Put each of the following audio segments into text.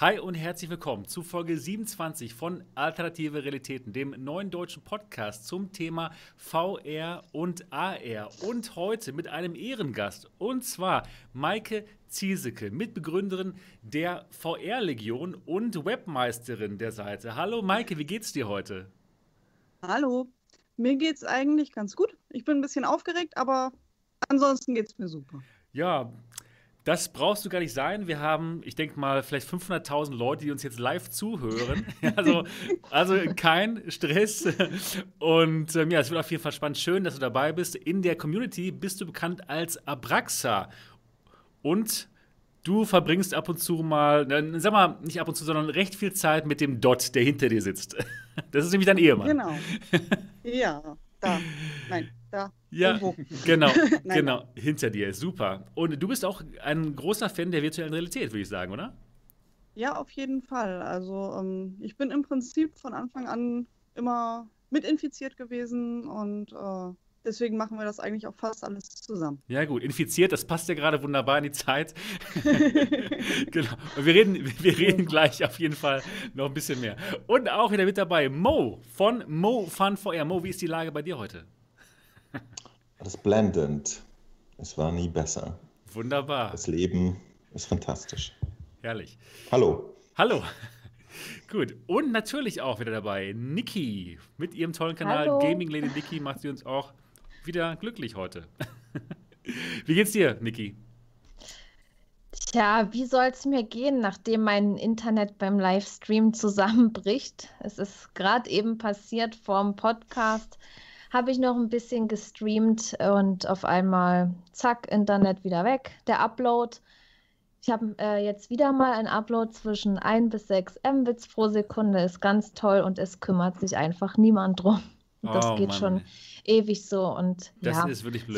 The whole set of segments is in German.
Hi und herzlich willkommen zu Folge 27 von Alternative Realitäten, dem neuen deutschen Podcast zum Thema VR und AR. Und heute mit einem Ehrengast, und zwar Maike Ziesecke, Mitbegründerin der VR-Legion und Webmeisterin der Seite. Hallo Maike, wie geht's dir heute? Hallo, mir geht's eigentlich ganz gut. Ich bin ein bisschen aufgeregt, aber ansonsten geht's mir super. Ja, das brauchst du gar nicht sein. Wir haben, ich denke mal, vielleicht 500.000 Leute, die uns jetzt live zuhören. Also kein Stress. Und ja, es wird auf jeden Fall spannend. Schön, dass du dabei bist. In der Community bist du bekannt als Abraxa. Und du verbringst ab und zu mal, sag mal, nicht ab und zu, sondern recht viel Zeit mit dem Dot, der hinter dir sitzt. Das ist nämlich dein Ehemann. Genau. Ja, da. Nein, da. Ja, Irgendwo. genau, Nein, genau, hinter dir, super. Und du bist auch ein großer Fan der virtuellen Realität, würde ich sagen, oder? Ja, auf jeden Fall. Also ich bin im Prinzip von Anfang an immer mitinfiziert gewesen und deswegen machen wir das eigentlich auch fast alles zusammen. Ja gut, infiziert, das passt ja gerade wunderbar in die Zeit. Genau, und wir reden gleich auf jeden Fall noch ein bisschen mehr. Und auch wieder mit dabei Mo von Mo Fun VR. Mo, wie ist die Lage bei dir heute? Das ist blendend. Es war nie besser. Wunderbar, Das Leben ist fantastisch. herrlich. Hallo. Hallo. Gut, und natürlich auch wieder dabei Niki mit ihrem tollen Kanal Hallo. Gaming Lady Niki macht sie uns auch wieder glücklich heute. Wie geht's dir, Niki? Tja, wie soll es mir gehen, nachdem mein Internet beim Livestream zusammenbricht? Es ist gerade eben passiert vorm Podcast. Habe ich noch ein bisschen gestreamt und auf einmal, zack, Internet wieder weg. Der Upload. Ich habe jetzt wieder mal ein Upload zwischen 1 bis 6 Mbits pro Sekunde. Ist ganz toll und es kümmert sich einfach niemand drum. Und das Oh geht Mann, schon ewig so. Und das ja, ist wirklich blöd.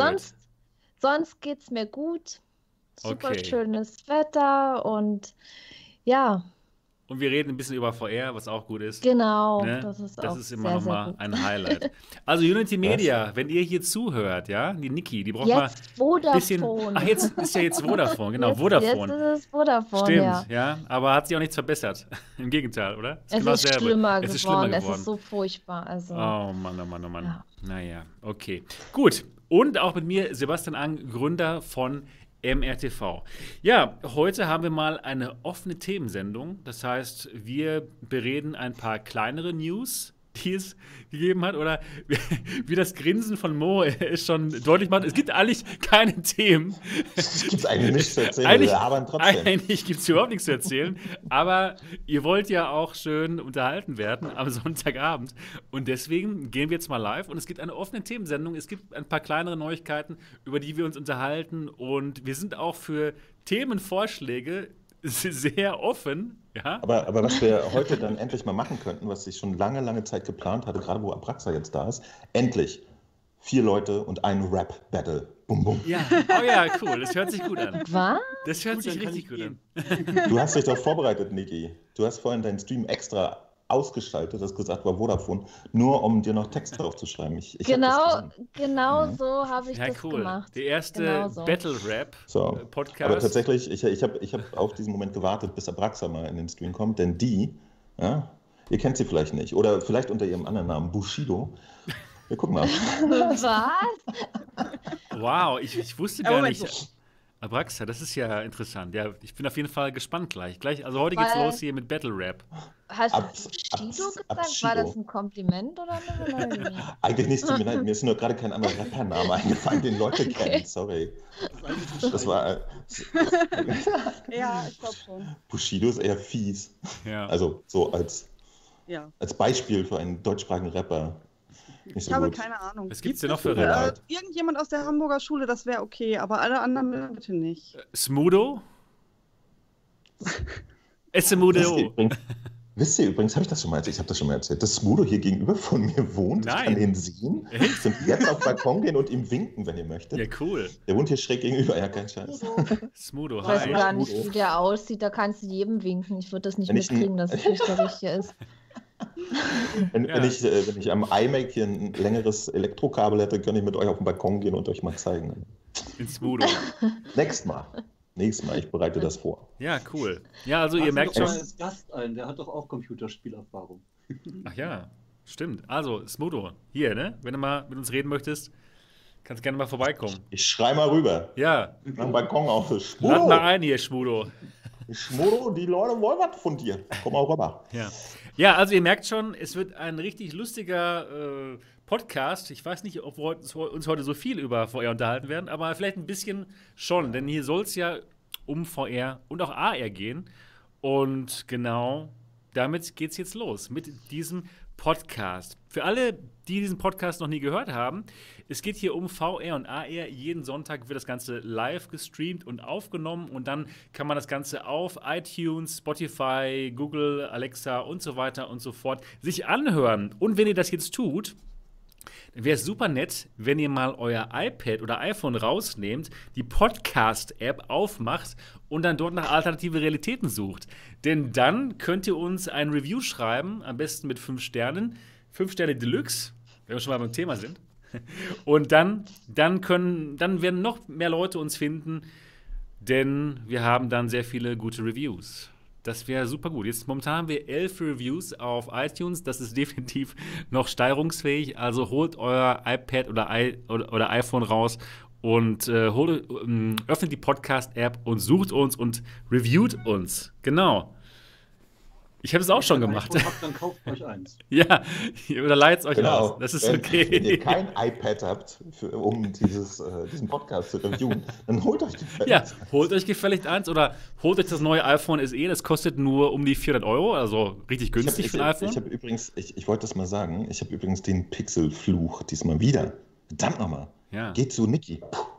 sonst geht es mir gut. Super Okay. schönes Wetter und ja, Und wir reden ein bisschen über VR, was auch gut ist. genau, Ne? das ist Das auch ist immer sehr, noch sehr mal gut. ein Highlight. Also Unity Media, wenn ihr hier zuhört, ja, die Niki, die braucht mal Jetzt ein bisschen. Vodafone. Ach, jetzt ist ja jetzt Vodafone, genau, Jetzt Vodafone. ist es Vodafone, Stimmt, ja. ja, aber hat sich auch nichts verbessert. Im Gegenteil, oder? Es genau ist dasselbe. schlimmer Es ist geworden, schlimmer es geworden. ist so furchtbar. Also, Oh Mann, oh Mann, oh Mann. ja. Naja, okay. Gut. Und auch mit mir Sebastian Ang, Gründer von MRTV. Ja, heute haben wir mal eine offene Themensendung. Das heißt, wir bereden ein paar kleinere News, die es gegeben hat. Oder wie das Grinsen von Mo es schon deutlich macht. Es gibt eigentlich keine Themen. Es gibt eigentlich nichts zu erzählen, Eigentlich, wir arbeiten trotzdem. eigentlich gibt es überhaupt nichts zu erzählen, aber ihr wollt ja auch schön unterhalten werden am Sonntagabend. Und deswegen gehen wir jetzt mal live und es gibt eine offene Themensendung. Es gibt ein paar kleinere Neuigkeiten, über die wir uns unterhalten. Und wir sind auch für Themenvorschläge sehr offen. Ja? Aber was wir heute dann endlich mal machen könnten, was ich schon lange, lange Zeit geplant hatte, gerade wo Abraxa jetzt da ist, endlich 4 Leute und ein Rap-Battle. Bum, bum. Ja, oh ja, cool. Das hört sich gut an. Was? Das hört Gut, sich dann kann richtig ich gut an. Du hast dich doch vorbereitet, Niki. Du hast vorhin deinen Stream extra ausgeschaltet, hast gesagt, war Vodafone, nur um dir noch Text drauf zu schreiben. Ich hab das Genau, gesehen. genau Mhm. so habe ich Ja, das cool. gemacht. Der erste Genau so. So. Battle-Rap-Podcast. Aber tatsächlich, ich hab auf diesen Moment gewartet, bis Abraxa mal in den Stream kommt, denn die, ja, ihr kennt sie vielleicht nicht, oder vielleicht unter ihrem anderen Namen, Bushido. Wir gucken mal. Was? Wow, ich wusste Ja, gar Moment, nicht. Abraxa, das ist ja interessant. Ja, ich bin auf jeden Fall gespannt gleich. Also heute geht's Weil- los hier mit Battle Rap. Hast du Abs- Bushido Abs- gesagt? War Abschido. das ein Kompliment oder eine Beleidigung? Eigentlich nicht, tut mir leid, mir ist nur gerade kein anderer Rappername eingefallen, den Leute kennen, sorry. Das war, Ja, ich glaube schon. Bushido ist eher fies. Ja. Also so als Ja. Beispiel für einen deutschsprachigen Rapper. Nicht so Ich habe gut. keine Ahnung. Was gibt's denn noch für Tut mir Rapper? leid. Irgendjemand aus der Hamburger Schule, das wäre okay, aber alle anderen bitte nicht. Smudo? Smudo. Wisst ihr übrigens, habe ich das schon mal erzählt? Ich habe das schon mal erzählt, dass Smudo hier gegenüber von mir wohnt. Ich Nein. kann ihn sehen. Echt? Könnt jetzt auf den Balkon gehen und ihm winken, wenn ihr möchtet. Ja, cool. Der wohnt hier schräg gegenüber, ja, kein Scheiß. Smudo, Ich weiß hi. gar nicht, wie der aussieht. Da kannst du jedem winken. Ich würde das nicht Wenn ich mitkriegen, dass es nicht der Richtige ist. Wenn, Ja. wenn ich am iMac hier ein längeres Elektrokabel hätte, könnte ich mit euch auf den Balkon gehen und euch mal zeigen. In Smudo. Nächstes Mal. Nächstes Mal, ich bereite das vor. Ja, cool. Ja, also ihr merkt schon. schon. Als Gast ein, der hat doch auch Computerspielerfahrung. Ach ja, stimmt. Also, Smudo, hier, ne? Wenn du mal mit uns reden möchtest, kannst gerne mal vorbeikommen. Ich schrei mal rüber. Ja. Am Balkon auf. Lad mal ein hier, Schmudo. Schmudo, die Leute wollen was von dir. Komm auch rüber. Ja, also ihr merkt schon, es wird ein richtig lustiger Podcast. Ich weiß nicht, ob wir uns heute so viel über VR unterhalten werden, aber vielleicht ein bisschen schon, denn hier soll es ja um VR und auch AR gehen. Und genau damit geht's jetzt los mit diesem Podcast. Für alle, die diesen Podcast noch nie gehört haben, es geht hier um VR und AR. Jeden Sonntag wird das Ganze live gestreamt und aufgenommen und dann kann man das Ganze auf iTunes, Spotify, Google, Alexa und so weiter und so fort sich anhören. Und wenn ihr das jetzt tut, dann wäre es super nett, wenn ihr mal euer iPad oder iPhone rausnehmt, die Podcast-App aufmacht und dann dort nach alternative Realitäten sucht. Denn dann könnt ihr uns ein Review schreiben, am besten mit 5 Sternen. 5 Sterne Deluxe, wenn wir schon mal beim Thema sind. Und dann werden noch mehr Leute uns finden, denn wir haben dann sehr viele gute Reviews. Das wäre super gut. Jetzt momentan haben wir 11 Reviews auf iTunes. Das ist definitiv noch steigerungsfähig. Also holt euer iPad oder iPhone raus und öffnet die Podcast-App und sucht uns und reviewt uns. Genau. Ich habe es auch schon gemacht. Dann kauft euch eins. Ja, oder leiht es euch aus. Das ist okay. Wenn ihr kein iPad habt, um diesen Podcast zu reviewen, dann holt euch gefälligst. Ja, holt euch gefälligst eins oder holt euch das neue iPhone SE. Das kostet nur um die 400 €, also richtig günstig für ein iPhone. Ich habe übrigens, ich wollte das mal sagen, ich habe übrigens den Pixel-Fluch diesmal wieder. Verdammt nochmal. Ja. Geht zu Niki.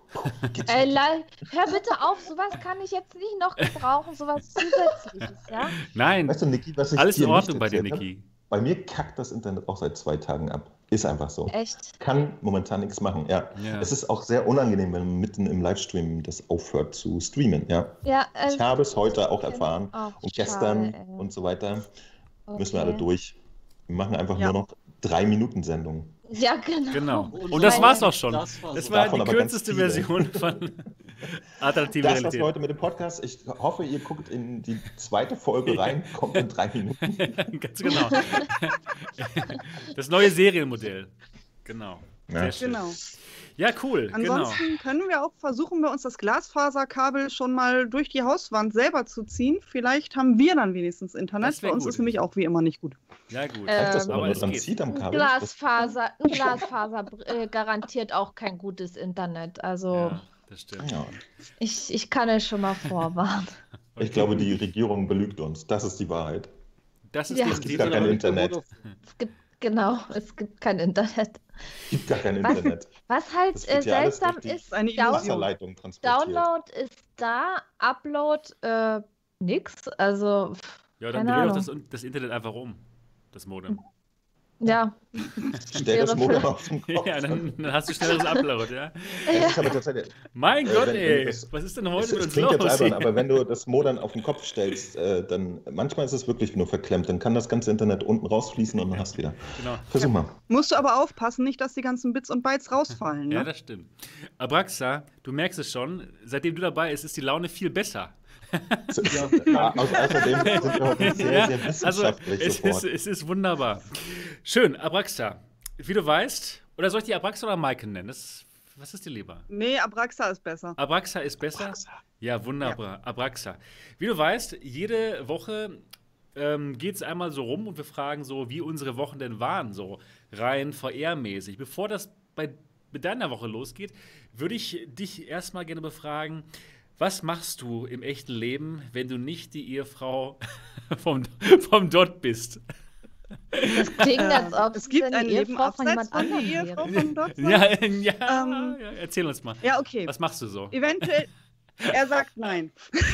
Hör bitte auf, sowas kann ich jetzt nicht noch gebrauchen, sowas Zusätzliches, ja? Nein, weißt du, Niki, was ich alles in dir Ordnung nicht bei dir, erzählt Niki. Bei mir kackt das Internet auch seit 2 Tagen ab. Ist einfach so. Echt? Kann momentan nichts machen, ja. Es ist auch sehr unangenehm, wenn man mitten im Livestream das aufhört zu streamen, ja. Ich habe es heute auch erfahren und gestern und so weiter. Müssen wir alle durch. Wir machen einfach nur noch 3-Minuten-Sendungen. Ja, genau. Und das war's auch schon. Das war die kürzeste Version von Alternative Das Realität. war's heute mit dem Podcast. Ich hoffe, ihr guckt in die 2. Folge rein, kommt in 3 Minuten. Ganz genau. Das neue Serienmodell. Genau. Sehr schön. Genau. Ja, cool. Ansonsten können wir auch versuchen, uns das Glasfaserkabel schon mal durch die Hauswand selber zu ziehen. Vielleicht haben wir dann wenigstens Internet. Bei uns ist nämlich auch wie immer nicht gut. Ja, gut. Das aber es dran geht. zieht am Kabel. Glasfaser garantiert auch kein gutes Internet. Also Ja, das stimmt. Ja. ich kann es schon mal vorwarnen. Ich glaube, die Regierung belügt uns. Das ist die Wahrheit. Das ist Ja. Es gibt gar kein Internet. Es gibt kein Internet. Es gibt gar kein Internet. Was halt Das wird ja alles seltsam durch die ist, eine Illusion. Wasserleitung transportiert. Download ist da, Upload nix. Also, Ja, dann keine dreh doch Ahnung. das Internet einfach um. Das Modem. Ja. Stell das Modem auf den Kopf. Ja, dann hast du schnelleres Upload, ja? Es ist aber tatsächlich, Mein Gott, wenn ey. das- Was ist denn heute es mit uns klingt jetzt los? albern, aber wenn du das Modem auf den Kopf stellst, dann manchmal ist es wirklich nur verklemmt. Dann kann das ganze Internet unten rausfließen und dann hast du wieder. Genau. Versuch mal. Musst du aber aufpassen, nicht, dass die ganzen Bits und Bytes rausfallen. Ja, Ne? das stimmt. Abraxa, du merkst es schon, seitdem du dabei bist, ist die Laune viel besser. Außerdem sind wir heute sehr, Ja, sehr also wissenschaftlich sofort. es ist wunderbar. Schön, Abraxa. Wie du weißt, oder soll ich die Abraxa oder Maike nennen? Was ist dir lieber? Nee, Abraxa ist besser. Abraxa ist besser? Ja, wunderbar. Abraxa. Wie du weißt, jede Woche geht es einmal so rum und wir fragen so, wie unsere Wochen denn waren, so rein VR-mäßig. Bevor das mit deiner Woche losgeht, würde ich dich erstmal gerne befragen, was machst du im echten Leben, wenn du nicht die Ehefrau vom Dot bist? Das klingt, als ob Es gibt eine ein Leben Ehefrau von abseits jemand von anderem der Ehefrau wäre. vom Dot. Ja, erzähl uns mal. Ja, okay. Was machst du so? Eventuell. Er sagt nein.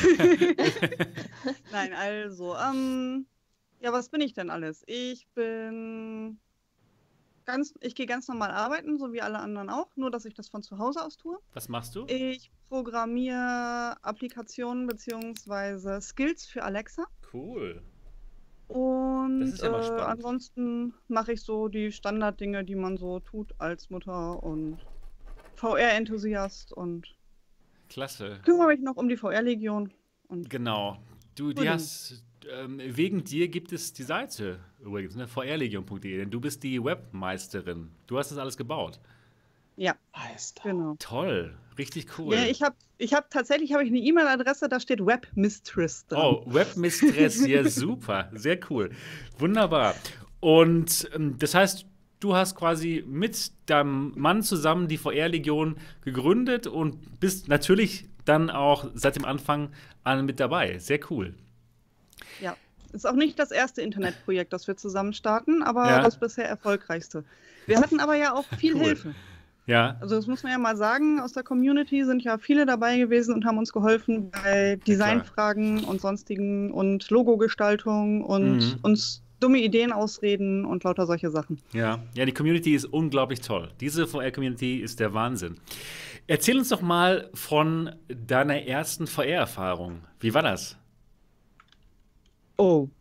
Nein, also, ja, was bin ich denn alles? Ich gehe ganz normal arbeiten, so wie alle anderen auch, nur dass ich das von zu Hause aus tue. Was machst du? Ich programmiere Applikationen bzw. Skills für Alexa. Cool. Und Das ist ja mal spannend. ansonsten mache ich so die Standarddinge, die man so tut als Mutter und VR-Enthusiast und Klasse. Kümmere mich noch um die VR-Legion. Genau. Die hast, wegen dir gibt es die Seite übrigens, ne? vrlegion.de, denn du bist die Webmeisterin. Du hast das alles gebaut. Ja, genau. Toll, richtig cool. Ja, tatsächlich habe ich eine E-Mail-Adresse, da steht Webmistress dran. Oh, Webmistress, ja super, sehr cool. Wunderbar. Und das heißt, du hast quasi mit deinem Mann zusammen die VR-Legion gegründet und bist natürlich dann auch seit dem Anfang an mit dabei. Sehr cool. Ja, ist auch nicht das erste Internetprojekt, das wir zusammen starten, aber das bisher erfolgreichste. Wir hatten aber ja auch viel Hilfe. Ja. Also das muss man ja mal sagen, aus der Community sind ja viele dabei gewesen und haben uns geholfen bei Designfragen und sonstigen und Logogestaltung und uns dumme Ideen ausreden und lauter solche Sachen. Ja, die Community ist unglaublich toll. Diese VR-Community ist der Wahnsinn. Erzähl uns doch mal von deiner ersten VR-Erfahrung. Wie war das? Oh.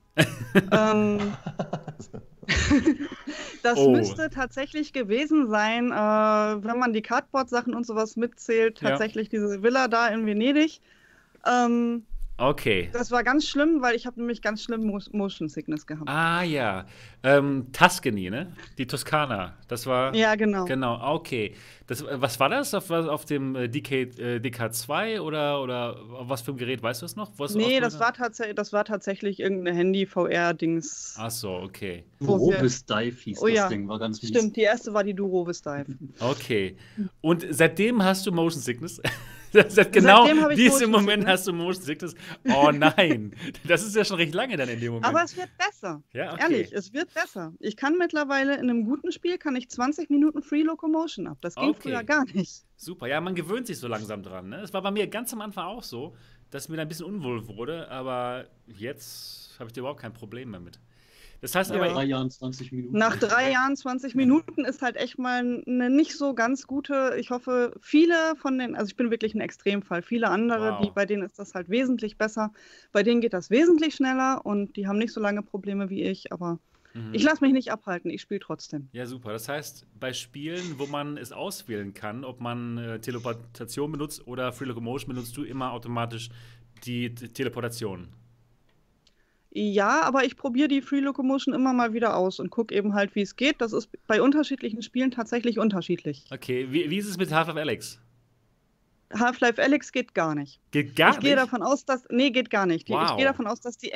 Das müsste tatsächlich gewesen sein, wenn man die Cardboard-Sachen und sowas mitzählt, tatsächlich diese Villa da in Venedig. Okay. Das war ganz schlimm, weil ich habe nämlich ganz schlimm Motion Sickness gehabt. Ah ja, Tuscany, ne? Die Toskana, das war... Ja, genau. Genau, okay. Was war das? Auf dem DK2 oder was für ein Gerät, weißt du das noch? Nee, das war tatsächlich irgendeine Handy-VR-Dings. Ach so, okay. Durovis Dive hieß das Ding, war ganz mies. Stimmt, die erste war die Durovis Dive. Okay. Und seitdem hast du Motion Sickness? Seit genau diesem Moment hast du Motion Sickness. Oh nein, das ist ja schon recht lange dann in dem Moment. Aber es wird besser. Ja, okay. Ehrlich, es wird besser. Ich kann mittlerweile in einem guten Spiel 20 Minuten Free Locomotion ab. Das ging früher gar nicht. Super, ja, man gewöhnt sich so langsam dran. Ne? Das war bei mir ganz am Anfang auch so, dass mir da ein bisschen unwohl wurde, aber jetzt habe ich da überhaupt kein Problem mehr mit. Das heißt aber, 3 Jahren 20 Minuten. Nach 3 Jahren 20 Minuten ist halt echt mal eine nicht so ganz gute, ich hoffe, viele von den, also ich bin wirklich ein Extremfall, viele andere, bei denen ist das halt wesentlich besser, bei denen geht das wesentlich schneller und die haben nicht so lange Probleme wie ich, aber ich lasse mich nicht abhalten, ich spiele trotzdem. Ja, super. Das heißt, bei Spielen, wo man es auswählen kann, ob man Teleportation benutzt oder Free Locomotion, benutzt du immer automatisch die Teleportation? Ja, aber ich probiere die Free Locomotion immer mal wieder aus und gucke eben halt, wie es geht. Das ist bei unterschiedlichen Spielen tatsächlich unterschiedlich. Okay, wie ist es mit Half-Life Alyx? Half-Life Alyx geht gar nicht. Geht gar nicht? Ich gehe davon aus, dass... Nee, geht gar nicht. Wow. Ich gehe davon aus, dass die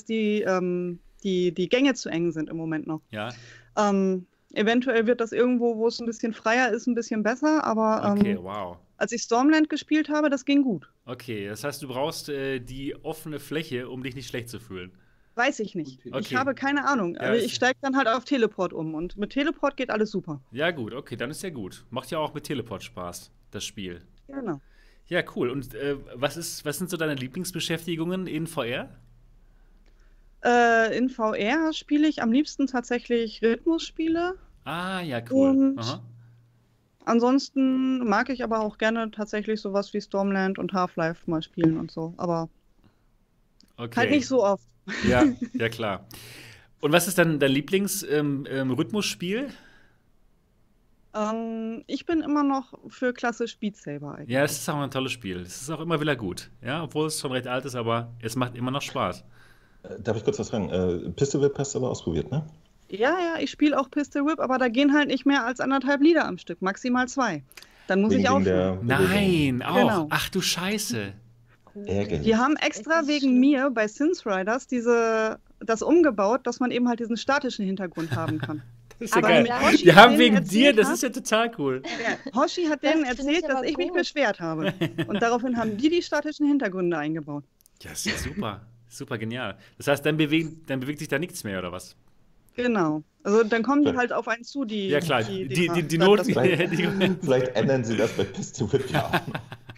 Gänge zu eng sind im Moment noch. Ja. Eventuell wird das irgendwo, wo es ein bisschen freier ist, ein bisschen besser, aber okay, wow. Als ich Stormland gespielt habe, das ging gut. Okay, das heißt, du brauchst die offene Fläche, um dich nicht schlecht zu fühlen. Weiß ich nicht. Okay. Ich habe keine Ahnung. Also ich steige dann halt auf Teleport um und mit Teleport geht alles super. Ja gut, okay, dann ist ja gut. Macht ja auch mit Teleport Spaß, das Spiel. Genau. Ja, cool. Und was sind so deine Lieblingsbeschäftigungen in VR? In VR spiele ich am liebsten tatsächlich Rhythmusspiele. Ah, ja, cool. Und ansonsten mag ich aber auch gerne tatsächlich sowas wie Stormland und Half-Life mal spielen und so. Aber halt nicht so oft. Ja, ja klar. Und was ist dann dein Lieblings-Rhythmusspiel? Ich bin immer noch für klassisch Beat Saber eigentlich. Ja, das ist auch ein tolles Spiel. Es ist auch immer wieder gut. Ja, obwohl es schon recht alt ist, aber es macht immer noch Spaß. Darf ich kurz was fragen? Pistol Whip hast du aber ausprobiert, ne? Ja, ich spiele auch Pistol Whip, aber da gehen halt nicht mehr als 1,5 Lieder am Stück, maximal 2. Dann muss ich aufhören. Nein, auch. Genau. Ach du Scheiße. Ärgerlich. Die haben extra wegen mir bei Synth Riders das umgebaut, dass man eben halt diesen statischen Hintergrund haben kann. Das ist ja geil. Die haben wegen dir, das ist ja total cool. Hoshi hat denen erzählt, dass ich mich beschwert habe. Und daraufhin haben die statischen Hintergründe eingebaut. Ja, das ist ja super. Super genial. Das heißt, dann bewegt sich da nichts mehr, oder was? Genau. Also dann kommen die halt auf einen zu, die... Ja klar, die Noten... Vielleicht ändern sie das bei Pistol Whip ja auch.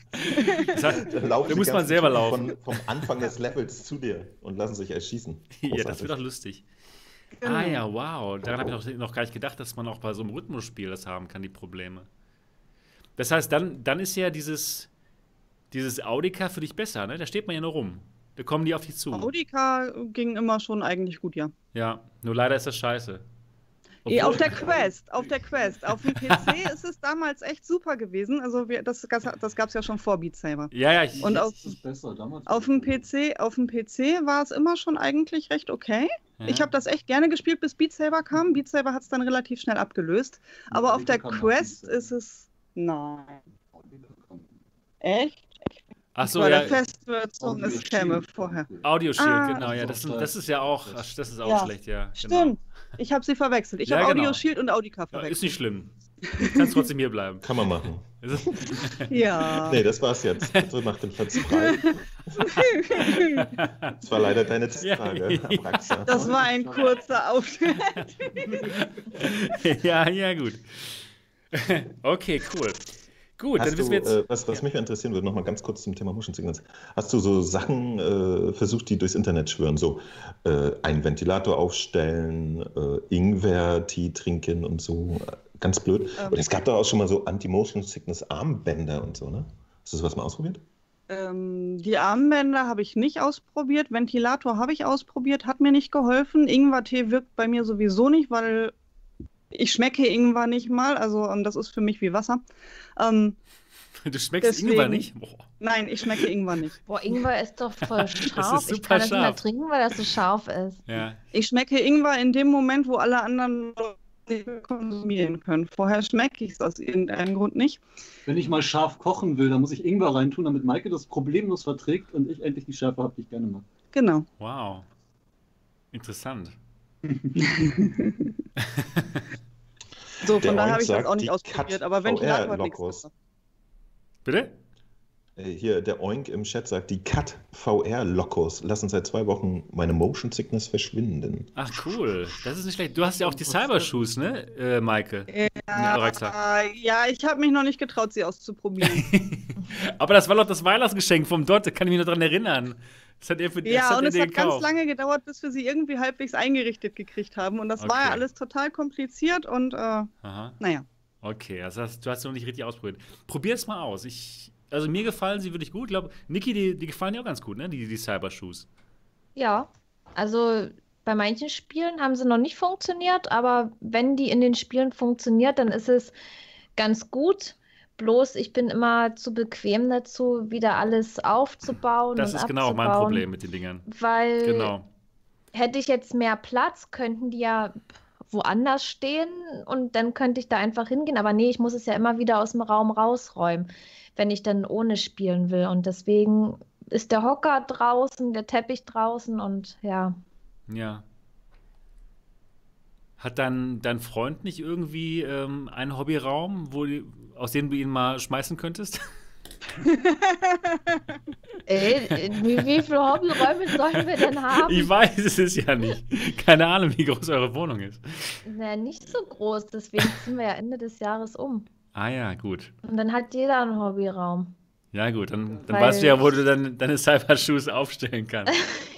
Da muss man selber laufen. Vom Anfang des Levels zu dir und lassen sich erschießen. Ja, das wird doch lustig. Genau. Ah ja, wow. Daran habe ich noch gar nicht gedacht, dass man auch bei so einem Rhythmusspiel das haben kann, die Probleme. Das heißt, dann ist ja dieses Audica für dich besser, ne? Da steht man ja nur rum. Da kommen die auf dich zu. Audica ging immer schon eigentlich gut, ja. Ja, nur leider ist das scheiße. Auf der Quest. Auf dem PC ist es damals echt super gewesen. Also das gab es ja schon vor Beat Saber. Ja. Und auf dem PC war es immer schon eigentlich recht okay. Ja. Ich habe das echt gerne gespielt, bis Beat Saber kam. Beat Saber hat es dann relativ schnell abgelöst. Aber auf der Quest ist es... Nein. Echt? Achso, ja. Der Festversion ist käme vorher. Audio Shield, genau, ja. Das ist ja auch, das ist auch schlecht, ja. Stimmt. Genau. Ich habe sie verwechselt. Ich habe Audio Shield und Audica verwechselt. Ist nicht schlimm. Du kannst trotzdem hier bleiben. Kann man machen. Ja. Nee, das war's jetzt. Bitte mach den Platz frei. Das war leider deine Testfrage, Abraxa. Das war ein kurzer Aufschnitt. Ja, gut. Okay, cool. Gut, dann wissen wir jetzt. Was mich interessieren würde, nochmal ganz kurz zum Thema Motion Sickness. Hast du so Sachen versucht, die durchs Internet schwören? So einen Ventilator aufstellen, Ingwer-Tee trinken und so. Ganz blöd. Und es gab da auch schon mal so Anti-Motion Sickness Armbänder und so, ne? Hast du sowas mal ausprobiert? Die Armbänder habe ich nicht ausprobiert. Ventilator habe ich ausprobiert, hat mir nicht geholfen. Ingwer-Tee wirkt bei mir sowieso nicht, weil ich schmecke Ingwer nicht mal, also das ist für mich wie Wasser. Du schmeckst Ingwer nicht? Boah. Nein, ich schmecke Ingwer nicht. Boah, Ingwer ist doch voll scharf. Das ist super ich kann das scharf. nicht mehr trinken, weil das so scharf ist. Ja. Ich schmecke Ingwer in dem Moment, wo alle anderen nicht konsumieren können. Vorher schmecke ich es aus irgendeinem Grund nicht. Wenn ich mal scharf kochen will, dann muss ich Ingwer reintun, damit Maike das problemlos verträgt und ich endlich die Schärfe habe, die ich gerne mag. Genau. Wow. Interessant. So, von daher habe ich das auch nicht ausprobiert, aber Ventilator hat nichts besser. Bitte? Hier, der Oink im Chat sagt, die Cut VR-Lokos lassen seit 2 Wochen meine Motion Sickness verschwinden. Ach, cool. Das ist nicht schlecht. Du hast ja auch die Cybershoes, ne, Maike? Ja, ich habe mich noch nicht getraut, sie auszuprobieren. Aber das war doch das Weihnachtsgeschenk vom Dot, da kann ich mich noch dran erinnern. Das hat er für es hat ganz lange gedauert, bis wir sie irgendwie halbwegs eingerichtet gekriegt haben. Und das war ja alles total kompliziert und naja. Okay, also du hast sie noch nicht richtig ausprobiert. Probier es mal aus. Also mir gefallen sie wirklich gut. Ich glaube, Niki, die gefallen dir auch ganz gut, ne? Die Cybershoes. Ja, also bei manchen Spielen haben sie noch nicht funktioniert, aber wenn die in den Spielen funktioniert, dann ist es ganz gut. Bloß ich bin immer zu bequem dazu, wieder alles aufzubauen. Das ist genau mein Problem mit den Dingern. Weil hätte ich jetzt mehr Platz, könnten die ja woanders stehen und dann könnte ich da einfach hingehen. Aber nee, ich muss es ja immer wieder aus dem Raum rausräumen, wenn ich dann ohne spielen will. Und deswegen ist der Hocker draußen, der Teppich draußen und ja. Ja. Hat dann dein Freund nicht irgendwie einen Hobbyraum, aus dem du ihn mal schmeißen könntest? Wie viele Hobbyräume sollen wir denn haben? Ich weiß es ja nicht. Keine Ahnung, wie groß eure Wohnung ist. Na, nicht so groß, deswegen ziehen wir ja Ende des Jahres um. Ah ja, gut. Und dann hat jeder einen Hobbyraum. Ja gut, dann weißt du ja, wo du dann deine Cybershoes aufstellen kannst.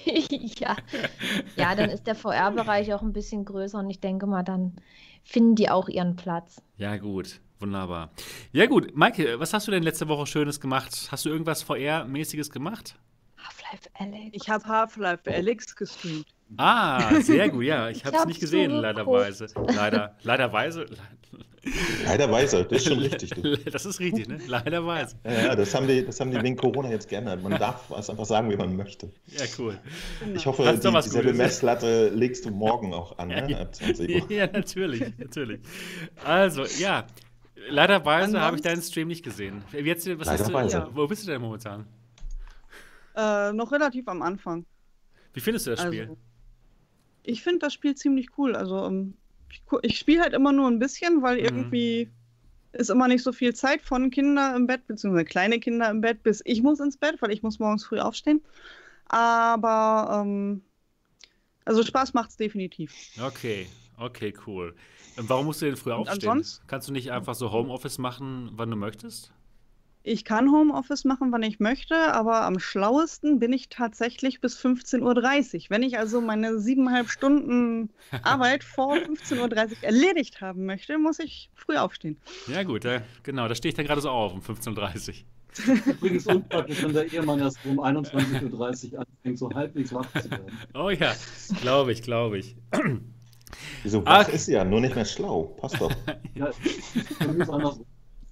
Ja, dann ist der VR-Bereich auch ein bisschen größer und ich denke mal, dann finden die auch ihren Platz. Ja gut, wunderbar. Ja gut, Maike, was hast du denn letzte Woche Schönes gemacht? Hast du irgendwas VR-mäßiges gemacht? Half-Life Alyx. Ich habe Half-Life Alyx gestreamt. Ah, sehr gut, ja. Ich habe es nicht gesehen, leiderweise. Leiderweise, das ist schon richtig. Du. Das ist richtig, ne? Leiderweise. Ja, das haben die wegen Corona jetzt geändert. Man darf es einfach sagen, wie man möchte. Ja, cool. Ich hoffe, dieselbe Messlatte legst du morgen auch an, ne? Ab 20 Uhr. Ja, natürlich. Also, ja. Leiderweise habe ich deinen Stream nicht gesehen. Wo bist du denn momentan? Noch relativ am Anfang. Wie findest du das Spiel? Ich finde das Spiel ziemlich cool. Also ich spiele halt immer nur ein bisschen, weil irgendwie ist immer nicht so viel Zeit von Kindern im Bett, beziehungsweise kleine Kinder im Bett, bis ich muss ins Bett, weil ich muss morgens früh aufstehen. Aber also Spaß macht's definitiv. Okay, cool. Warum musst du denn früh aufstehen? Kannst du nicht einfach so Homeoffice machen, wann du möchtest? Ich kann Homeoffice machen, wann ich möchte, aber am schlauesten bin ich tatsächlich bis 15:30 Uhr. Wenn ich also meine 7,5 Stunden Arbeit vor 15:30 Uhr erledigt haben möchte, muss ich früh aufstehen. Ja gut, genau, da stehe ich dann gerade so auf um 15:30 Uhr. Übrigens unpraktisch, wenn der Ehemann erst um 21:30 Uhr anfängt, so halbwegs wach zu werden. Oh ja, glaube ich. Wieso, wach ist sie ja, nur nicht mehr schlau. Passt doch. Ja, ist anders.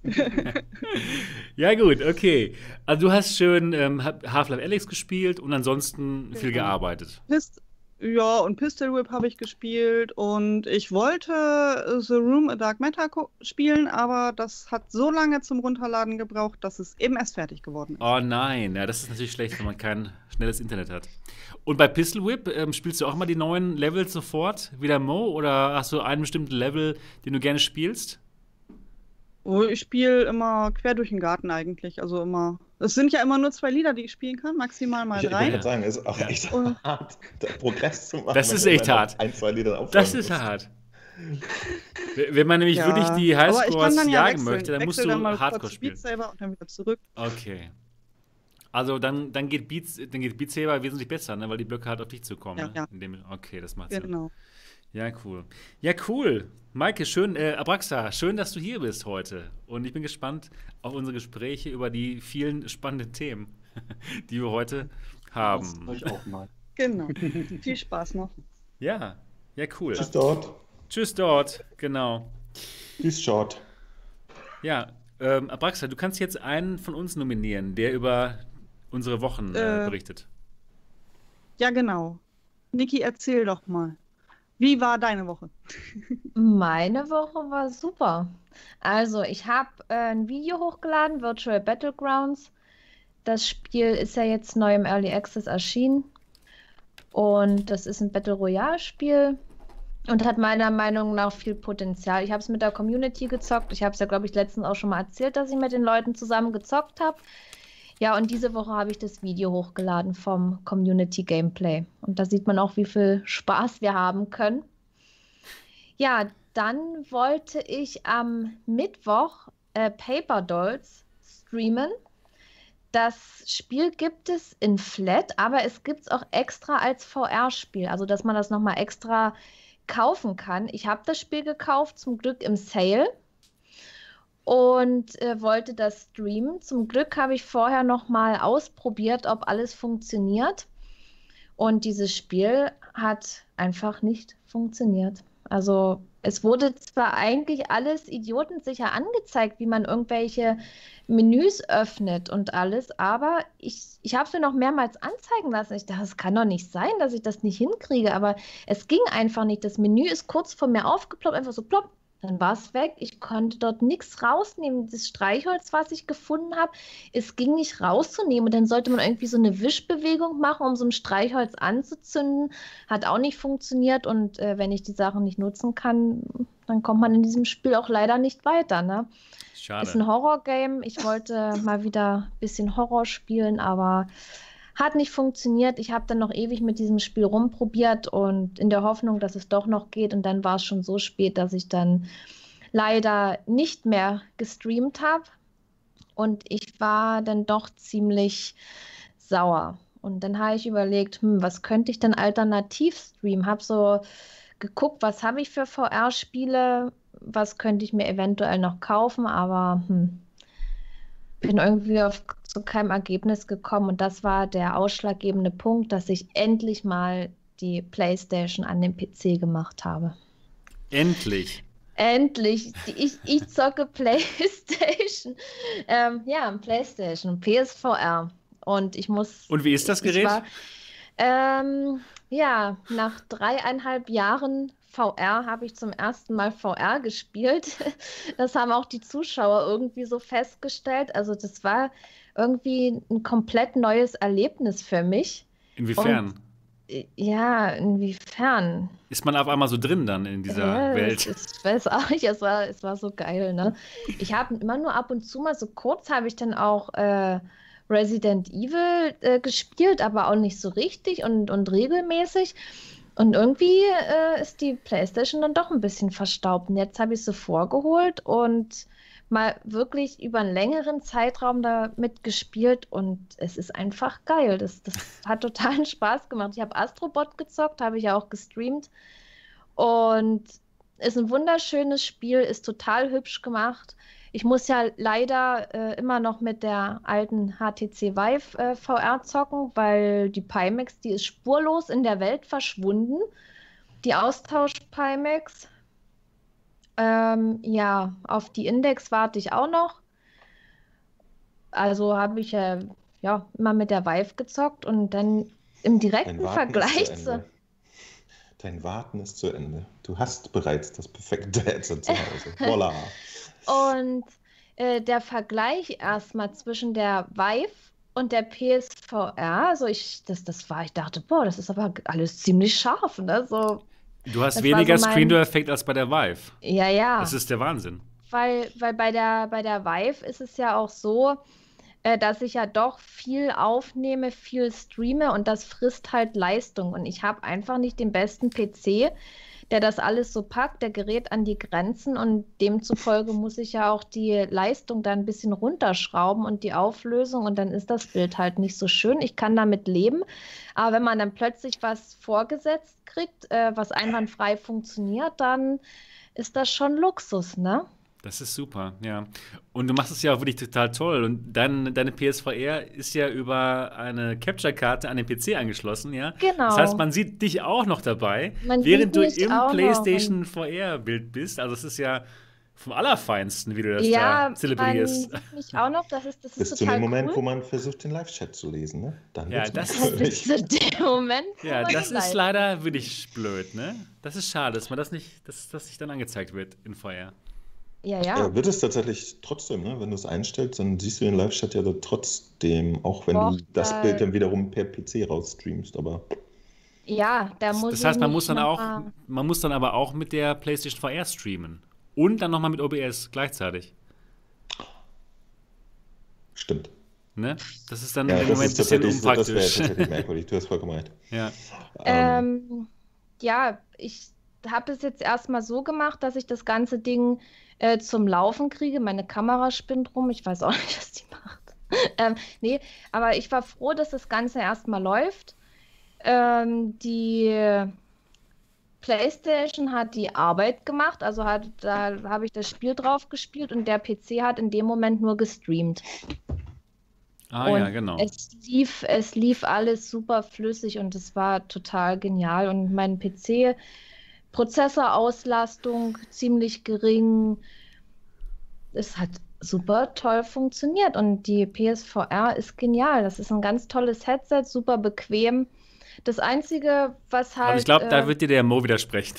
Ja, gut, okay. Also du hast schön Half-Life Alyx gespielt und ansonsten viel gearbeitet. Ja, und Pistol Whip habe ich gespielt und ich wollte The Room A Dark Matter spielen, aber das hat so lange zum Runterladen gebraucht, dass es eben erst fertig geworden ist. Oh nein, ja, das ist natürlich schlecht, wenn man kein schnelles Internet hat. Und bei Pistol Whip spielst du auch mal die neuen Levels sofort, wie der Mo, oder hast du einen bestimmten Level, den du gerne spielst? Oh, ich spiele immer quer durch den Garten eigentlich, also immer. Es sind ja immer nur 2 Lieder, die ich spielen kann, maximal mal 3. Ich wollte gerade sagen, es ist auch echt hart, Progress zu machen. Das ist echt hart. 1, 2 Lieder das ist hart. Wenn man nämlich wirklich die Highscores jagen möchte, dann musst du Hardcore spielen. Beat Saber und dann wieder zurück. Okay. Also dann geht Beat Saber wesentlich besser, ne? Weil die Blöcke halt auf dich zukommen. Ja, ne? Okay, das macht Sinn. Genau. Ja, cool. Ja, cool. Maike, schön, Abraxa, schön, dass du hier bist heute. Und ich bin gespannt auf unsere Gespräche über die vielen spannenden Themen, die wir heute haben. Das euch auch mal. Genau. Viel Spaß noch. Ja, cool. Tschüss dort. Tschüss dort, genau. Tschüss Short. Ja, Abraxa, du kannst jetzt einen von uns nominieren, der über unsere Wochen berichtet. Ja, genau. Niki, erzähl doch mal. Wie war deine Woche? Meine Woche war super. Also, ich habe ein Video hochgeladen, Virtual Battlegrounds. Das Spiel ist ja jetzt neu im Early Access erschienen. Und das ist ein Battle Royale-Spiel und hat meiner Meinung nach viel Potenzial. Ich habe es mit der Community gezockt. Ich habe es ja, glaube ich, letztens auch schon mal erzählt, dass ich mit den Leuten zusammen gezockt habe. Ja, und diese Woche habe ich das Video hochgeladen vom Community Gameplay. Und da sieht man auch, wie viel Spaß wir haben können. Ja, dann wollte ich am Mittwoch Paper Dolls streamen. Das Spiel gibt es in Flat, aber es gibt es auch extra als VR-Spiel. Also, dass man das nochmal extra kaufen kann. Ich habe das Spiel gekauft, zum Glück im Sale. Und wollte das streamen. Zum Glück habe ich vorher noch mal ausprobiert, ob alles funktioniert. Und dieses Spiel hat einfach nicht funktioniert. Also es wurde zwar eigentlich alles idiotensicher angezeigt, wie man irgendwelche Menüs öffnet und alles, aber ich habe es mir noch mehrmals anzeigen lassen. Ich dachte, es kann doch nicht sein, dass ich das nicht hinkriege, aber es ging einfach nicht. Das Menü ist kurz vor mir aufgeploppt, einfach so plopp. Dann war es weg. Ich konnte dort nichts rausnehmen. Das Streichholz, was ich gefunden habe, es ging nicht rauszunehmen. Und dann sollte man irgendwie so eine Wischbewegung machen, um so ein Streichholz anzuzünden. Hat auch nicht funktioniert. Und wenn ich die Sachen nicht nutzen kann, dann kommt man in diesem Spiel auch leider nicht weiter. Ne? Schade. Ist ein Horror-Game. Ich wollte mal wieder ein bisschen Horror spielen, aber hat nicht funktioniert. Ich habe dann noch ewig mit diesem Spiel rumprobiert und in der Hoffnung, dass es doch noch geht. Und dann war es schon so spät, dass ich dann leider nicht mehr gestreamt habe. Und ich war dann doch ziemlich sauer. Und dann habe ich überlegt, was könnte ich denn alternativ streamen? Habe so geguckt, was habe ich für VR-Spiele? Was könnte ich mir eventuell noch kaufen? Aber bin irgendwie zu keinem Ergebnis gekommen und das war der ausschlaggebende Punkt, dass ich endlich mal die PlayStation an den PC gemacht habe. Endlich? Endlich. Ich zocke PlayStation. PlayStation, PSVR. Und ich muss... Und wie ist das Gerät? Nach 3,5 Jahren VR habe ich zum ersten Mal VR gespielt. Das haben auch die Zuschauer irgendwie so festgestellt. Also das war irgendwie ein komplett neues Erlebnis für mich. Inwiefern? Inwiefern? Ist man auf einmal so drin dann in dieser Welt? Ich weiß auch nicht, es war so geil, ne? Ich habe immer nur ab und zu mal so kurz habe ich dann auch Resident Evil gespielt, aber auch nicht so richtig und regelmäßig. Und irgendwie ist die PlayStation dann doch ein bisschen verstaubt. Und jetzt habe ich sie vorgeholt und mal wirklich über einen längeren Zeitraum damit gespielt. Und es ist einfach geil. Das hat totalen Spaß gemacht. Ich habe Astrobot gezockt, habe ich ja auch gestreamt. Und ist ein wunderschönes Spiel, ist total hübsch gemacht. Ich muss ja leider immer noch mit der alten HTC Vive VR zocken, weil die Pimax, die ist spurlos in der Welt verschwunden. Die Austausch-Pimax. Ja, auf die Index warte ich auch noch. Also habe ich ja immer mit der Vive gezockt und dann im direkten Vergleich zu. Dein Warten ist zu Ende. Du hast bereits das perfekte Headset zu Hause. Voila. Und der Vergleich erstmal zwischen der Vive und der PSVR, also ich dachte, boah, das ist aber alles ziemlich scharf, ne? So, du hast weniger Screen-Door-Effekt als bei der Vive. Ja. Das ist der Wahnsinn. Weil bei der Vive ist es ja auch so, dass ich ja doch viel aufnehme, viel streame und das frisst halt Leistung. Und ich habe einfach nicht den besten PC, der das alles so packt. Der gerät an die Grenzen und demzufolge muss ich ja auch die Leistung da ein bisschen runterschrauben und die Auflösung und dann ist das Bild halt nicht so schön. Ich kann damit leben, aber wenn man dann plötzlich was vorgesetzt kriegt, was einwandfrei funktioniert, dann ist das schon Luxus, ne? Das ist super, ja. Und du machst es ja auch wirklich total toll. Und deine PSVR ist ja über eine Capture-Karte an den PC angeschlossen, ja? Genau. Das heißt, man sieht dich auch noch dabei, während du im PlayStation VR-Bild bist. Also es ist ja vom Allerfeinsten, wie du das da zelebrierst. Man sieht mich auch noch, das ist bis total zu dem Moment, cool. wo man versucht, den Live-Chat zu lesen, ne? Dann ja, das bis zu dem Moment. Ja, das ist leider wirklich blöd, ne? Das ist schade, dass man das nicht dann angezeigt wird in VR. Ja. Wird es tatsächlich trotzdem, ne? Wenn du es einstellst, dann siehst du den Live-Chat ja trotzdem, auch wenn du das Bild dann wiederum per PC rausstreamst, aber. Ja, da muss das heißt, man muss dann aber auch mit der PlayStation VR streamen. Und dann nochmal mit OBS gleichzeitig. Stimmt. Ne? Das ist dann im Moment ein bisschen unpraktisch. Das wäre tatsächlich merkwürdig, du hast vollkommen recht. Ja. Ja, ich habe es jetzt erstmal so gemacht, dass ich das ganze Ding zum Laufen kriege. Meine Kamera spinnt rum, ich weiß auch nicht, was die macht. Nee, aber ich war froh, dass das Ganze erstmal läuft. Die PlayStation hat die Arbeit gemacht, also da habe ich das Spiel drauf gespielt und der PC hat in dem Moment nur gestreamt. Und ja, genau. Es lief alles super flüssig und es war total genial. Und mein PC, Prozessorauslastung ziemlich gering. Es hat super toll funktioniert und die PSVR ist genial. Das ist ein ganz tolles Headset, super bequem. Das Einzige, was halt. Aber ich glaube, da wird dir der Mo widersprechen.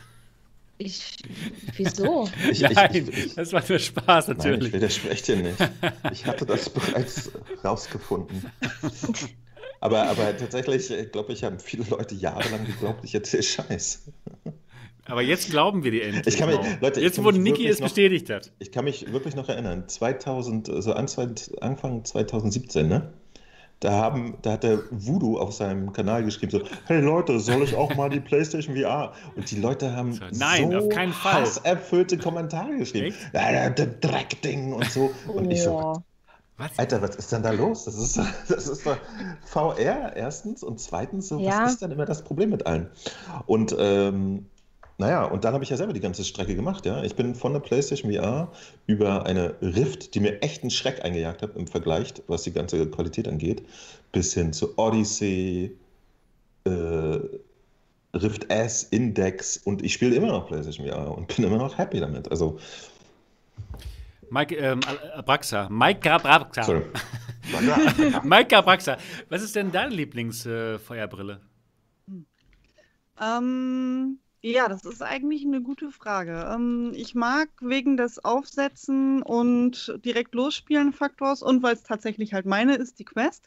Wieso? Das war nur Spaß, natürlich. Nein, ich widerspreche dir nicht. Ich hatte das bereits rausgefunden. Aber tatsächlich, glaube ich, haben viele Leute jahrelang geglaubt, ich erzähle Scheiß. Aber jetzt glauben wir dir endlich. Jetzt, wo Niki es bestätigt hat. Ich kann mich wirklich noch erinnern, Anfang 2017, ne? Da hat der Voodoo auf seinem Kanal geschrieben, so, hey Leute, soll ich auch mal die PlayStation VR? Und die Leute haben auf keinen Fall. hasserfüllte Kommentare geschrieben. Ja, der Dreckding und so. Und ich so, was? Alter, was ist denn da los? Das ist doch VR erstens und zweitens, so, was ist denn immer das Problem mit allen? Und und dann habe ich ja selber die ganze Strecke gemacht, ja. Ich bin von der PlayStation VR über eine Rift, die mir echt einen Schreck eingejagt hat im Vergleich, was die ganze Qualität angeht, bis hin zu Odyssey, Rift S, Index und ich spiele immer noch PlayStation VR und bin immer noch happy damit. Also Mike Abraxa. Mike Abraxa, was ist denn deine Lieblings-VR-Brille? Ja, das ist eigentlich eine gute Frage. Ich mag wegen des Aufsetzen und direkt losspielen Faktors und weil es tatsächlich halt meine ist, die Quest.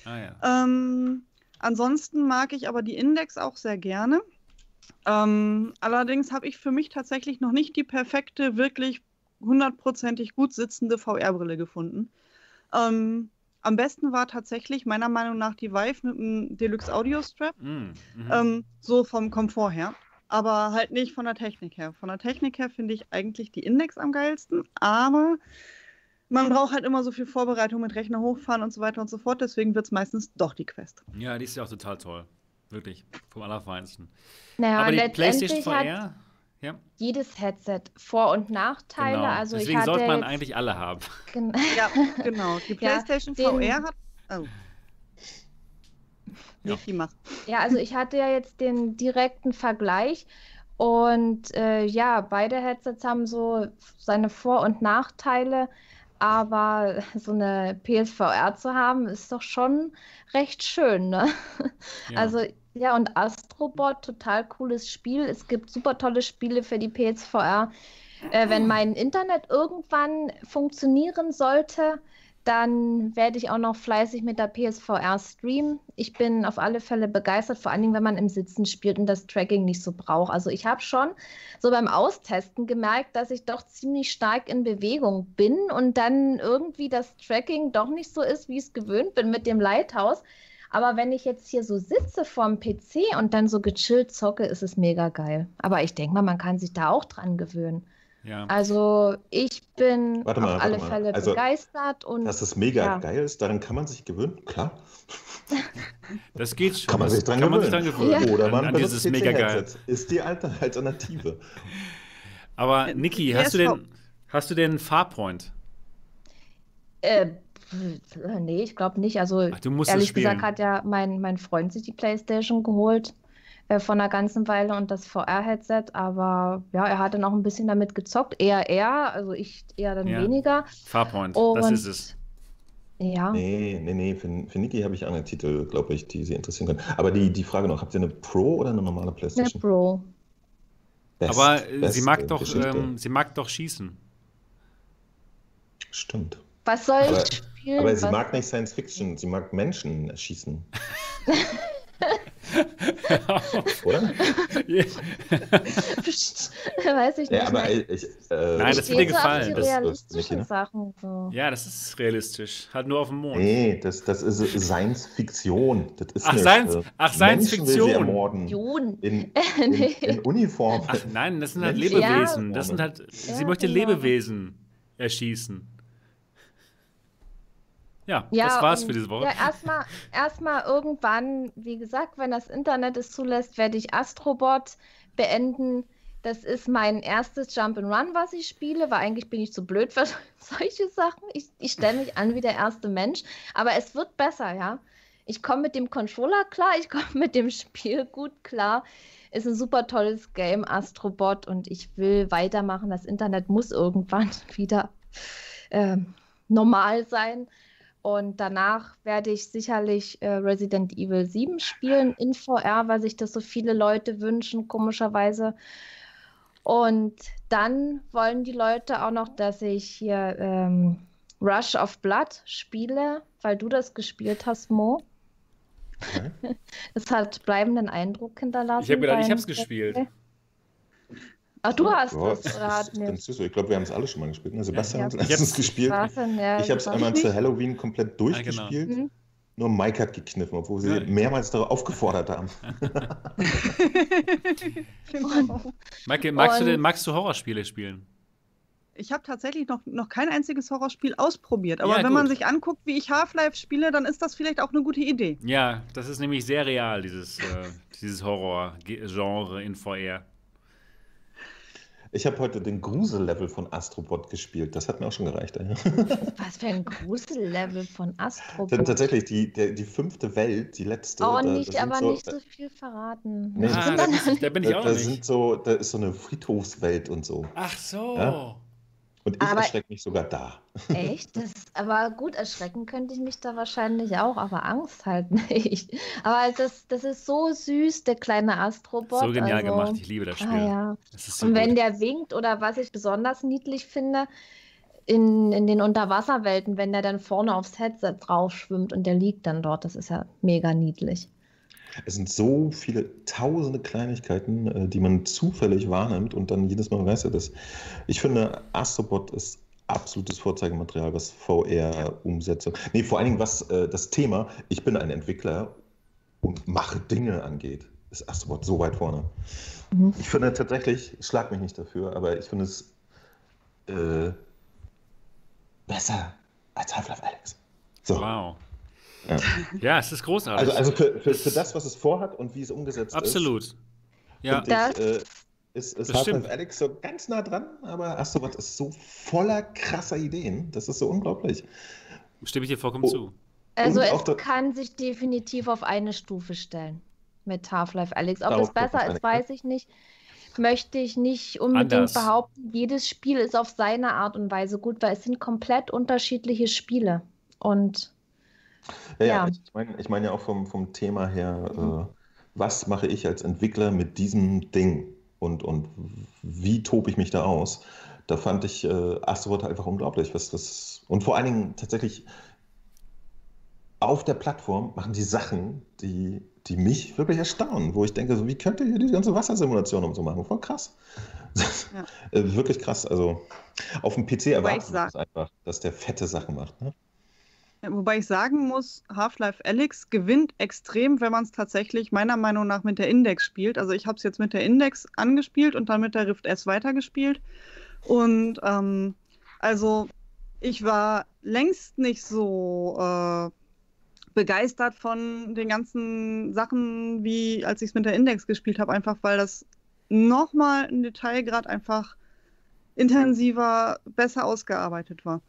Ansonsten mag ich aber die Index auch sehr gerne. Allerdings habe ich für mich tatsächlich noch nicht die perfekte, wirklich 100%ig gut sitzende VR-Brille gefunden. Am besten war tatsächlich meiner Meinung nach die Vive mit dem Deluxe Audio Strap. So vom Komfort her. Aber halt nicht von der Technik her. Von der Technik her finde ich eigentlich die Index am geilsten, aber man braucht halt immer so viel Vorbereitung mit Rechner hochfahren und so weiter und so fort, deswegen wird es meistens doch die Quest. Ja, die ist ja auch total toll. Wirklich, vom Allerfeinsten. Naja, aber die PlayStation VR, jedes Headset Vor- und Nachteile. Genau. Also deswegen sollte man eigentlich alle haben. Ja, genau. Die PlayStation VR hat... Oh. Niki macht. Ja, also ich hatte ja jetzt den direkten Vergleich und ja, beide Headsets haben so seine Vor- und Nachteile, aber so eine PSVR zu haben, ist doch schon recht schön, ne? Ja. Also ja, und Astrobot, total cooles Spiel. Es gibt super tolle Spiele für die PSVR. Wenn mein Internet irgendwann funktionieren sollte, dann werde ich auch noch fleißig mit der PSVR streamen. Ich bin auf alle Fälle begeistert, vor allen Dingen, wenn man im Sitzen spielt und das Tracking nicht so braucht. Also ich habe schon so beim Austesten gemerkt, dass ich doch ziemlich stark in Bewegung bin und dann irgendwie das Tracking doch nicht so ist, wie ich es gewöhnt bin mit dem Lighthouse. Aber wenn ich jetzt hier so sitze vorm PC und dann so gechillt zocke, ist es mega geil. Aber ich denke mal, man kann sich da auch dran gewöhnen. Ja. Also ich bin auf alle Fälle begeistert. Und dass es mega geil ist, daran kann man sich gewöhnen, klar. Das geht schon. Kann man sich dran gewöhnen. Ja. Oder man an benutzt dieses mega geil. Ist die Alternative. Aber Niki, hast du denn Farpoint? Nee, ich glaube nicht. Also du musst ehrlich gesagt hat ja mein Freund sich die PlayStation geholt von einer ganzen Weile und das VR-Headset, aber ja, er hatte noch ein bisschen damit gezockt. Eher, also ich eher dann weniger. Farpoint, und das ist es. Ja. Nee, für Niki habe ich andere Titel, glaube ich, die sie interessieren können. Aber die Frage noch, habt ihr eine Pro oder eine normale PlayStation? Eine Pro. Aber sie mag doch schießen. Stimmt. Was soll ich spielen? Aber sie mag nicht Science Fiction, sie mag Menschen erschießen. Oder? Weiß ich nicht. Ja, aber nein, das wird dir gefallen. Realistische Sachen. So. Ja, das ist realistisch. Halt nur auf dem Mond. Nee, das ist Science Fiktion. Das ist Science Fiktion. Will sie ermorden. In Uniform. Ach nein, das sind halt Lebewesen. Sie möchte Lebewesen erschießen. Ja, das war's für diese Woche. Ja, erstmal irgendwann, wie gesagt, wenn das Internet es zulässt, werde ich Astrobot beenden. Das ist mein erstes Jump'n'Run, was ich spiele, weil eigentlich bin ich zu blöd für solche Sachen. Ich stelle mich an wie der erste Mensch, aber es wird besser, ja. Ich komme mit dem Controller klar, ich komme mit dem Spiel gut klar. Ist ein super tolles Game, Astrobot, und ich will weitermachen. Das Internet muss irgendwann wieder normal sein. Und danach werde ich sicherlich Resident Evil 7 spielen in VR, weil sich das so viele Leute wünschen, komischerweise. Und dann wollen die Leute auch noch, dass ich hier Rush of Blood spiele, weil du das gespielt hast, Mo. Okay. Das hat bleibenden Eindruck hinterlassen. Ich habe gedacht, ich habe es gespielt. Ach, du hast es. Ich glaube, wir haben es alle schon mal gespielt. Ne? Sebastian hat es erstens gespielt. Ich habe es einmal zu Halloween komplett durchgespielt. Genau. Nur Mike hat gekniffen, obwohl sie mehrmals darauf aufgefordert haben. Maike, magst du Horrorspiele spielen? Ich habe tatsächlich noch kein einziges Horrorspiel ausprobiert. Aber wenn man sich anguckt, wie ich Half-Life spiele, dann ist das vielleicht auch eine gute Idee. Ja, das ist nämlich sehr real, dieses Horror-Genre in VR. Ich habe heute den Grusel-Level von Astrobot gespielt. Das hat mir auch schon gereicht. Ja. Was für ein Grusel-Level von Astrobot? Tatsächlich, die 5. Welt, die letzte. Oh, nicht so viel verraten. Nee, da bin ich auch nicht. Da ist so eine Friedhofswelt und so. Ach so. Ja? Und ich erschrecke mich sogar da. Echt? Aber gut, erschrecken könnte ich mich da wahrscheinlich auch, aber Angst halt nicht. Aber das ist so süß, der kleine Astrobot. So genial gemacht, ich liebe das Spiel. Ja. Das ist so und wenn der winkt, oder was ich besonders niedlich finde, in den Unterwasserwelten, wenn der dann vorne aufs Headset drauf schwimmt und der liegt dann dort, das ist ja mega niedlich. Es sind so viele tausende Kleinigkeiten, die man zufällig wahrnimmt und dann jedes Mal begeistert ist. Ich finde, Astrobot ist absolutes Vorzeigematerial, was VR-Umsetzung, vor allen Dingen was das Thema, ich bin ein Entwickler und mache Dinge angeht, ist Astrobot so weit vorne. Mhm. Ich finde tatsächlich, ich schlag mich nicht dafür, aber ich finde es besser als Half-Life Alyx. So. Wow. Ja, es ist großartig. Also für das, was es vorhat und wie es umgesetzt ist. Ja. Ist Half-Life Alyx so ganz nah dran, aber Astrobot ist so voller krasser Ideen. Das ist so unglaublich. Stimme ich dir vollkommen zu. Also es kann sich definitiv auf eine Stufe stellen mit Half-Life Alyx. Ob es besser ist, weiß ich nicht. Möchte ich nicht unbedingt behaupten. Jedes Spiel ist auf seine Art und Weise gut, weil es sind komplett unterschiedliche Spiele. Und ja. Ich meine ja auch vom Thema her, was mache ich als Entwickler mit diesem Ding und wie tobe ich mich da aus? Da fand ich Astrobot einfach unglaublich. Und vor allen Dingen tatsächlich auf der Plattform machen die Sachen, die mich wirklich erstaunen, wo ich denke, so, wie könnt ihr die ganze Wassersimulation und so machen? Voll krass. Ja. Wirklich krass. Also auf dem PC erwartet man es einfach, dass der fette Sachen macht. Ne? Ja, wobei ich sagen muss, Half-Life Alyx gewinnt extrem, wenn man es tatsächlich meiner Meinung nach mit der Index spielt. Also ich habe es jetzt mit der Index angespielt und dann mit der Rift S weitergespielt. Und also ich war längst nicht so begeistert von den ganzen Sachen, wie als ich es mit der Index gespielt habe, einfach weil das nochmal ein Detailgrad einfach intensiver, besser ausgearbeitet war.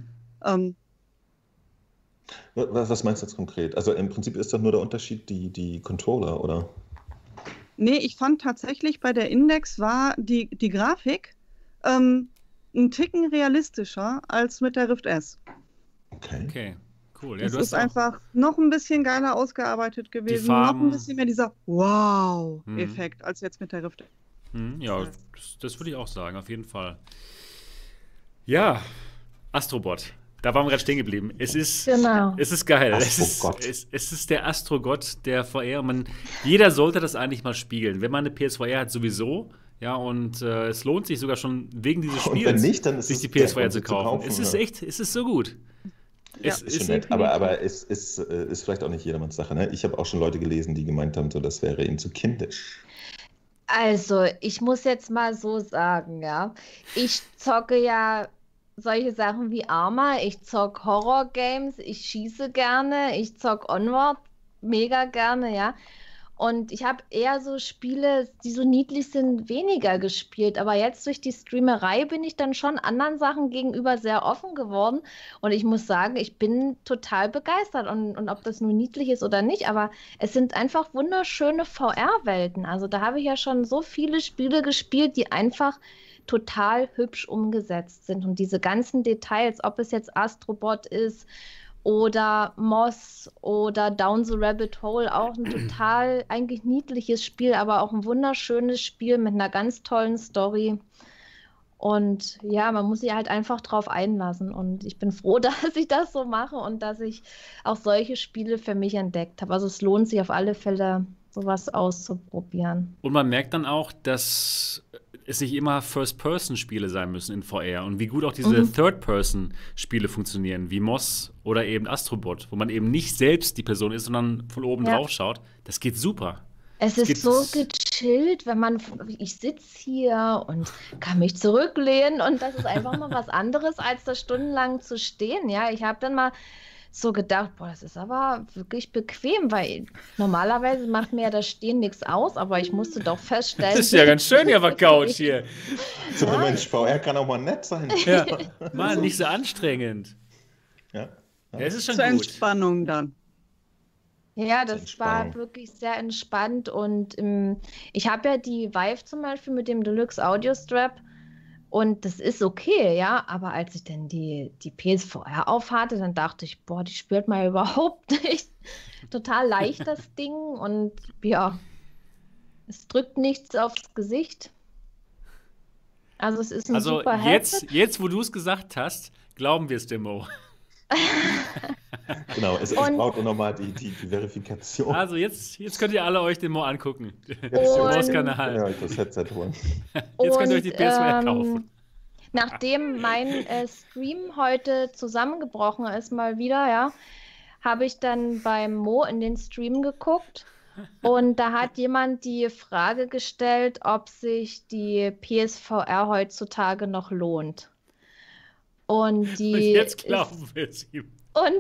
Was meinst du jetzt konkret? Also im Prinzip ist doch nur der Unterschied die Controller, oder? Nee, ich fand tatsächlich bei der Index war die Grafik ein Ticken realistischer als mit der Rift S. Okay. Cool. Ja, das ist einfach noch ein bisschen geiler ausgearbeitet gewesen. Noch ein bisschen mehr dieser Wow-Effekt als jetzt mit der Rift. Ja, das würde ich auch sagen, auf jeden Fall. Ja, Astrobot. Da waren wir gerade stehen geblieben. Es ist geil. Es ist der Astrogott der VR. Jeder sollte das eigentlich mal spielen. Wenn man eine PSVR hat, sowieso. Ja, und es lohnt sich sogar schon wegen dieses Spiels, wenn nicht, dann ist sich die PSVR zu kaufen. Es ist so gut. Ja, ist schon nett, aber es ist vielleicht auch nicht jedermanns Sache. Ne? Ich habe auch schon Leute gelesen, die gemeint haben, so, das wäre ihnen zu kindisch. Also, ich muss jetzt mal so sagen, ja. Ich zocke ja solche Sachen wie Arma, ich zocke Horror-Games, ich schieße gerne, ich zocke Onward mega gerne, ja. Und ich habe eher so Spiele, die so niedlich sind, weniger gespielt. Aber jetzt durch die Streamerei bin ich dann schon anderen Sachen gegenüber sehr offen geworden. Und ich muss sagen, ich bin total begeistert. Und ob das nur niedlich ist oder nicht, aber es sind einfach wunderschöne VR-Welten. Also da habe ich ja schon so viele Spiele gespielt, die einfach total hübsch umgesetzt sind. Und diese ganzen Details, ob es jetzt Astrobot ist oder Moss oder Down the Rabbit Hole, auch ein total eigentlich niedliches Spiel, aber auch ein wunderschönes Spiel mit einer ganz tollen Story. Und ja, man muss sich halt einfach drauf einlassen. Und ich bin froh, dass ich das so mache und dass ich auch solche Spiele für mich entdeckt habe. Also es lohnt sich auf alle Fälle, sowas auszuprobieren. Und man merkt dann auch, dass es nicht immer First-Person-Spiele sein müssen in VR und wie gut auch diese Third-Person-Spiele funktionieren, wie Moss oder eben Astrobot, wo man eben nicht selbst die Person ist, sondern von oben drauf schaut. Das geht super. Es ist so gechillt, ich sitze hier und kann mich zurücklehnen und das ist einfach mal was anderes, als da stundenlang zu stehen. Ja, ich habe dann mal so gedacht, boah, das ist aber wirklich bequem, weil normalerweise macht mir ja das Stehen nichts aus, aber ich musste doch feststellen. Das ist ja ganz schön hier auf der Couch hier. So, Mensch, VR kann auch mal nett sein. Ja, Mann, nicht so anstrengend. Ja, es ist schon zur gut. Entspannung dann. Ja, das war wirklich sehr entspannt und ich habe ja die Vive zum Beispiel mit dem Deluxe Audio Strap. Und das ist okay, ja, aber als ich dann die PSVR aufhatte, dann dachte ich, boah, die spürt man überhaupt nicht. Total leicht, das Ding. Und ja, es drückt nichts aufs Gesicht. Also es ist ein super Headset. Jetzt, wo du es gesagt hast, glauben wir es dem Mo. Genau, es braucht nochmal die Verifikation. Also jetzt könnt ihr alle euch den Mo angucken. Mo's Kanal. Ja, das Headset holen. Jetzt könnt ihr euch die PSVR kaufen. Nachdem mein Stream heute zusammengebrochen ist mal wieder, ja, habe ich dann beim Mo in den Stream geguckt und da hat jemand die Frage gestellt, ob sich die PSVR heutzutage noch lohnt. Und jetzt glauben wir es ihm.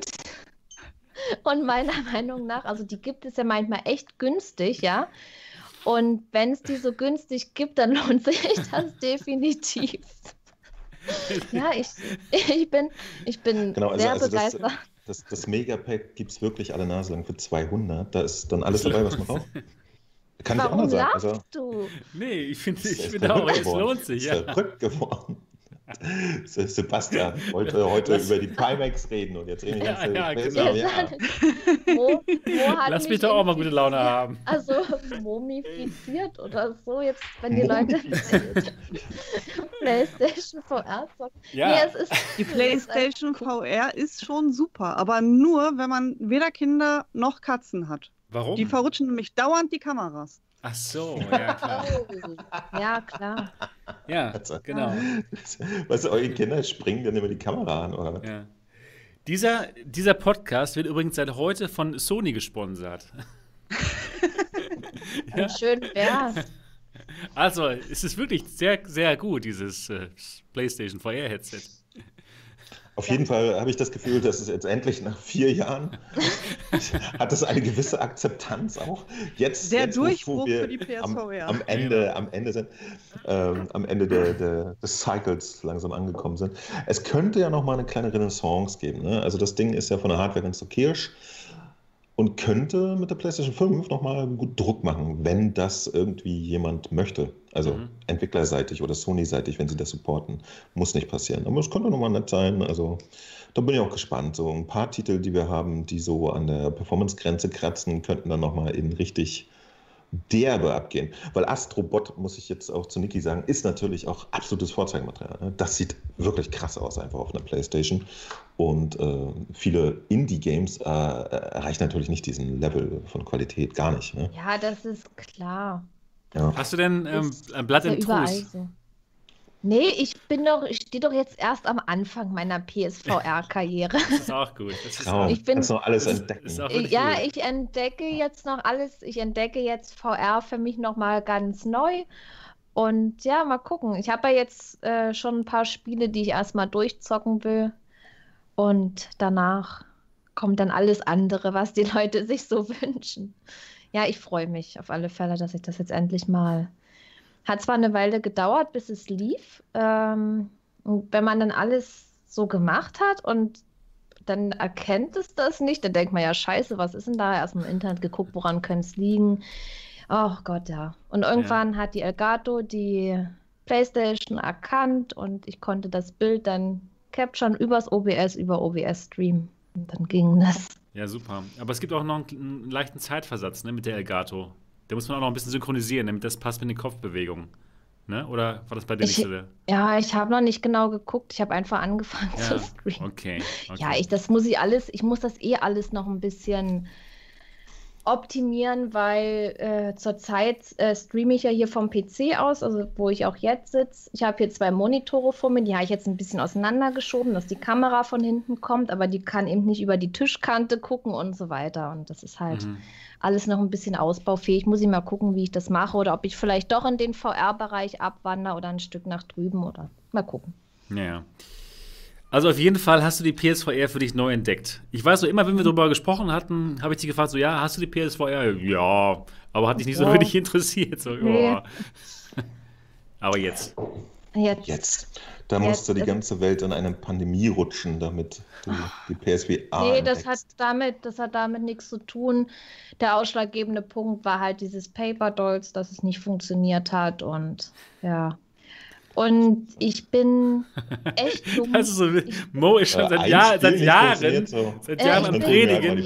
Und meiner Meinung nach, also die gibt es ja manchmal echt günstig, ja. Und wenn es die so günstig gibt, dann lohnt sich das definitiv. Ja, ich bin genau, sehr begeistert. das Megapack gibt es wirklich alle Nase lang für 200. Da ist dann alles dabei, was man braucht. Kann Warum ich auch mal sagen. lachst du? Nee, ich finde auch, es lohnt sich. Ja. Ist verrückt geworden. Sebastian wollte heute über die Pimax reden und jetzt reden wir genau. Lass mich doch auch mal gute Laune haben. Also mumifiziert oder so, jetzt, wenn die Leute PlayStation VR zocken. Ja. Nee, die PlayStation VR ist schon super, aber nur, wenn man weder Kinder noch Katzen hat. Warum? Die verrutschen nämlich dauernd die Kameras. Ach so, ja klar. Ja, klar. Ja, genau. Weißt du, eure Kinder springen dann immer die Kamera an, oder? Ja. Dieser Podcast wird übrigens seit heute von Sony gesponsert. Ja. Schön wär's. Also, es ist wirklich sehr, sehr gut, dieses PlayStation VR-Headset. Auf jeden Fall habe ich das Gefühl, dass es jetzt endlich nach 4 Jahren hat es eine gewisse Akzeptanz auch. Jetzt, Durchbruch wo wir für die PSVR. am Ende sind, am Ende des Cycles langsam angekommen sind. Es könnte ja noch mal eine kleine Renaissance geben. Ne? Also das Ding ist ja von der Hardware ganz okay und könnte mit der PlayStation 5 nochmal gut Druck machen, wenn das irgendwie jemand möchte. Also entwicklerseitig oder Sony-seitig, wenn sie das supporten. Muss nicht passieren. Aber es könnte nochmal nett sein. Also da bin ich auch gespannt. So ein paar Titel, die wir haben, die so an der Performance-Grenze kratzen, könnten dann nochmal in richtig derbe abgehen. Weil Astrobot, muss ich jetzt auch zu Niki sagen, ist natürlich auch absolutes Vorzeigematerial. Ne? Das sieht wirklich krass aus, einfach auf einer PlayStation. Und viele Indie-Games erreichen natürlich nicht diesen Level von Qualität, gar nicht. Ne? Ja, das ist klar. Ja. Hast du denn ein Blatt im Truß? So. Nee, ich stehe doch jetzt erst am Anfang meiner PSVR-Karriere. Das ist auch gut. Kannst noch alles entdecken. Ja, gut. Ich entdecke jetzt noch alles. Ich entdecke jetzt VR für mich nochmal ganz neu. Und ja, mal gucken. Ich habe ja jetzt schon ein paar Spiele, die ich erstmal durchzocken will. Und danach kommt dann alles andere, was die Leute sich so wünschen. Ja, ich freue mich auf alle Fälle, dass ich das jetzt endlich mal... Hat zwar eine Weile gedauert, bis es lief. Und wenn man dann alles so gemacht hat und dann erkennt es das nicht, dann denkt man ja, scheiße, was ist denn da? Erst mal im Internet geguckt, woran könnte es liegen? Oh Gott, ja. Und irgendwann hat die Elgato die PlayStation erkannt und ich konnte das Bild dann capturen über OBS streamen. Und dann ging das. Ja, super. Aber es gibt auch noch einen leichten Zeitversatz, ne, mit der Elgato. Da muss man auch noch ein bisschen synchronisieren, damit das passt mit den Kopfbewegungen. Ne? Oder war das bei dir nicht so? Ja, ich habe noch nicht genau geguckt. Ich habe einfach angefangen zu streamen. Okay. Ja, ich muss das alles noch ein bisschen optimieren, weil zurzeit streame ich ja hier vom PC aus, also wo ich auch jetzt sitze. Ich habe hier 2 Monitore vor mir, die habe ich jetzt ein bisschen auseinandergeschoben, dass die Kamera von hinten kommt, aber die kann eben nicht über die Tischkante gucken und so weiter. Und das ist halt alles noch ein bisschen ausbaufähig. Muss ich mal gucken, wie ich das mache oder ob ich vielleicht doch in den VR-Bereich abwandere oder ein Stück nach drüben oder mal gucken. Ja. Also auf jeden Fall hast du die PSVR für dich neu entdeckt. Ich weiß so, immer wenn wir darüber gesprochen hatten, habe ich dich gefragt, so, ja, hast du die PSVR? Ja, aber hat dich nicht so wirklich interessiert. So, ja. Aber jetzt. Da musste die ganze Welt in eine Pandemie rutschen, damit du die PSVR Nee, das hat damit nichts zu tun. Der ausschlaggebende Punkt war halt dieses Paper Dolls, dass es nicht funktioniert hat und Und ich bin echt dumm. Das ist so, Mo ist schon seit Jahren am Predigen.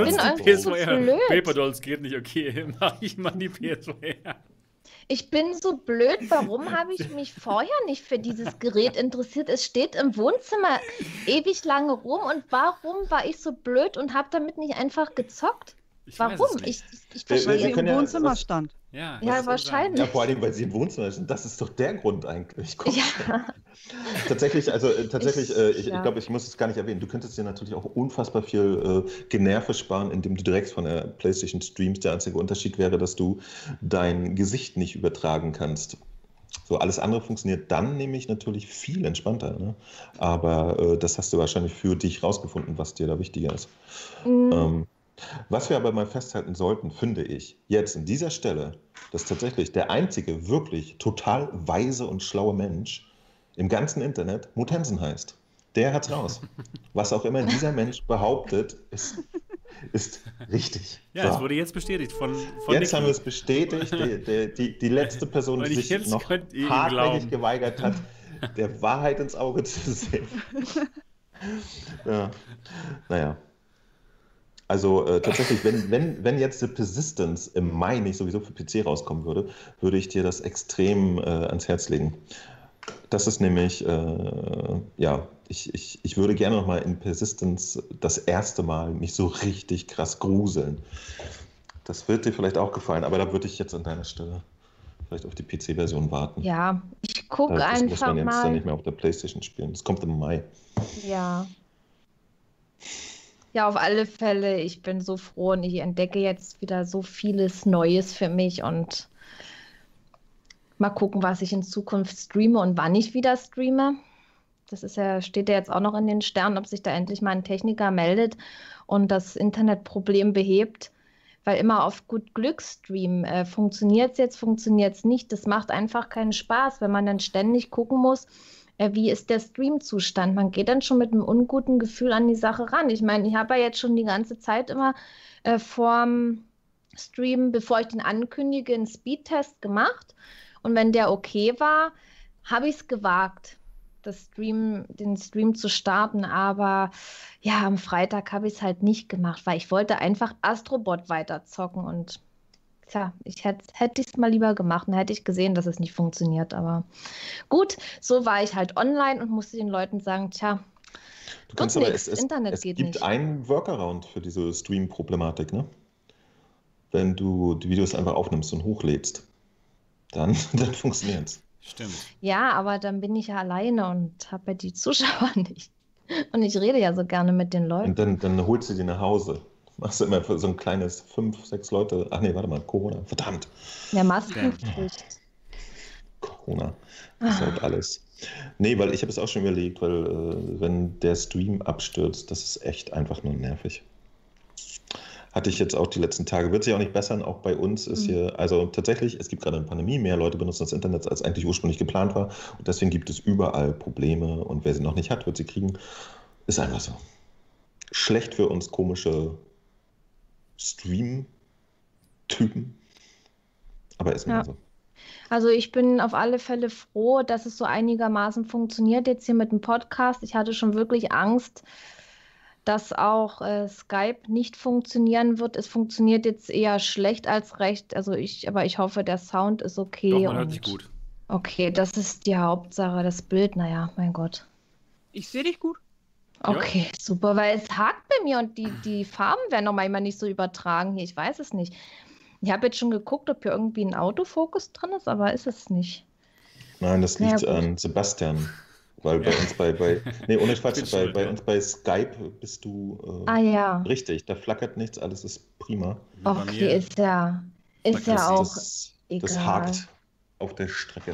Paper Dolls geht nicht, okay, mach ich mal die PSVR. Ich bin so blöd, warum habe ich mich vorher nicht für dieses Gerät interessiert? Es steht im Wohnzimmer ewig lange rum und warum war ich so blöd und habe damit nicht einfach gezockt? Warum? Ich verstehe. Weil sie im Wohnzimmer stand. Ja, wahrscheinlich. Ja, vor allem, weil sie im Wohnzimmer sind. Das ist doch der Grund eigentlich. Tatsächlich, ich glaube, ich muss es gar nicht erwähnen. Du könntest dir natürlich auch unfassbar viel Generve sparen, indem du direkt von der PlayStation streamst. Der einzige Unterschied wäre, dass du dein Gesicht nicht übertragen kannst. So, alles andere funktioniert dann nämlich natürlich viel entspannter. Ne? Aber das hast du wahrscheinlich für dich rausgefunden, was dir da wichtiger ist. Was wir aber mal festhalten sollten, finde ich, jetzt an dieser Stelle, dass tatsächlich der einzige wirklich total weise und schlaue Mensch im ganzen Internet Mutensen heißt. Der hat's raus. Was auch immer dieser Mensch behauptet, ist richtig. Ja, es wurde jetzt bestätigt von Jetzt Niki. haben wir es bestätigt. Die letzte Person, die sich noch hartnäckig geweigert hat, der Wahrheit ins Auge zu sehen. Ja. Naja. Also tatsächlich, wenn jetzt The Persistence im Mai nicht sowieso für PC rauskommen würde, würde ich dir das extrem ans Herz legen. Das ist nämlich, ich würde gerne nochmal in Persistence das erste Mal mich so richtig krass gruseln. Das wird dir vielleicht auch gefallen, aber da würde ich jetzt an deiner Stelle vielleicht auf die PC-Version warten. Ja, ich gucke einfach mal. Das muss man jetzt dann nicht mehr auf der PlayStation spielen. Das kommt im Mai. Ja. Ja, auf alle Fälle. Ich bin so froh und ich entdecke jetzt wieder so vieles Neues für mich und mal gucken, was ich in Zukunft streame und wann ich wieder streame. Das steht ja jetzt auch noch in den Sternen, ob sich da endlich mal ein Techniker meldet und das Internetproblem behebt. Weil immer auf gut Glück streamen, funktioniert es jetzt, funktioniert es nicht. Das macht einfach keinen Spaß, wenn man dann ständig gucken muss, wie ist der Streamzustand. Man geht dann schon mit einem unguten Gefühl an die Sache ran. Ich meine, ich habe ja jetzt schon die ganze Zeit immer vorm Stream, bevor ich den ankündige, einen Speedtest gemacht. Und wenn der okay war, habe ich es gewagt, den Stream zu starten. Aber ja, am Freitag habe ich es halt nicht gemacht, weil ich wollte einfach Astrobot weiterzocken. Und tja, hätte ich es mal lieber gemacht und hätte ich gesehen, dass es nicht funktioniert. Aber gut, so war ich halt online und musste den Leuten sagen, tja, Internet geht nicht. Es gibt einen Workaround für diese Stream-Problematik, ne? Wenn du die Videos einfach aufnimmst und hochlädst, dann funktioniert es. Stimmt. Ja, aber dann bin ich ja alleine und habe ja die Zuschauer nicht. Und ich rede ja so gerne mit den Leuten. Und dann holst du die nach Hause. Machst du immer für so ein kleines 5, 6 Leute. Ach nee, warte mal, Corona. Verdammt. Ja, Maskenpflicht. Corona. Das ist halt alles. Nee, weil ich habe es auch schon überlegt, weil wenn der Stream abstürzt, das ist echt einfach nur nervig. Hatte ich jetzt auch die letzten Tage. Wird sich auch nicht bessern. Auch bei uns ist hier, also tatsächlich, es gibt gerade eine Pandemie. Mehr Leute benutzen das Internet, als eigentlich ursprünglich geplant war. Und deswegen gibt es überall Probleme. Und wer sie noch nicht hat, wird sie kriegen. Ist einfach so. Schlecht für uns komische Stream-Typen. Aber ist immer so. Also ich bin auf alle Fälle froh, dass es so einigermaßen funktioniert jetzt hier mit dem Podcast. Ich hatte schon wirklich Angst, dass auch Skype nicht funktionieren wird. Es funktioniert jetzt eher schlecht als recht. Aber ich hoffe, der Sound ist okay. Doch, man hört sich gut. Okay, das ist die Hauptsache. Das Bild, naja, mein Gott. Ich sehe dich gut. Okay, ja. Super, weil es hakt bei mir und die Farben werden noch manchmal nicht so übertragen hier. Ich weiß es nicht. Ich habe jetzt schon geguckt, ob hier irgendwie ein Autofokus drin ist, aber ist es nicht. Nein, das liegt an Sebastian. Weil bei uns ohne Quatsch, bei uns bei Skype bist du richtig, da flackert nichts, alles ist prima. Okay, ist ja auch egal. Das hakt auf der Strecke.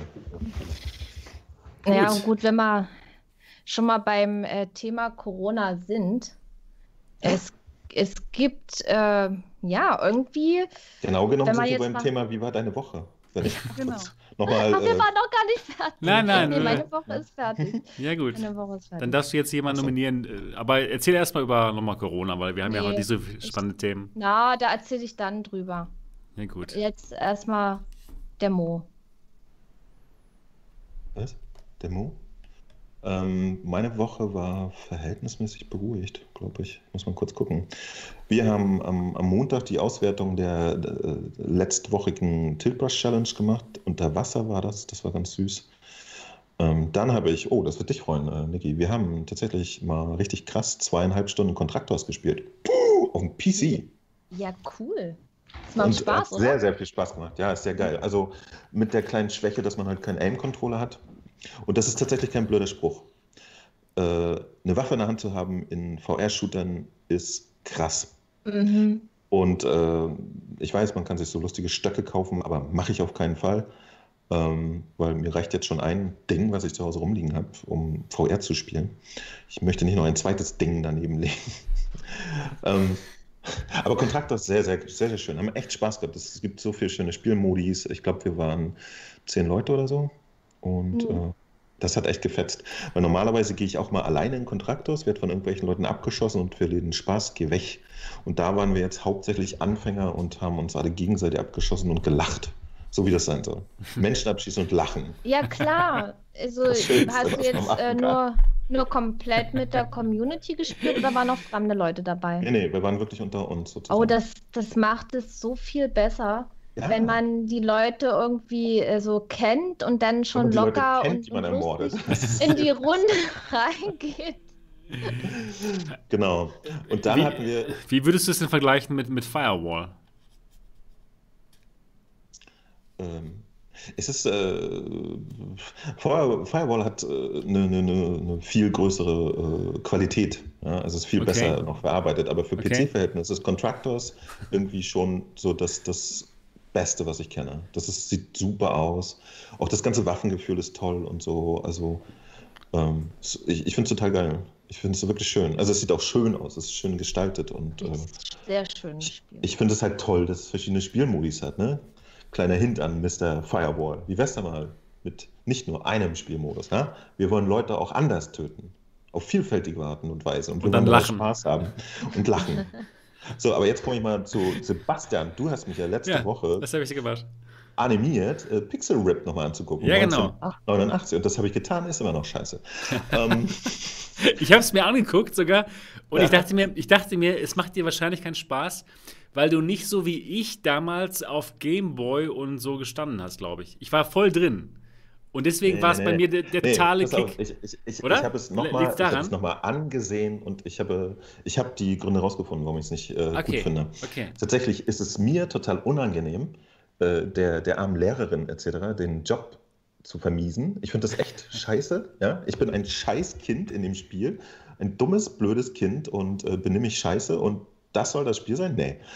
Ja, gut, wenn wir schon mal beim Thema Corona sind, es gibt, irgendwie... Genau genommen sind wir beim Thema, wie war deine Woche? Genau. Nochmal, wir waren noch gar nicht fertig. Nein. Nee, meine Woche ist fertig. Ja gut, dann darfst du jetzt jemanden nominieren. Aber erzähl erstmal über nochmal Corona, weil wir haben ja auch diese spannenden Themen. Na, da erzähle ich dann drüber. Ja gut. Jetzt erstmal der Mo. Was? Der Mo? Meine Woche war verhältnismäßig beruhigt, glaube ich. Muss mal kurz gucken. Wir haben am Montag die Auswertung der letztwochigen Tilt-Brush Challenge gemacht. Unter Wasser war das war ganz süß. Dann habe ich, das wird dich freuen, Niki, wir haben tatsächlich mal richtig krass 2,5 Stunden Contractors gespielt. Auf dem PC. Ja, cool. Das macht Spaß, oder? Sehr, sehr viel Spaß gemacht. Ja, ist sehr geil. Also mit der kleinen Schwäche, dass man halt keinen Aim-Controller hat. Und das ist tatsächlich kein blöder Spruch. Eine Waffe in der Hand zu haben in VR-Shootern ist krass. Mhm. Und ich weiß, man kann sich so lustige Stöcke kaufen, aber mache ich auf keinen Fall. Weil mir reicht jetzt schon ein Ding, was ich zu Hause rumliegen habe, um VR zu spielen. Ich möchte nicht noch ein zweites Ding daneben legen. Aber Contractors ist sehr, sehr, sehr, sehr schön. Haben echt Spaß gehabt. Es gibt so viele schöne Spielmodis. Ich glaube, wir waren 10 Leute oder so. Und Das hat echt gefetzt. Weil normalerweise gehe ich auch mal alleine in Kontraktos, werde von irgendwelchen Leuten abgeschossen und für den Spaß gehe weg. Und da waren wir jetzt hauptsächlich Anfänger und haben uns alle gegenseitig abgeschossen und gelacht. So wie das sein soll. Menschen abschießen und lachen. Ja, klar. Also hast du jetzt nur komplett mit der Community gespielt oder waren noch fremde Leute dabei? Nee, wir waren wirklich unter uns sozusagen. Oh, das macht es so viel besser, wenn man die Leute irgendwie so kennt und dann schon locker kennt, und in die Runde reingeht. Genau. Und dann hatten wir... Wie würdest du es denn vergleichen mit Firewall? Es ist Firewall hat eine viel größere Qualität. Ja? Also es ist viel besser noch verarbeitet. Aber für PC-Verhältnisse ist Contractors irgendwie schon so das Beste, was ich kenne. Sieht super aus. Auch das ganze Waffengefühl ist toll und so. Also ich finde es total geil. Ich finde es wirklich schön. Also es sieht auch schön aus. Es ist schön gestaltet und sehr schön Spiel. Ich finde es halt toll, dass es verschiedene Spielmodis hat, ne? Kleiner Hint an Mr. Firewall. Wie wär's da mal mit nicht nur einem Spielmodus? Ne? Wir wollen Leute auch anders töten. Auf vielfältige Arten und Weise. Und wir dann wollen Spaß haben und lachen. So, aber jetzt komme ich mal zu Sebastian. Du hast mich ja letzte Woche das habe ich gemacht. Animiert, Pixel Rip nochmal anzugucken. Ja, genau. 1989. Und das habe ich getan, ist immer noch scheiße. Ich habe es mir angeguckt sogar. Und ich dachte mir, es macht dir wahrscheinlich keinen Spaß, weil du nicht so wie ich damals auf Gameboy und so gestanden hast, glaube ich. Ich war voll drin. Und deswegen war es bei mir der totale Kick. Ich habe es nochmal angesehen und ich habe die Gründe rausgefunden, warum ich es nicht gut finde. Okay. Tatsächlich ist es mir total unangenehm, der armen Lehrerin etc. den Job zu vermiesen. Ich finde das echt scheiße. Ja? Ich bin ein scheiß Kind in dem Spiel. Ein dummes, blödes Kind und benehme mich scheiße und das soll das Spiel sein? Nee.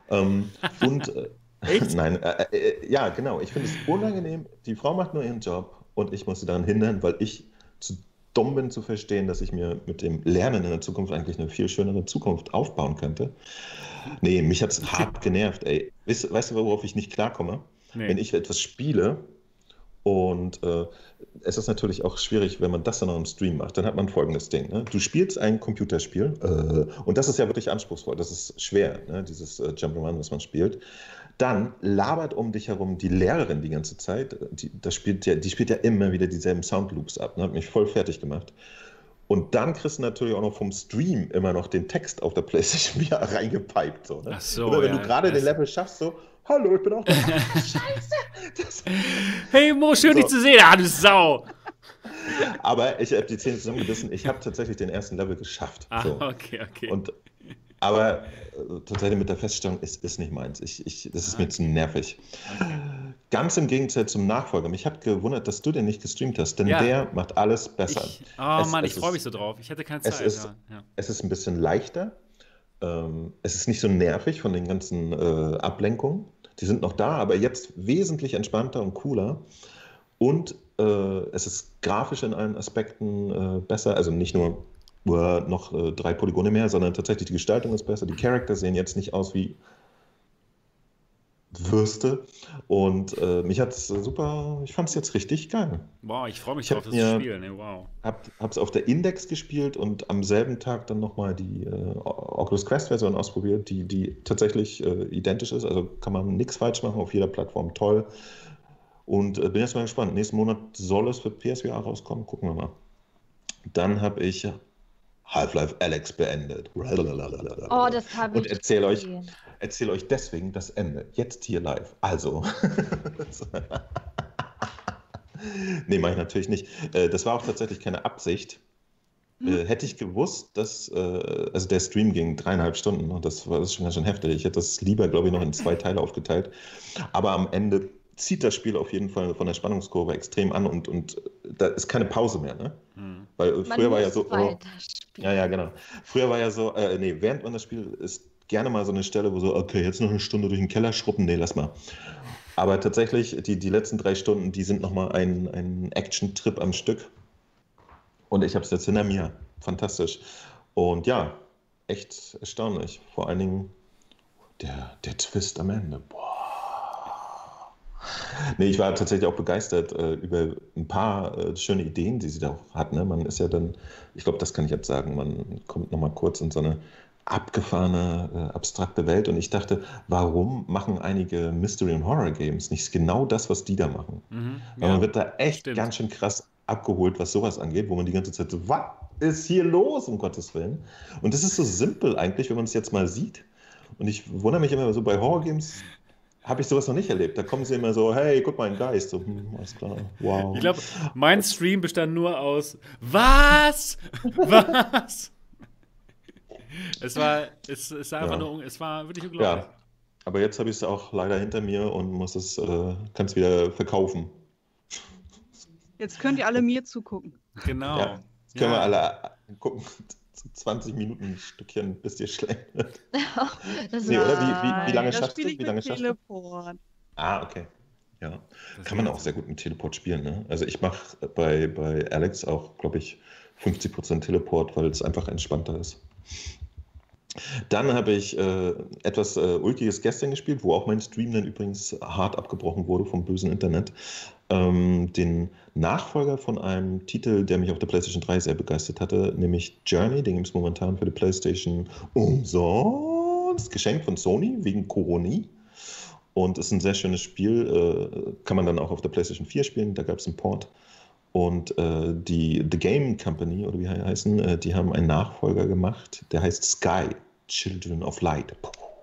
Echt? Nein, ja, genau. Ich finde es unangenehm. Die Frau macht nur ihren Job und ich muss sie daran hindern, weil ich zu dumm bin zu verstehen, dass ich mir mit dem Lernen in der Zukunft eigentlich eine viel schönere Zukunft aufbauen könnte. Nee, mich hat es hart genervt, ey. Weißt du, worauf ich nicht klarkomme? Nee. Wenn ich etwas spiele und es ist natürlich auch schwierig, wenn man das dann noch im Stream macht, dann hat man folgendes Ding. Ne? Du spielst ein Computerspiel und das ist ja wirklich anspruchsvoll, das ist schwer, ne? Dieses Jump'n'Run, was man spielt. Dann labert um dich herum die Lehrerin die ganze Zeit, die spielt ja immer wieder dieselben Soundloops ab, ne? Hat mich voll fertig gemacht. Und dann kriegst du natürlich auch noch vom Stream immer noch den Text auf der PlayStation wieder reingepiped. So, ne? Ach so, oder wenn du gerade den Level schaffst, so, hallo, ich bin auch da. Scheiße! Hey Mo, schön dich zu sehen, du Sau! Aber ich habe die Zähne zusammengebissen. Ich habe tatsächlich den ersten Level geschafft. So. Okay. Aber tatsächlich mit der Feststellung, es ist nicht meins. Das ist mir zu nervig. Okay. Ganz im Gegenteil zum Nachfolger. Mich hat gewundert, dass du den nicht gestreamt hast, denn der macht alles besser. Ich freue mich so drauf. Ich hatte keine Zeit. Es ist ein bisschen leichter. Es ist nicht so nervig von den ganzen Ablenkungen. Die sind noch da, aber jetzt wesentlich entspannter und cooler. Und es ist grafisch in allen Aspekten besser. Also nicht nur noch 3 Polygone mehr, sondern tatsächlich die Gestaltung ist besser. Die Charakter sehen jetzt nicht aus wie Würste. Und mich hat es ich fand es jetzt richtig geil. Wow, ich freue mich drauf, das zu spielen. Wow. Hab's auf der Index gespielt und am selben Tag dann nochmal die Oculus Quest-Version ausprobiert, die tatsächlich identisch ist. Also kann man nichts falsch machen, auf jeder Plattform toll. Und bin jetzt mal gespannt. Nächsten Monat soll es für PSVR rauskommen. Gucken wir mal. Dann habe ich Half-Life Alyx beendet. Oh, das habe ich. Und erzähl euch deswegen das Ende. Jetzt hier live. Also. Nee, mache ich natürlich nicht. Das war auch tatsächlich keine Absicht. Hätte ich gewusst, dass also der Stream ging 3,5 Stunden und das ist schon ganz schön heftig. Ich hätte das lieber, glaube ich, noch in 2 Teile aufgeteilt. Aber am Ende zieht das Spiel auf jeden Fall von der Spannungskurve extrem an und da ist keine Pause mehr, ne? Weil früher war ja so. Ja, genau. Früher war ja so, während man das Spiel ist gerne mal so eine Stelle, wo so, okay, jetzt noch eine Stunde durch den Keller schrubben, nee, lass mal. Aber tatsächlich, die letzten 3 Stunden, die sind nochmal ein Action-Trip am Stück. Und ich habe es jetzt hinter mir. Fantastisch. Und ja, echt erstaunlich. Vor allen Dingen der Twist am Ende. Boah. Nee, ich war tatsächlich auch begeistert über ein paar schöne Ideen, die sie da auch hat. Ne? Man ist ja dann, ich glaube, das kann ich jetzt sagen, man kommt nochmal kurz in so eine abgefahrene, abstrakte Welt. Und ich dachte, warum machen einige Mystery- und Horror-Games nicht genau das, was die da machen? Weil man wird da echt ganz schön krass abgeholt, was sowas angeht, wo man die ganze Zeit so, was ist hier los, um Gottes Willen? Und das ist so simpel eigentlich, wenn man es jetzt mal sieht. Und ich wundere mich immer so bei Horror-Games, habe ich sowas noch nicht erlebt. Da kommen sie immer so, hey, guck mal, ein Geist. So, alles klar, wow. Ich glaube, mein Stream bestand nur aus was? Was? Es war einfach nur, es war wirklich unglaublich. Ja, aber jetzt habe ich es auch leider hinter mir und kann es wieder verkaufen. Jetzt könnt ihr alle mir zugucken. Genau. Ja, jetzt können wir alle gucken. 20 Minuten ein Stückchen, bis dir schlägt. Oder wie lange schaffst du? Wie lange schaffst du? Ah, okay. Ja, kann man auch sehr gut mit Teleport spielen. Ne? Also ich mache bei Alex auch, glaube ich, 50% Teleport, weil es einfach entspannter ist. Dann habe ich etwas Ulkiges gestern gespielt, wo auch mein Stream dann übrigens hart abgebrochen wurde vom bösen Internet. Den Nachfolger von einem Titel, der mich auf der PlayStation 3 sehr begeistert hatte, nämlich Journey. Den gibt es momentan für die PlayStation umsonst. Geschenkt von Sony wegen Corona. Und ist ein sehr schönes Spiel. Kann man dann auch auf der PlayStation 4 spielen. Da gab es einen Port. Und die The Game Company, oder wie heißen, die haben einen Nachfolger gemacht, der heißt Sky, Children of Light.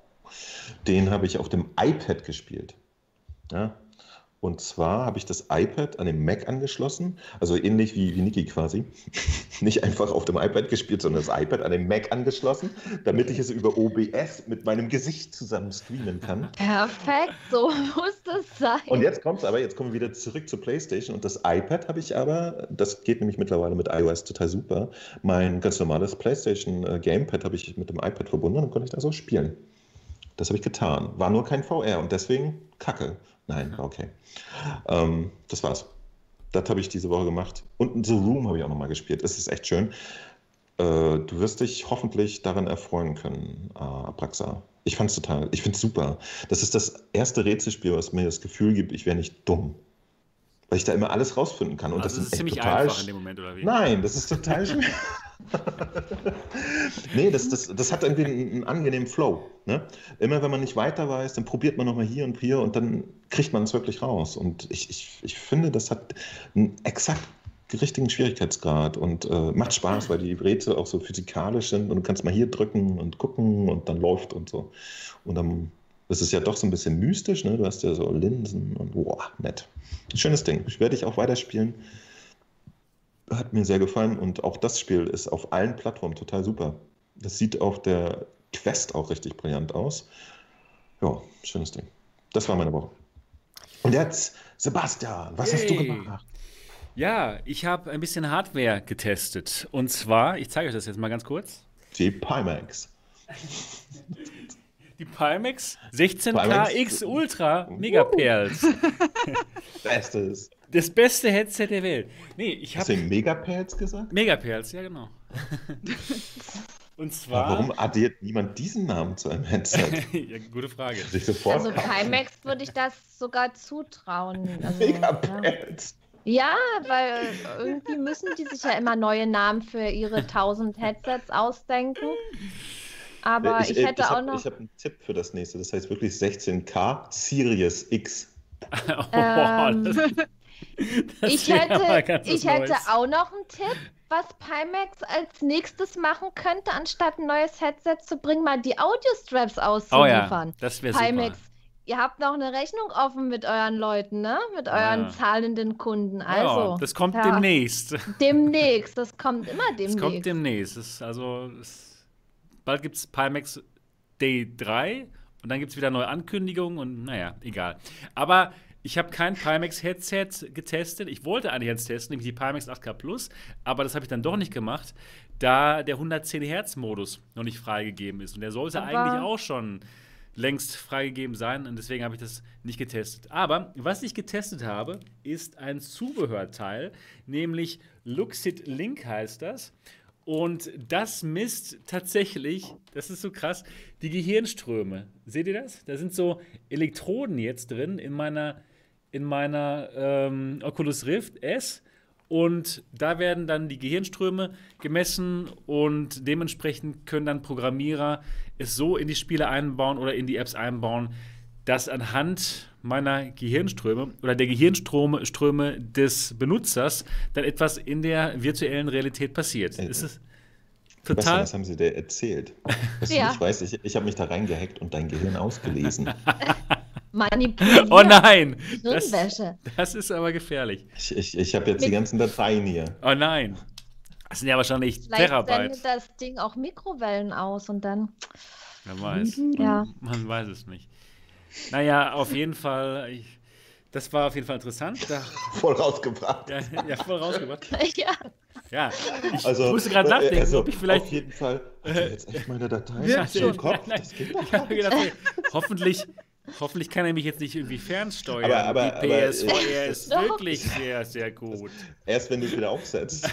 Den habe ich auf dem iPad gespielt. Ja? Und zwar habe ich das iPad an den Mac angeschlossen, also ähnlich wie Niki quasi. Nicht einfach auf dem iPad gespielt, sondern das iPad an den Mac angeschlossen, damit ich es über OBS mit meinem Gesicht zusammen streamen kann. Perfekt, so muss das sein. Und jetzt kommen wir wieder zurück zur PlayStation und das iPad habe ich aber, das geht nämlich mittlerweile mit iOS total super, mein ganz normales PlayStation Gamepad habe ich mit dem iPad verbunden und dann konnte ich da so spielen. Das habe ich getan. War nur kein VR und deswegen Kacke. Nein, war okay. Das war's. Das habe ich diese Woche gemacht. Und The Room habe ich auch nochmal gespielt. Es ist echt schön. Du wirst dich hoffentlich daran erfreuen können, Abraxa. Ich finde es super. Das ist das erste Rätselspiel, was mir das Gefühl gibt, ich wäre nicht dumm. Weil ich da immer alles rausfinden kann. Und also das ist ziemlich total einfach in dem Moment, oder wie? Nein, das ist total schwer. Nee, das hat irgendwie einen angenehmen Flow. Ne? Immer wenn man nicht weiter weiß, dann probiert man nochmal hier und dann kriegt man es wirklich raus. Und ich finde, das hat einen exakt richtigen Schwierigkeitsgrad und macht Spaß, weil die Rätsel auch so physikalisch sind und du kannst mal hier drücken und gucken und dann läuft und so. Und dann ist es ja doch so ein bisschen mystisch, ne? Du hast ja so Linsen und wow, nett. Schönes Ding. Ich werde auch weiterspielen. Hat mir sehr gefallen und auch das Spiel ist auf allen Plattformen total super. Das sieht auf der Quest auch richtig brillant aus. Ja, schönes Ding. Das war meine Woche. Und jetzt, Sebastian, was hast du gemacht? Ja, ich habe ein bisschen Hardware getestet. Und zwar, ich zeige euch das jetzt mal ganz kurz. Die Pimax. Die Pimax 16K X Ultra Megaperls. Bestes. Das beste Headset der Welt. Nee, ich habe. Hast du Megaperls gesagt? Megaperls, ja genau. Und zwar. Aber warum addiert niemand diesen Namen zu einem Headset? Ja, gute Frage. Also Pimax würde ich das sogar zutrauen. Also, Megaperls. Ja, weil irgendwie müssen die sich ja immer neue Namen für ihre 1000 Headsets ausdenken. Aber ich hätte auch noch. Ich habe einen Tipp für das nächste. Das heißt wirklich 16K Series X. Ich hätte auch noch einen Tipp, was Pimax als nächstes machen könnte, anstatt ein neues Headset zu bringen, mal die Audio-Straps auszuliefern. Oh ja, das wäre Pimax, super. ihr habt noch eine Rechnung offen mit euren Leuten, ne? Mit euren zahlenden Kunden. Also, ja, das kommt demnächst. Demnächst, das kommt immer demnächst. Das kommt demnächst. Bald gibt es Pimax Day 3 und dann gibt es wieder neue Ankündigungen und naja, egal. Aber ich habe kein Pimax-Headset getestet. Ich wollte eigentlich jetzt testen, nämlich die Pimax 8K Plus, aber das habe ich dann doch nicht gemacht, da der 110 Hertz-Modus noch nicht freigegeben ist. Und der sollte eigentlich auch schon längst freigegeben sein und deswegen habe ich das nicht getestet. Aber was ich getestet habe, ist ein Zubehörteil, nämlich Luxit Link heißt das. Und das misst tatsächlich, das ist so krass, die Gehirnströme. Seht ihr das? Da sind so Elektroden jetzt drin in meiner in meiner Oculus Rift S. Und da werden dann die Gehirnströme gemessen und dementsprechend können dann Programmierer es so in die Spiele einbauen oder in die Apps einbauen, dass anhand meiner Gehirnströme oder der Gehirnströme des Benutzers dann etwas in der virtuellen Realität passiert. Ist es total... Was haben sie dir erzählt? Was du nicht weißt, ich habe mich da reingehackt und dein Gehirn ausgelesen. Manipuliert. Oh nein! Das ist aber gefährlich. Ich habe jetzt die ganzen Dateien hier. Oh nein! Das sind ja wahrscheinlich Vielleicht Terabyte. sendet das Ding auch Mikrowellen aus und dann... Wer weiß. Ja. Man weiß es nicht. Naja, auf jeden Fall... Das war auf jeden Fall interessant. Voll rausgebracht. Ja, voll rausgebracht. Ja. Ich musste gerade nachdenken, ob ich vielleicht... Auf jeden Fall... jetzt echt meine Dateien im Kopf? Das geht doch gar nicht. Hoffentlich kann er mich jetzt nicht irgendwie fernsteuern. Aber die PSVR ist wirklich sehr, sehr gut. Erst wenn du es wieder aufsetzt.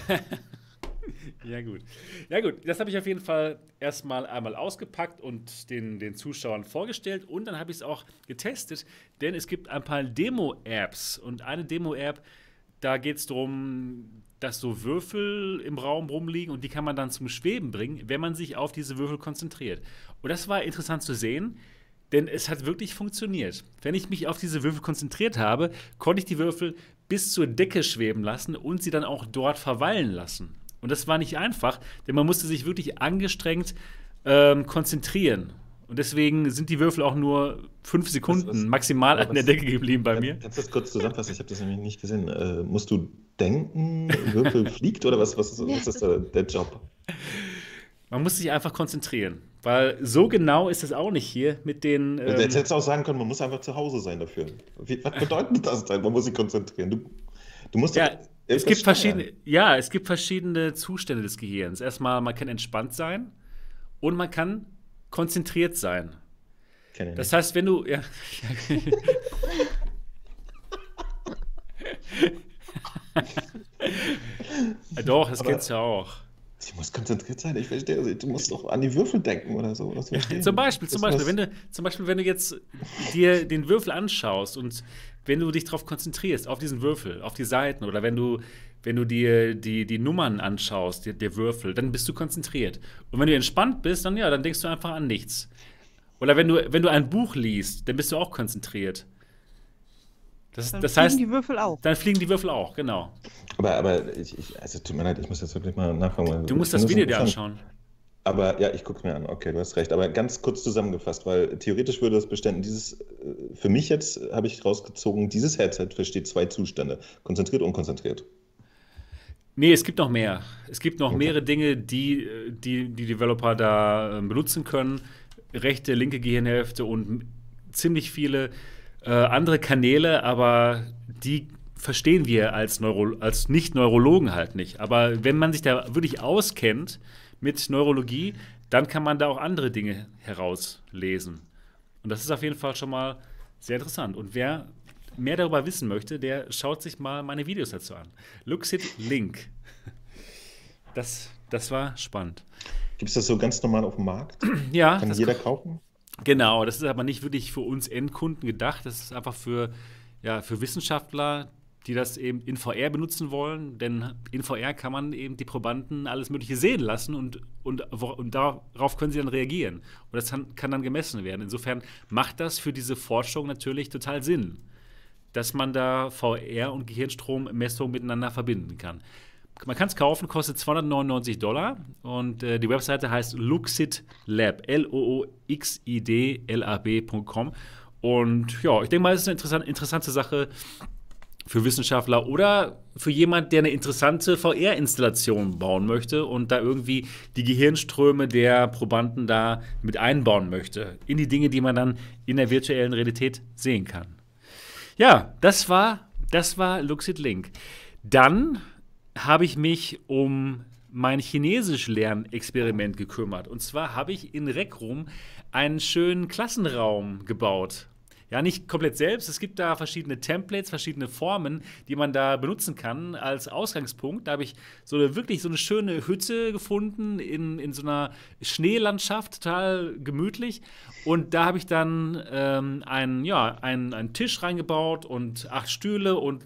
Ja, gut. Das habe ich auf jeden Fall einmal ausgepackt und den Zuschauern vorgestellt. Und dann habe ich es auch getestet, denn es gibt ein paar Demo-Apps. Und eine Demo-App, da geht es darum, dass so Würfel im Raum rumliegen und die kann man dann zum Schweben bringen, wenn man sich auf diese Würfel konzentriert. Und das war interessant zu sehen. Denn es hat wirklich funktioniert. Wenn ich mich auf diese Würfel konzentriert habe, konnte ich die Würfel bis zur Decke schweben lassen und sie dann auch dort verweilen lassen. Und das war nicht einfach, denn man musste sich wirklich angestrengt konzentrieren. Und deswegen sind die Würfel auch nur 5 Sekunden maximal an der Decke geblieben bei mir. Kannst du das kurz zusammenfassen? Ich habe das nämlich nicht gesehen. Musst du denken, Würfel fliegt oder was ist der Job? Man muss sich einfach konzentrieren. Weil so genau ist es auch nicht hier mit den... Jetzt hättest du auch sagen können, man muss einfach zu Hause sein dafür. Was bedeutet das denn? Man muss sich konzentrieren. Du musst es gibt verschiedene Zustände des Gehirns. Erstmal, man kann entspannt sein und man kann konzentriert sein. Das heißt, wenn du... Ja, doch, das kennst du ja auch. Ich muss konzentriert sein, ich verstehe. Du musst doch an die Würfel denken oder so. Zum Beispiel, wenn du jetzt dir den Würfel anschaust und wenn du dich darauf konzentrierst, auf diesen Würfel, auf die Seiten oder wenn du dir die Nummern anschaust, der Würfel, dann bist du konzentriert. Und wenn du entspannt bist, dann denkst du einfach an nichts. Oder wenn du ein Buch liest, dann bist du auch konzentriert. Dann fliegen die Würfel auch. Dann fliegen die Würfel auch, genau. Aber tut mir leid, ich muss jetzt wirklich mal nachfragen. Du musst das Video dir anschauen. Aber ja, ich gucke es mir an. Okay, du hast recht. Aber ganz kurz zusammengefasst, weil theoretisch würde das beständen, für mich jetzt habe ich rausgezogen, dieses Headset versteht 2 Zustände. Konzentriert und unkonzentriert. Nee, es gibt noch mehr. Es gibt noch mehrere Dinge, die Developer da benutzen können. Rechte, linke Gehirnhälfte und ziemlich viele andere Kanäle, aber die verstehen wir als Nicht-Neurologen halt nicht. Aber wenn man sich da wirklich auskennt mit Neurologie, dann kann man da auch andere Dinge herauslesen. Und das ist auf jeden Fall schon mal sehr interessant. Und wer mehr darüber wissen möchte, der schaut sich mal meine Videos dazu an. Luxit Link. Das war spannend. Gibt es das so ganz normal auf dem Markt? Ja. Kann jeder kaufen? Genau, das ist aber nicht wirklich für uns Endkunden gedacht. Das ist einfach für Wissenschaftler, die das eben in VR benutzen wollen. Denn in VR kann man eben die Probanden alles Mögliche sehen lassen und darauf können sie dann reagieren. Und das kann dann gemessen werden. Insofern macht das für diese Forschung natürlich total Sinn, dass man da VR und Gehirnstrommessung miteinander verbinden kann. Man kann es kaufen, kostet $299 und die Webseite heißt Luxit Lab, LOOXIDLAB.com. Und ja, ich denke mal, es ist eine interessante Sache für Wissenschaftler oder für jemand, der eine interessante VR-Installation bauen möchte und da irgendwie die Gehirnströme der Probanden da mit einbauen möchte in die Dinge, die man dann in der virtuellen Realität sehen kann. Ja, das war Luxit Link. Dann habe ich mich um mein Chinesisch-Lernexperiment gekümmert. Und zwar habe ich in Rec Room einen schönen Klassenraum gebaut. ja, nicht komplett selbst. Es gibt da verschiedene Templates, verschiedene Formen, die man da benutzen kann als Ausgangspunkt. Da habe ich wirklich so eine schöne Hütte gefunden in so einer Schneelandschaft, total gemütlich. Und da habe ich dann einen Tisch reingebaut und 8 Stühle und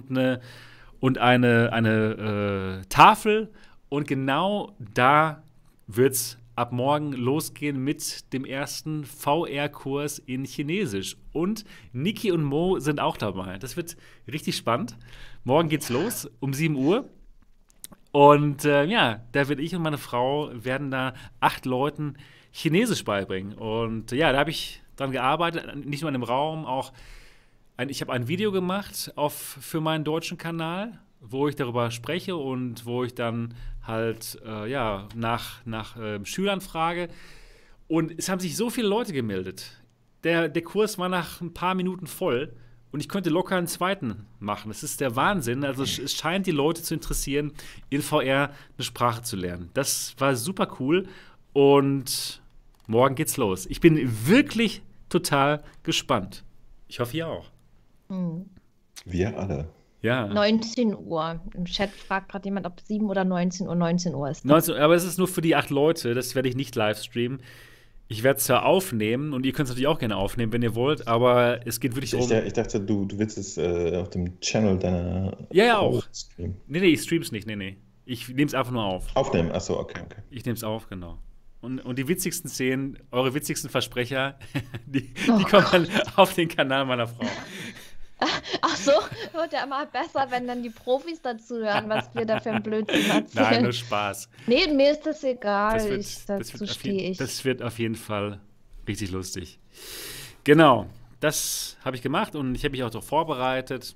eine Tafel. Und genau da wird es ab morgen losgehen mit dem ersten VR-Kurs in Chinesisch. Und Niki und Mo sind auch dabei. Das wird richtig spannend. Morgen geht's los um 7 Uhr. Und da werde ich und meine Frau werden da 8 Leuten Chinesisch beibringen. Und da habe ich dran gearbeitet, nicht nur an dem Raum, auch ich habe ein Video gemacht für meinen deutschen Kanal, wo ich darüber spreche und wo ich dann halt nach Schülern frage. Und es haben sich so viele Leute gemeldet. Der Kurs war nach ein paar Minuten voll und ich könnte locker einen zweiten machen. Das ist der Wahnsinn. Also es scheint die Leute zu interessieren, in VR eine Sprache zu lernen. Das war super cool und morgen geht's los. Ich bin wirklich total gespannt. Ich hoffe, ihr auch. Wir alle. Ja. 19 Uhr. Im Chat fragt gerade jemand, ob 7 oder 19 Uhr ist. 19, aber es ist nur für die 8 Leute. Das werde ich nicht live streamen. Ich werde es zwar aufnehmen und ihr könnt es natürlich auch gerne aufnehmen, wenn ihr wollt, aber es geht wirklich Ich dachte, du willst es auf dem Channel deiner. Ja, auch. Streamen. Nee, ich stream's nicht. Nee. Ich nehme es einfach nur auf. Aufnehmen, achso, okay. Ich nehme es auf, genau. Und die witzigsten Szenen, eure witzigsten Versprecher, die kommen dann auf den Kanal meiner Frau. Ach so, wird ja immer besser, wenn dann die Profis dazu hören, was wir da für ein Blödsinn erzählen. Nein, nur Spaß. Nee, mir ist das egal. Dazu stehe ich. Das wird auf jeden Fall richtig lustig. Genau, das habe ich gemacht und ich habe mich auch darauf vorbereitet,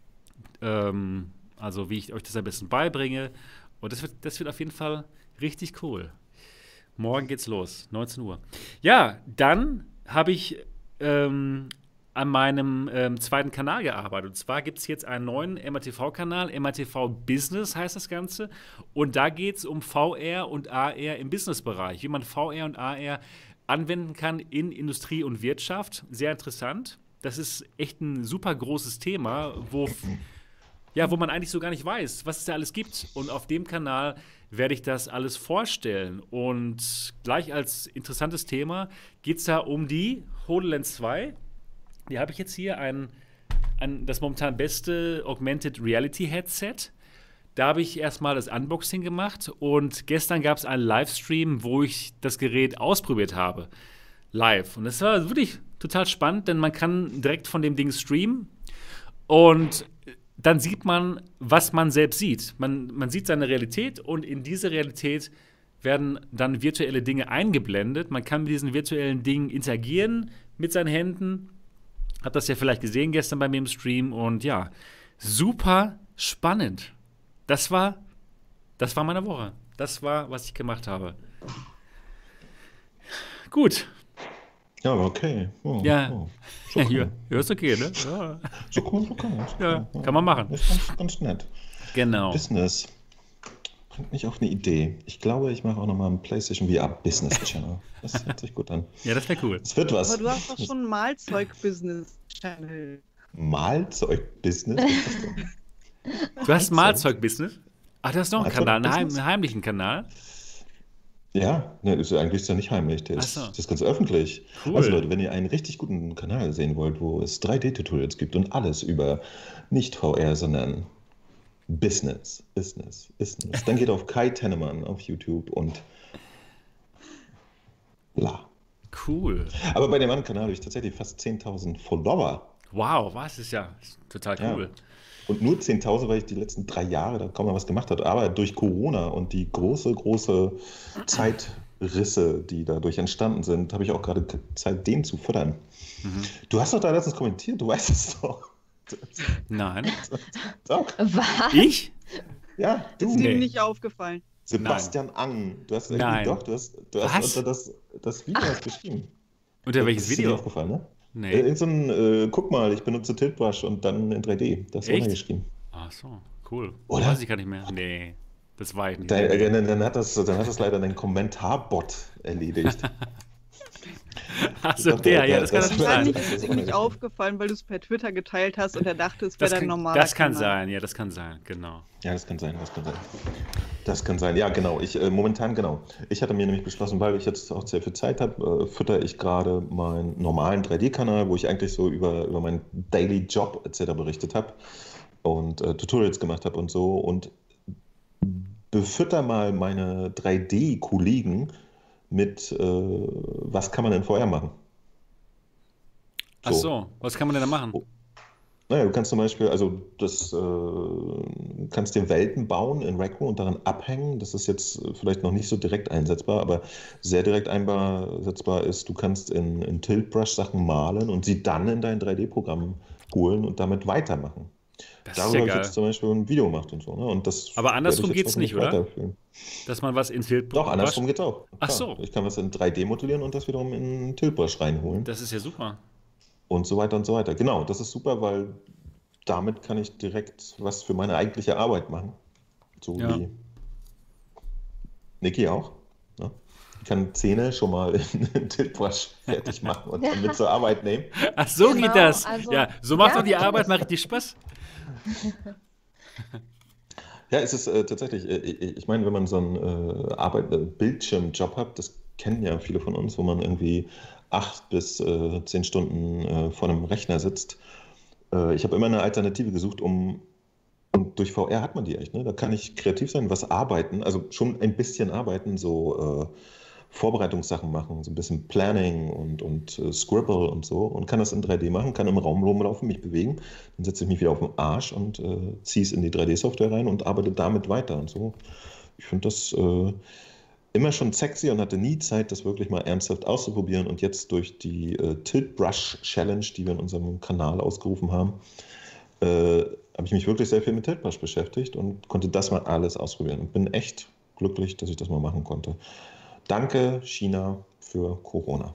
also wie ich euch das am besten beibringe. Und das wird auf jeden Fall richtig cool. Morgen geht's los, 19 Uhr. Ja, dann habe ich an meinem zweiten Kanal gearbeitet. Und zwar gibt es jetzt einen neuen MRTV-Kanal, MRTV Business heißt das Ganze. Und da geht es um VR und AR im Businessbereich, wie man VR und AR anwenden kann in Industrie und Wirtschaft. Sehr interessant. Das ist echt ein super großes Thema, wo man eigentlich so gar nicht weiß, was es da alles gibt. Und auf dem Kanal werde ich das alles vorstellen. Und gleich als interessantes Thema geht es da um die HoloLens 2. Die habe ich jetzt hier, das momentan beste Augmented Reality Headset. Da habe ich erstmal das Unboxing gemacht und gestern gab es einen Livestream, wo ich das Gerät ausprobiert habe. Live. Und das war wirklich total spannend, denn man kann direkt von dem Ding streamen und dann sieht man, was man selbst sieht. Man sieht seine Realität und in diese Realität werden dann virtuelle Dinge eingeblendet. Man kann mit diesen virtuellen Dingen interagieren mit seinen Händen. Habt das ja vielleicht gesehen gestern bei mir im Stream und ja, super spannend. Das war meine Woche. Das war, was ich gemacht habe. Gut. Ja, okay. Ist okay, ne? Ja. So cool. Ja, kann man machen. Das ist ganz nett. Genau. Business bringt mich auf eine Idee. Ich glaube, ich mache auch nochmal einen PlayStation VR Business Channel. Das hört sich gut an. Ja, das wäre cool. Das wird was. Aber du hast doch schon einen Mahlzeug-Business Channel. Mahlzeug-Business? Du hast ein Mahlzeug-Business? Ach, du hast noch einen Kanal, einen heimlichen Kanal? Ja, ist ja nicht heimlich. Das ist ganz öffentlich. Cool. Also Leute, wenn ihr einen richtig guten Kanal sehen wollt, wo es 3D-Tutorials gibt und alles über nicht VR, sondern Business, dann geht auf Kai Tennemann auf YouTube und bla. Cool. Aber bei dem anderen Kanal habe ich tatsächlich fast 10.000 Follower. Wow, was ist ja total cool. Ja. Und nur 10.000, weil ich die letzten 3 Jahre da kaum mal was gemacht habe. Aber durch Corona und die große Zeitrisse, die dadurch entstanden sind, habe ich auch gerade Zeit, den zu fördern. Mhm. Du hast doch da letztens kommentiert, du weißt es doch. Nein. Doch. Was? Ich? Ja, du. Ist ihm nicht aufgefallen. Sebastian Ang. Du hast Nein. Doch, du hast unter das Video geschrieben. Unter welches Video? Ist dir aufgefallen, ne? Nee. So ein, guck mal, ich benutze Tiltbrush und dann in 3D. Das hast du geschrieben. Ach so, cool. Oder? Weiß ich gar nicht mehr. Nee, das war ich nicht. Dann hat das leider dein Kommentarbot erledigt. Achso, ja, das kann natürlich sein. Wahrscheinlich ist es ihm nicht aufgefallen, weil du es per Twitter geteilt hast und er dachte, es wäre dein normaler Das kann sein, ja, das kann sein, genau. Ja, das kann sein. Das kann sein, ja, genau. Momentan, genau. Ich hatte mir nämlich beschlossen, weil ich jetzt auch sehr viel Zeit habe, fütter ich gerade meinen normalen 3D-Kanal, wo ich eigentlich so über meinen Daily Job etc. berichtet habe und Tutorials gemacht habe und so und befütter mal meine 3D-Kollegen mit, was kann man denn vorher machen? Ach so, was kann man denn da machen? Naja, du kannst zum Beispiel, also kannst dir Welten bauen in Rec.Room und daran abhängen. Das ist jetzt vielleicht noch nicht so direkt einsetzbar, aber sehr direkt einsetzbar ist, du kannst in Tiltbrush Sachen malen und sie dann in dein 3D-Programm holen und damit weitermachen. Darüber habe ich jetzt zum Beispiel ein Video gemacht und so. Ne? Und das aber andersrum geht es nicht, oder? Dass man was in Tiltbrush... Doch, andersrum geht es auch. Ach so. Ich kann was in 3D modellieren und das wiederum in Tiltbrush reinholen. Das ist ja super. Und so weiter und so weiter. Genau, das ist super, weil damit kann ich direkt was für meine eigentliche Arbeit machen. So wie Niki auch. Ne? Ich kann Zähne schon mal in Tiltbrush fertig machen und dann mit zur Arbeit nehmen. Ach, so geht das. Also, ja, so macht doch die Arbeit, macht richtig Spaß. Ja, es ist tatsächlich, ich meine, wenn man so einen Bildschirmjob hat, das kennen ja viele von uns, wo man irgendwie 8 bis 10 Stunden vor einem Rechner sitzt. Ich habe immer eine Alternative gesucht, und durch VR hat man die echt. Ne? Da kann ich kreativ sein, was arbeiten, also schon ein bisschen arbeiten, so Vorbereitungssachen machen, so ein bisschen Planning und Scribble und so und kann das in 3D machen, kann im Raum rumlaufen, mich bewegen, dann setze ich mich wieder auf den Arsch und ziehe es in die 3D-Software rein und arbeite damit weiter und so. Ich finde das immer schon sexy und hatte nie Zeit, das wirklich mal ernsthaft auszuprobieren. Und jetzt durch die Tiltbrush Challenge, die wir in unserem Kanal ausgerufen haben, habe ich mich wirklich sehr viel mit Tiltbrush beschäftigt und konnte das mal alles ausprobieren. Und bin echt glücklich, dass ich das mal machen konnte. Danke, China, für Corona.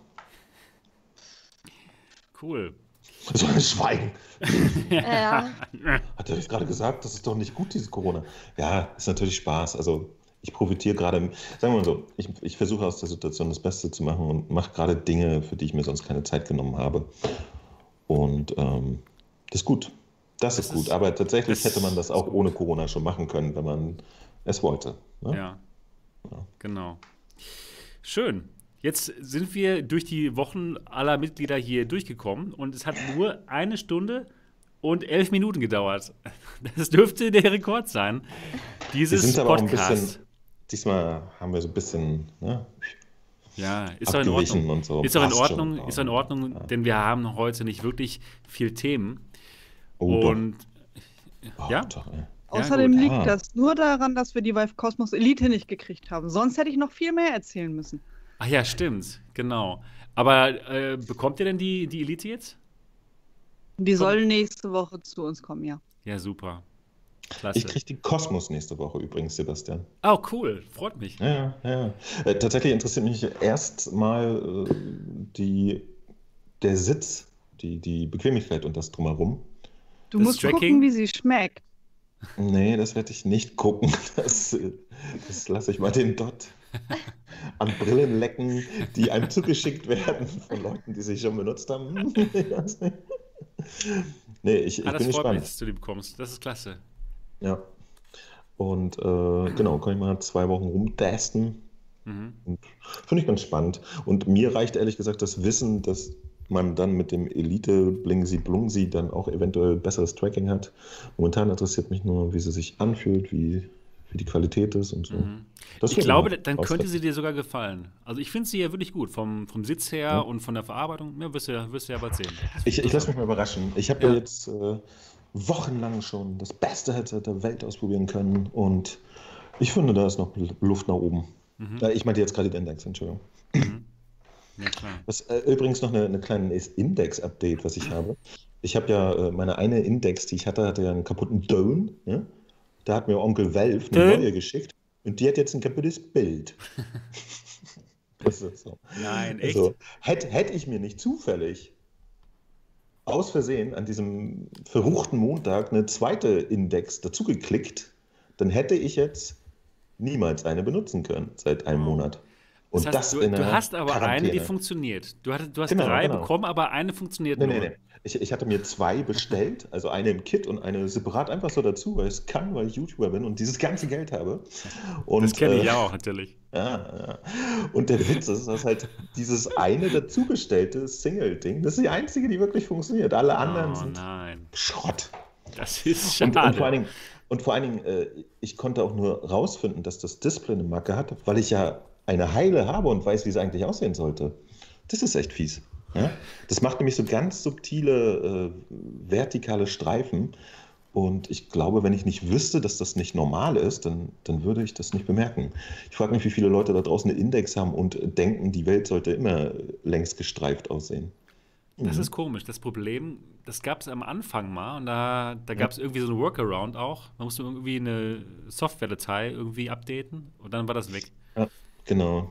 Cool. So ein Schweigen. Ja. Hat er das gerade gesagt? Das ist doch nicht gut, dieses Corona. Ja, ist natürlich Spaß. Also ich profitiere gerade, sagen wir mal so, ich versuche aus der Situation das Beste zu machen und mache gerade Dinge, für die ich mir sonst keine Zeit genommen habe. Und das ist gut. Das ist gut. Aber tatsächlich hätte man das auch ohne Corona schon machen können, wenn man es wollte. Ne? Ja, genau. Schön. Jetzt sind wir durch die Wochen aller Mitglieder hier durchgekommen und es hat nur 1 Stunde und 11 Minuten gedauert. Das dürfte der Rekord sein, dieses wir sind aber Podcast. Auch ein bisschen, diesmal haben wir so ein bisschen ja, ist doch in Ordnung. Und so. Ist doch in Ordnung, ja. Denn wir haben heute nicht wirklich viel Themen. Oh, und ja. Doch, Außerdem liegt das nur daran, dass wir die Vive Cosmos Elite nicht gekriegt haben. Sonst hätte ich noch viel mehr erzählen müssen. Ach ja, stimmt, genau. Aber bekommt ihr denn die Elite jetzt? Die sollen nächste Woche zu uns kommen, ja. Ja, super. Klasse. Ich kriege die Kosmos nächste Woche übrigens, Sebastian. Oh, cool. Freut mich. Ja. Tatsächlich interessiert mich erstmal der Sitz, die Bequemlichkeit und das Drumherum. Du musst gucken, wie sie schmeckt. Nee, das werde ich nicht gucken. Das lasse ich mal den Dot an Brillen lecken, die einem zugeschickt werden von Leuten, die sie schon benutzt haben. Nee, ich bin gespannt. Mich, dass du die bekommst. Das ist klasse. Ja. Und genau, kann ich mal 2 Wochen rumtesten. Finde ich ganz spannend. Und mir reicht ehrlich gesagt das Wissen, dass man dann mit dem Elite Blingsi Blungsi dann auch eventuell besseres Tracking hat. Momentan interessiert mich nur, wie sie sich anfühlt, wie die Qualität ist und so. Ich glaube, dann könnte sie dir sogar gefallen. Also ich finde sie ja wirklich gut, vom Sitz her und von der Verarbeitung. Ja, wirst du ja bald sehen. Ich lasse mich mal überraschen. Ich habe ja jetzt wochenlang schon das beste Headset der Welt ausprobieren können und ich finde, da ist noch Luft nach oben. Ich meinte jetzt gerade den Index, Entschuldigung. Ja, klar. Das übrigens noch eine kleine Index-Update, was ich habe. Ich habe ja meine eine Index, die ich hatte ja einen kaputten Dome. Ja? Da hat mir Onkel Valve eine neue geschickt und die hat jetzt ein kaputtes Bild. Das ist so. Nein, echt? Also, hätte ich mir nicht zufällig aus Versehen an diesem verruchten Montag eine zweite Index dazu geklickt, dann hätte ich jetzt niemals eine benutzen können seit einem Monat. Und das heißt, du hast aber Quarantäne. Eine, die funktioniert. Du hast genau, 3 bekommen, aber eine funktioniert nur. Nee. Ich hatte mir 2 bestellt, also eine im Kit und eine separat einfach so dazu, weil ich kann, weil ich YouTuber bin und dieses ganze Geld habe. Und, das kenne ich ja auch, natürlich. Ja. Und der Witz ist, dass halt dieses eine dazu bestellte Single-Ding, das ist die einzige, die wirklich funktioniert. Alle anderen sind Schrott. Das ist schade. Und vor allen Dingen, ich konnte auch nur rausfinden, dass das Display eine Macke hat, weil ich ja eine heile habe und weiß, wie es eigentlich aussehen sollte. Das ist echt fies. Ja? Das macht nämlich so ganz subtile, vertikale Streifen. Und ich glaube, wenn ich nicht wüsste, dass das nicht normal ist, dann würde ich das nicht bemerken. Ich frage mich, wie viele Leute da draußen eine Index haben und denken, die Welt sollte immer längs gestreift aussehen. Das ist komisch. Das Problem, das gab es am Anfang mal und da gab es irgendwie so einen Workaround auch. Man musste irgendwie eine Software-Datei irgendwie updaten und dann war das weg. Ja, genau.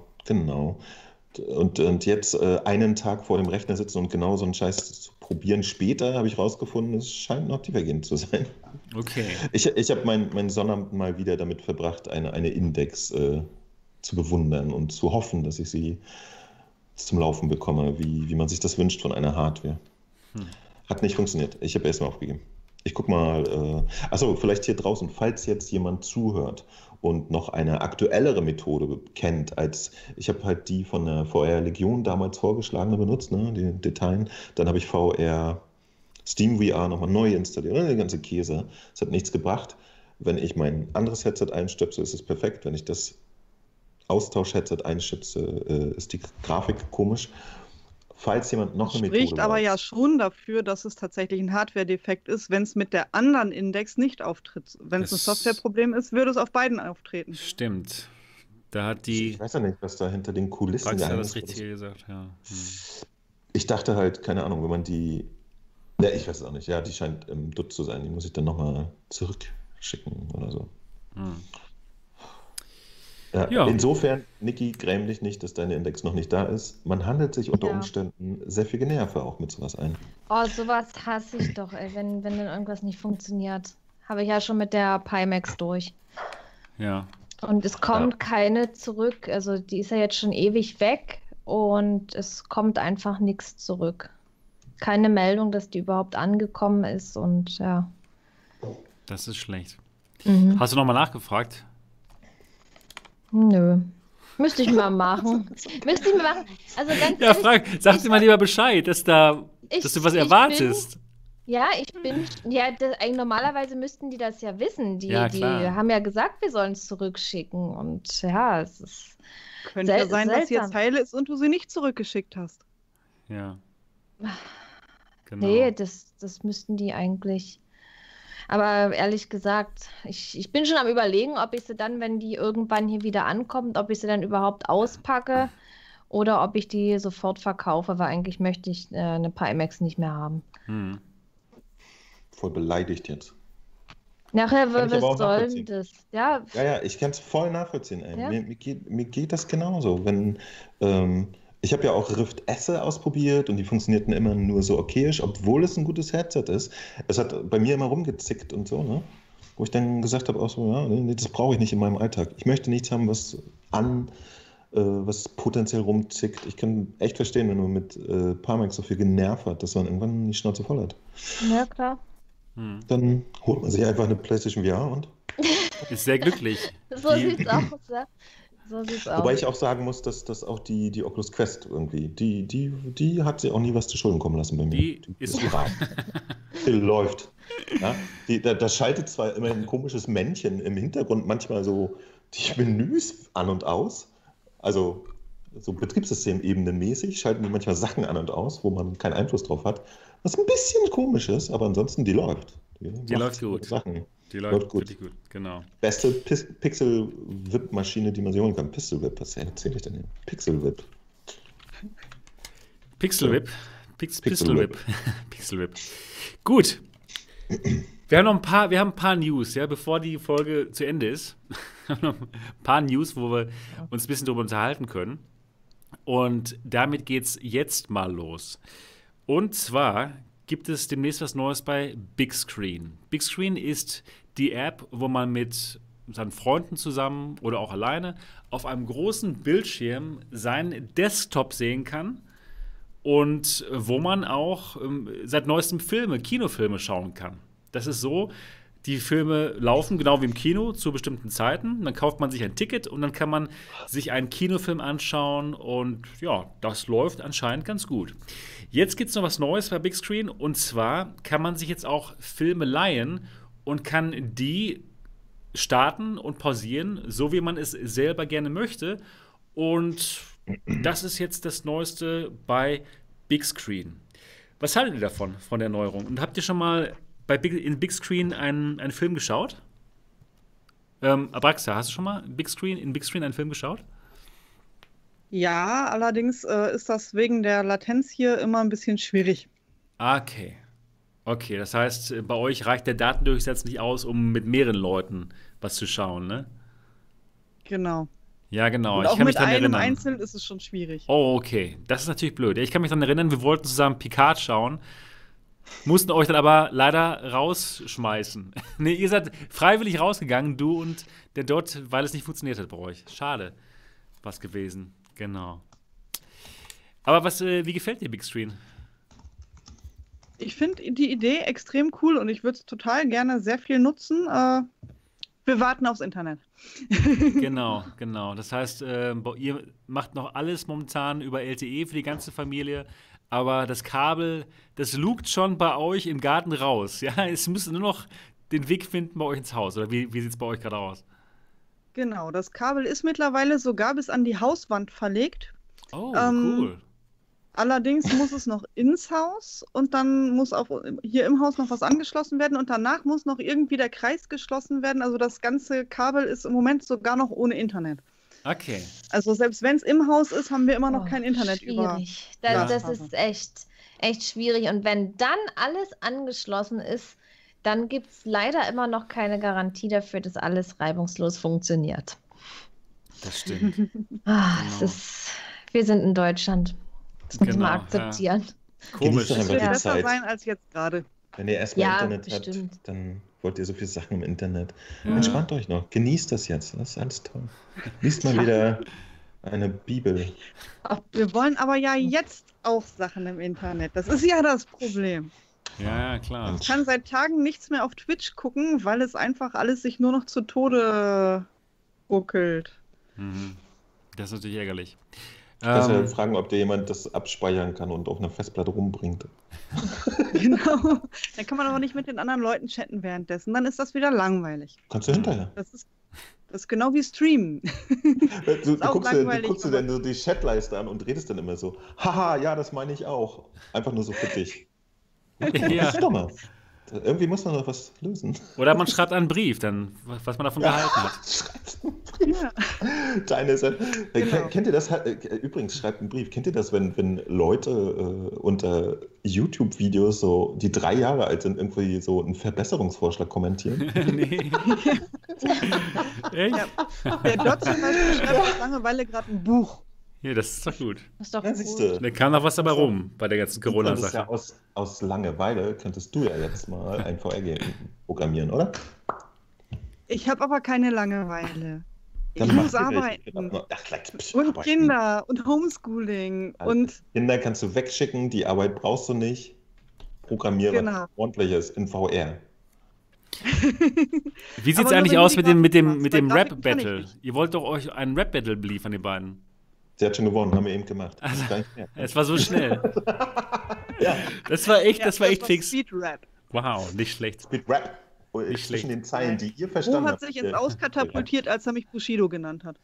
Und jetzt einen Tag vor dem Rechner sitzen und genau so einen Scheiß zu probieren. Später habe ich rausgefunden, es scheint noch tiefergehend zu sein. Okay. Ich habe meinen Sonnabend mal wieder damit verbracht, eine Index zu bewundern und zu hoffen, dass ich sie zum Laufen bekomme, wie man sich das wünscht von einer Hardware. Hat nicht funktioniert. Ich habe erstmal aufgegeben. Ich guck mal, achso, vielleicht hier draußen, falls jetzt jemand zuhört und noch eine aktuellere Methode kennt, ich habe halt die von der VR Legion damals vorgeschlagene benutzt, ne, die Dateien, dann habe ich VR Steam VR nochmal neu installiert, der ganze Käse. Es hat nichts gebracht. Wenn ich mein anderes Headset einstöpsel, ist es perfekt. Wenn ich das Austausch-Headset einstöpse, ist die Grafik komisch. Falls jemand noch eine Methode spricht aber ja schon dafür, dass es tatsächlich ein Hardware-Defekt ist, wenn es mit der anderen Index nicht auftritt. Wenn es ein Softwareproblem ist, würde es auf beiden auftreten. Stimmt. Da hat die. Ich weiß ja nicht, was da hinter den Kulissen ist. Das richtig gesagt, ja. Ich dachte halt, keine Ahnung, wenn man die. Ja, ich weiß es auch nicht. Ja, die scheint im Dutt zu sein. Die muss ich dann nochmal zurückschicken oder so. Ja. Insofern, Niki, gräm dich nicht, dass deine Index noch nicht da ist. Man handelt sich unter Umständen sehr viel generver auch mit sowas ein. Oh, sowas hasse ich doch, ey, wenn dann irgendwas nicht funktioniert. Habe ich ja schon mit der Pimax durch. Ja. Und es kommt keine zurück. Also die ist ja jetzt schon ewig weg und es kommt einfach nichts zurück. Keine Meldung, dass die überhaupt angekommen ist und ja. Das ist schlecht. Hast du nochmal nachgefragt? Nö. Müsste ich mal machen. Also ganz ehrlich, sag dir mal lieber Bescheid, dass du was erwartest. Normalerweise müssten die das ja wissen. Die haben ja gesagt, wir sollen es zurückschicken. Und ja, es ist. Könnte ja sein, dass jetzt Teile ist und du sie nicht zurückgeschickt hast. Ja. Genau. Nee, das müssten die eigentlich. Aber ehrlich gesagt, ich bin schon am Überlegen, ob ich sie dann, wenn die irgendwann hier wieder ankommt, ob ich sie dann überhaupt auspacke oder ob ich die sofort verkaufe, weil eigentlich möchte ich eine Pimax nicht mehr haben. Voll beleidigt jetzt. Nachher, was soll denn das? Ja, ich kann es voll nachvollziehen. Ey. Ja? Mir geht das genauso. Wenn, ich habe ja auch Rift Esse ausprobiert und die funktionierten immer nur so okayisch, obwohl es ein gutes Headset ist. Es hat bei mir immer rumgezickt und so, ne? Wo ich dann gesagt habe, auch so, ja, nee, das brauche ich nicht in meinem Alltag. Ich möchte nichts haben, was potenziell rumzickt. Ich kann echt verstehen, wenn man mit Pimax so viel genervt hat, dass man irgendwann die Schnauze voll hat. Ja, klar. Dann holt man sich einfach eine PlayStation VR und ist sehr glücklich. So sieht's aus, ja. Wobei ich auch sagen muss, dass auch die Oculus Quest irgendwie, die hat sie auch nie was zu Schulden kommen lassen bei mir. Die ist die läuft. Ja? Da schaltet zwar immer ein komisches Männchen im Hintergrund manchmal so die Menüs an und aus, also so Betriebssystemebene-mäßig schalten die manchmal Sachen an und aus, wo man keinen Einfluss drauf hat, was ein bisschen komisch ist, aber ansonsten die läuft. Die läuft gut. Sachen. Die läuft wirklich gut, genau. Beste Pixel-Whip-Maschine, die man sich holen kann. Pixel-Whip, was erzähle ich denn hier? Pixel-Whip. Pixel-Whip. Pixel-Whip. Pixel-Whip. Gut. Wir haben ein paar News, ja, bevor die Folge zu Ende ist. Ein paar News, wo wir uns ein bisschen darüber unterhalten können. Und damit geht's jetzt mal los. Und zwar gibt es demnächst was Neues bei Big Screen. Big Screen ist die App, wo man mit seinen Freunden zusammen oder auch alleine auf einem großen Bildschirm seinen Desktop sehen kann und wo man auch seit neuestem Kinofilme schauen kann. Das ist so, die Filme laufen genau wie im Kino zu bestimmten Zeiten. Dann kauft man sich ein Ticket und dann kann man sich einen Kinofilm anschauen und ja, das läuft anscheinend ganz gut. Jetzt gibt es noch was Neues bei Big Screen und zwar kann man sich jetzt auch Filme leihen und kann die starten und pausieren, so wie man es selber gerne möchte. Und das ist jetzt das Neueste bei Big Screen. Was haltet ihr davon, von der Neuerung? Und habt ihr schon mal in Big Screen einen Film geschaut? Abraxa, hast du schon mal in Big Screen einen Film geschaut? Ja, allerdings ist das wegen der Latenz hier immer ein bisschen schwierig. Okay, das heißt, bei euch reicht der Datendurchsatz nicht aus, um mit mehreren Leuten was zu schauen, ne? Genau. Ja, genau. Und auch mit einem einzeln ist es schon schwierig. Oh, okay. Das ist natürlich blöd. Ich kann mich daran erinnern, wir wollten zusammen Picard schauen, mussten euch dann aber leider rausschmeißen. Nee, ihr seid freiwillig rausgegangen, du und der Dot, weil es nicht funktioniert hat bei euch. Schade. Was gewesen. Genau. Aber wie gefällt dir Big Screen? Ich finde die Idee extrem cool und ich würde es total gerne sehr viel nutzen. Wir warten aufs Internet. Genau. Das heißt, ihr macht noch alles momentan über LTE für die ganze Familie, aber das Kabel, das lugt schon bei euch im Garten raus. Ja, es müsste nur noch den Weg finden bei euch ins Haus. Oder wie sieht es bei euch gerade aus? Genau, das Kabel ist mittlerweile sogar bis an die Hauswand verlegt. Oh, cool. Allerdings muss es noch ins Haus und dann muss auch hier im Haus noch was angeschlossen werden und danach muss noch irgendwie der Kreis geschlossen werden. Also das ganze Kabel ist im Moment sogar noch ohne Internet. Okay. Also selbst wenn es im Haus ist, haben wir immer noch kein Internet schwierig. Das ist echt schwierig. Und wenn dann alles angeschlossen ist, dann gibt es leider immer noch keine Garantie dafür, dass alles reibungslos funktioniert. Das stimmt. Genau. Wir sind in Deutschland. Das muss man akzeptieren. Ja. Komisch. Das wird besser sein als jetzt gerade. Wenn ihr erstmal Internet habt, dann wollt ihr so viele Sachen im Internet. Entspannt euch noch. Genießt das jetzt. Das ist alles toll. Liest mal wieder eine Bibel. Wir wollen aber ja jetzt auch Sachen im Internet. Das ist ja das Problem. Ja, klar. Ich kann seit Tagen nichts mehr auf Twitch gucken, weil es einfach alles sich nur noch zu Tode ruckelt. Das ist natürlich ärgerlich. Ich muss ja fragen, ob dir jemand das abspeichern kann und auf eine Festplatte rumbringt. Genau. Dann kann man aber nicht mit den anderen Leuten chatten währenddessen. Dann ist das wieder langweilig. Kannst du hinterher. Das ist genau wie Streamen. Du guckst dir dann so die Chatleiste an und redest dann immer so. Haha, ja, das meine ich auch. Einfach nur so für dich. Ja. Das ist dummer. Irgendwie muss man noch was lösen. Oder man schreibt einen Brief, dann, was man davon gehalten hat. Schreibt einen Brief. Genau. Kennt ihr das? Übrigens, schreibt einen Brief. Kennt ihr das, wenn Leute unter YouTube-Videos, so, die 3 Jahre alt sind, irgendwie so einen Verbesserungsvorschlag kommentieren? Nee. Echt? Ja. Der Dot zum Beispiel schreibt aus Langeweile gerade ein Buch. Ja, das ist doch gut. Das ist doch gut. Da kam noch was dabei rum bei der ganzen Corona-Sache. Ja, aus Langeweile könntest du ja jetzt mal ein VR-Game programmieren, oder? Ich habe aber keine Langeweile. Ich muss arbeiten. Und Kinder und Homeschooling. Also und Kinder kannst du wegschicken, die Arbeit brauchst du nicht. Programmier was Ordentliches in VR. Wie sieht es eigentlich aus mit dem Rap-Battle? Ihr wollt doch euch einen Rap-Battle liefern, die beiden. Sie hat schon gewonnen, haben wir eben gemacht. Also, es war so schnell. Ja. Das war echt fix. Speed-Rap. Wow, nicht schlecht. Speed-Rap. Nicht zwischen den Zeilen, die ihr verstanden habt. Mo hat sich jetzt auskatapultiert, als er mich Bushido genannt hat.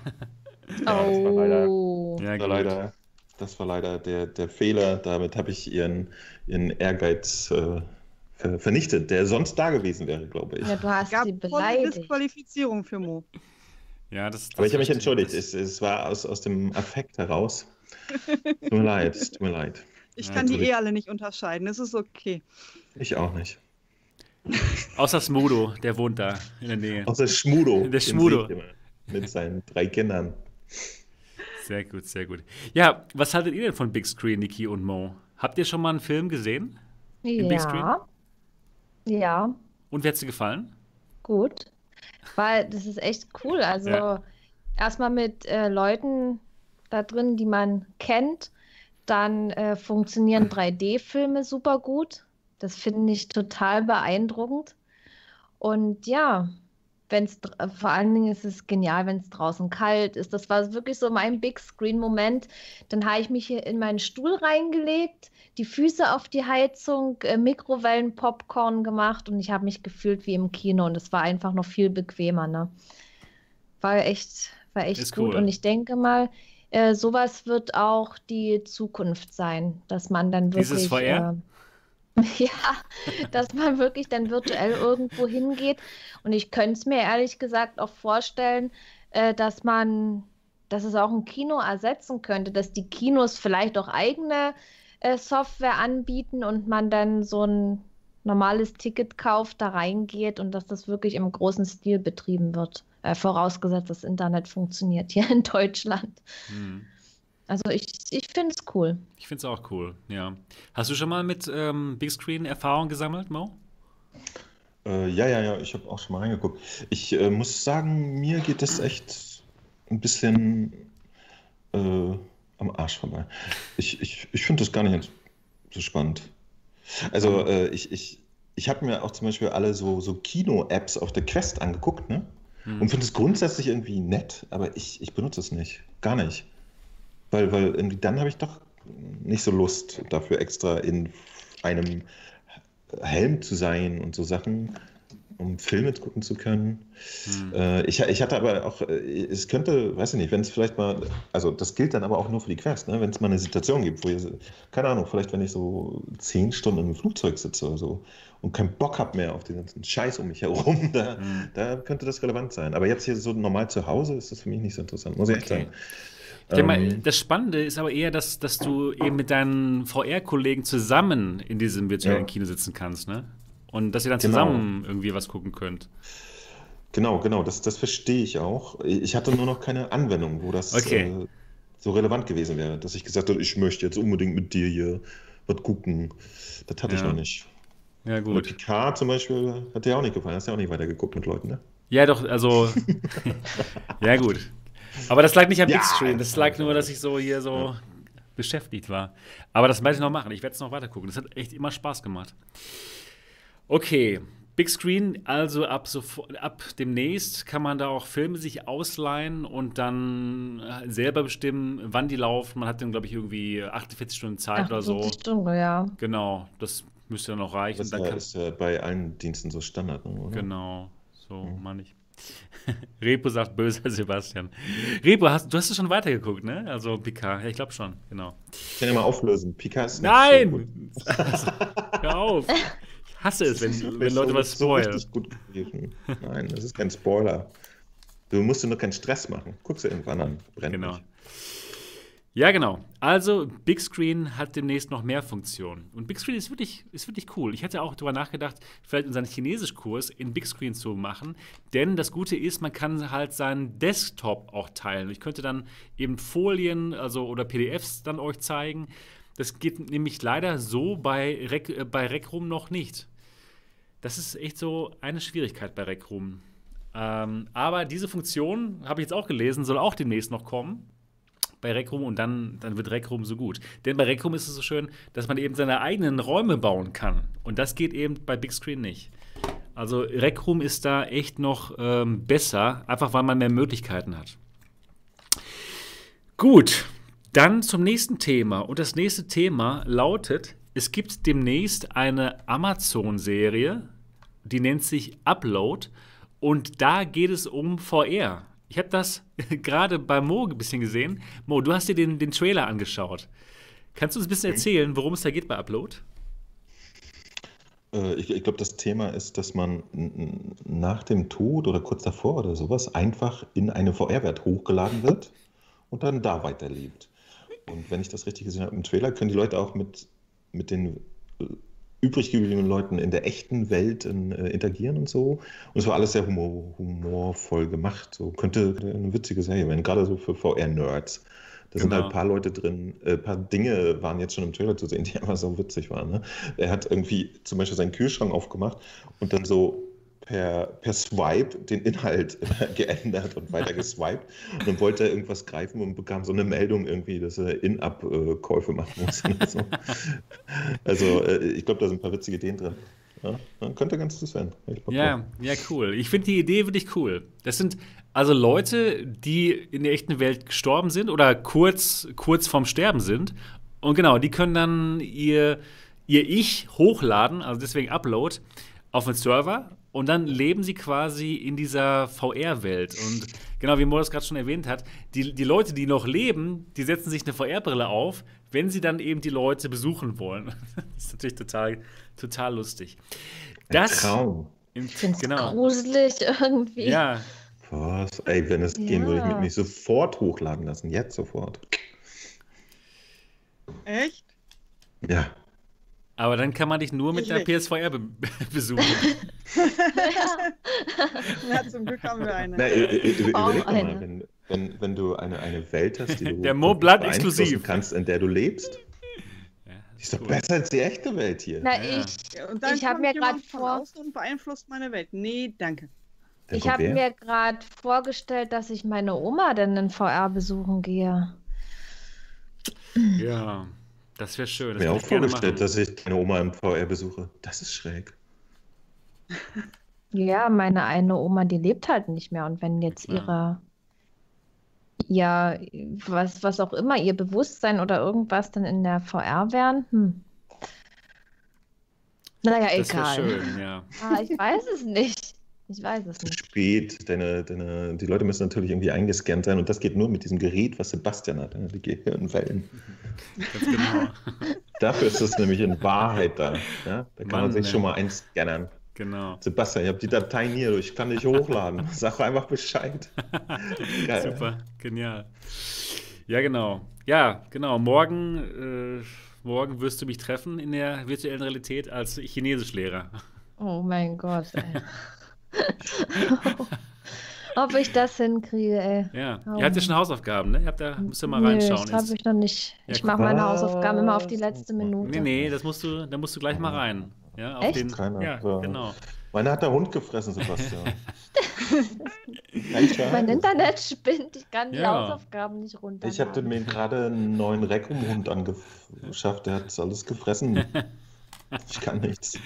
Das war leider der Fehler. Damit habe ich ihren Ehrgeiz vernichtet, der sonst da gewesen wäre, glaube ich. Ja, du hast sie beleidigt. Disqualifizierung für Mo. Ja, das aber ich habe mich entschuldigt. Es war aus dem Affekt heraus. Tut mir leid. Ich kann die alle nicht unterscheiden. Es ist okay. Ich auch nicht. Außer Smudo, der wohnt da in der Nähe. Außer Schmudo. Der Schmudo. Mit seinen 3 Kindern. Sehr gut, sehr gut. Ja, was haltet ihr denn von Big Screen, Niki und Mo? Habt ihr schon mal einen Film gesehen? Ja. Big Screen? Ja. Und wie hat es dir gefallen? Gut. Weil das ist echt cool. Also erstmal mit Leuten da drin, die man kennt. Dann funktionieren 3D-Filme super gut. Das finde ich total beeindruckend. Und ja, vor allen Dingen ist es genial, wenn es draußen kalt ist. Das war wirklich so mein Big Screen-Moment. Dann habe ich mich hier in meinen Stuhl reingelegt, die Füße auf die Heizung, Mikrowellen-Popcorn gemacht und ich habe mich gefühlt wie im Kino und es war einfach noch viel bequemer, ne? War echt Ist gut. cool. Und ich denke mal, sowas wird auch die Zukunft sein, dass man dann wirklich. Dieses VR? Ja, dass man wirklich dann virtuell irgendwo hingeht. Und ich könnte es mir ehrlich gesagt auch vorstellen, dass es auch ein Kino ersetzen könnte, dass die Kinos vielleicht auch eigene Software anbieten und man dann so ein normales Ticket kauft, da reingeht und dass das wirklich im großen Stil betrieben wird. Vorausgesetzt, das Internet funktioniert hier in Deutschland. Also ich finde es cool. Ich finde es auch cool, ja. Hast du schon mal mit Big Screen Erfahrung gesammelt, Mo? Ja, ich habe auch schon mal reingeguckt. Ich muss sagen, mir geht das echt ein bisschen am Arsch vorbei. Ich finde das gar nicht so spannend. Also ich habe mir auch zum Beispiel alle so Kino-Apps auf der Quest angeguckt, ne? Und finde es grundsätzlich irgendwie nett, aber ich benutze es nicht. Gar nicht. Weil irgendwie dann habe ich doch nicht so Lust dafür extra in einem Helm zu sein und so Sachen, um Filme gucken zu können. Ich hatte aber auch, es könnte, weiß ich nicht, wenn es vielleicht mal, also das gilt dann aber auch nur für die Quest, ne? Wenn es mal eine Situation gibt, wo ihr, keine Ahnung, vielleicht wenn ich so 10 Stunden im Flugzeug sitze oder so und keinen Bock habe mehr auf den ganzen Scheiß um mich herum, da könnte das relevant sein. Aber jetzt hier so normal zu Hause ist das für mich nicht so interessant, muss ich echt sagen. Ich denke mal, das Spannende ist aber eher, dass du eben mit deinen VR-Kollegen zusammen in diesem virtuellen Kino sitzen kannst, ne? Und dass ihr dann zusammen irgendwie was gucken könnt. Genau, das verstehe ich auch. Ich hatte nur noch keine Anwendung, wo das so relevant gewesen wäre, dass ich gesagt habe, ich möchte jetzt unbedingt mit dir hier was gucken. Das hatte ich noch nicht. Ja, gut. Aber Picard zum Beispiel hat dir auch nicht gefallen. Hast du ja auch nicht weitergeguckt mit Leuten, ne? Ja, doch, also ja, gut. Aber das lag nicht am Big Screen, das lag nur, dass ich so hier so beschäftigt war. Aber das werde ich noch machen, ich werde es noch weiter gucken. Das hat echt immer Spaß gemacht. Okay, Big Screen, also ab demnächst kann man da auch Filme sich ausleihen und dann selber bestimmen, wann die laufen. Man hat dann, glaube ich, irgendwie 48 Stunden Zeit oder so. 48 Stunden, ja. Genau, das müsste dann noch reichen. Das ist ja bei allen Diensten so Standard, oder? Genau, so meine ich. Repo sagt böser Sebastian. Repo, du hast es schon weitergeguckt, ne? Also Picard, ja, ich glaube schon, genau. Ich kann ja mal auflösen. Picard ist Nein! So also, hör auf. Ich hasse es, wenn Leute was spoilern. Richtig gut gewesen. Nein, das ist kein Spoiler. Du musst dir nur keinen Stress machen. Guck's dir irgendwann an. Brennt genau. Nicht. Ja, genau. Also, Big Screen hat demnächst noch mehr Funktionen. Und Big Screen ist wirklich cool. Ich hätte auch darüber nachgedacht, vielleicht unseren Chinesischkurs in Big Screen zu machen. Denn das Gute ist, man kann halt seinen Desktop auch teilen. Ich könnte dann eben Folien oder PDFs dann euch zeigen. Das geht nämlich leider so bei Rec Room noch nicht. Das ist echt so eine Schwierigkeit bei Rec Room. Aber diese Funktion, habe ich jetzt auch gelesen, soll auch demnächst noch kommen. Bei Rec Room und dann wird Rec Room so gut. Denn bei Rec Room ist es so schön, dass man eben seine eigenen Räume bauen kann. Und das geht eben bei Big Screen nicht. Also Rec Room ist da echt noch besser, einfach weil man mehr Möglichkeiten hat. Gut, dann zum nächsten Thema. Und das nächste Thema lautet, es gibt demnächst eine Amazon-Serie, die nennt sich Upload. Und da geht es um VR. Ich habe das gerade bei Mo ein bisschen gesehen. Mo, du hast dir den Trailer angeschaut. Kannst du uns ein bisschen erzählen, worum es da geht bei Upload? Ich glaube, das Thema ist, dass man nach dem Tod oder kurz davor oder sowas einfach in eine VR-Welt hochgeladen wird und dann da weiterlebt. Und wenn ich das richtig gesehen habe im Trailer, können die Leute auch mit den übrig gebliebenen Leuten in der echten Welt interagieren und so. Und es war alles sehr humorvoll gemacht. So könnte eine witzige Serie werden, gerade so für VR-Nerds. Da sind halt ein paar Leute drin, ein paar Dinge waren jetzt schon im Trailer zu sehen, die einfach so witzig waren. Ne? Er hat irgendwie zum Beispiel seinen Kühlschrank aufgemacht und dann so per Swipe den Inhalt geändert und weiter geswiped. Und dann wollte er irgendwas greifen und bekam so eine Meldung irgendwie, dass er In-App-Käufe machen muss. Oder so. Also ich glaube, da sind ein paar witzige Ideen drin. Ja, könnte ganz süß sein. Ja, cool. Ich finde die Idee wirklich cool. Das sind also Leute, die in der echten Welt gestorben sind oder kurz vorm Sterben sind. Und genau, die können dann ihr Ich hochladen, also deswegen Upload, auf den Server. Und dann leben sie quasi in dieser VR-Welt. Und genau, wie Mo das gerade schon erwähnt hat, die Leute, die noch leben, die setzen sich eine VR-Brille auf, wenn sie dann eben die Leute besuchen wollen. Das ist natürlich total lustig. Das Traum. Ich finde es gruselig irgendwie. Ja. Was? Ey, wenn es gehen würde, ich mich sofort hochladen lassen. Jetzt sofort. Echt? Ja. Aber dann kann man dich nur mit der PSVR besuchen. Ja, zum Glück haben wir eine. Na, überleg doch mal, wenn du eine Welt hast, die du der Mo bleibt exklusiv kannst, in der du lebst. Die ist doch besser als die echte Welt hier. Na, ich habe mir gerade und beeinflusst meine Welt. Nee, danke. Ich habe mir gerade vorgestellt, dass ich meine Oma dann in VR besuchen gehe. Ja. Das wäre schön. Ich habe mir auch vorgestellt, dass ich deine Oma im VR besuche. Das ist schräg. Ja, meine eine Oma, die lebt halt nicht mehr. Und wenn jetzt was auch immer, ihr Bewusstsein oder irgendwas dann in der VR wären, Naja, egal. Das wäre schön, ja. Ich weiß es nicht. Zu spät. Die Leute müssen natürlich irgendwie eingescannt sein und das geht nur mit diesem Gerät, was Sebastian hat, die Gehirnwellen. Ganz genau. Dafür ist es nämlich in Wahrheit da. Ja? Da kann man sich schon mal einscannen. Genau. Sebastian, ich habe die Dateien hier, ich kann dich hochladen. Sag einfach Bescheid. Geil. Super, genial. Ja, genau. Ja, genau. Morgen wirst du mich treffen in der virtuellen Realität als Chinesischlehrer. Oh mein Gott, ey. Ob ich das hinkriege, ey. Ja, ihr habt ja schon Hausaufgaben, ne? Müsst ihr mal reinschauen. Das habe ich noch nicht. Ich mache meine Hausaufgaben immer auf die letzte Minute. Nee, da musst du gleich mal rein. Ja, auf Echt? Ja, genau. Meine hat der Hund gefressen, Sebastian. Mein Internet spinnt, ich kann die Hausaufgaben nicht runter. Ich habe mir gerade einen neuen Rekum-Hund angeschafft, der hat alles gefressen. Ich kann nichts.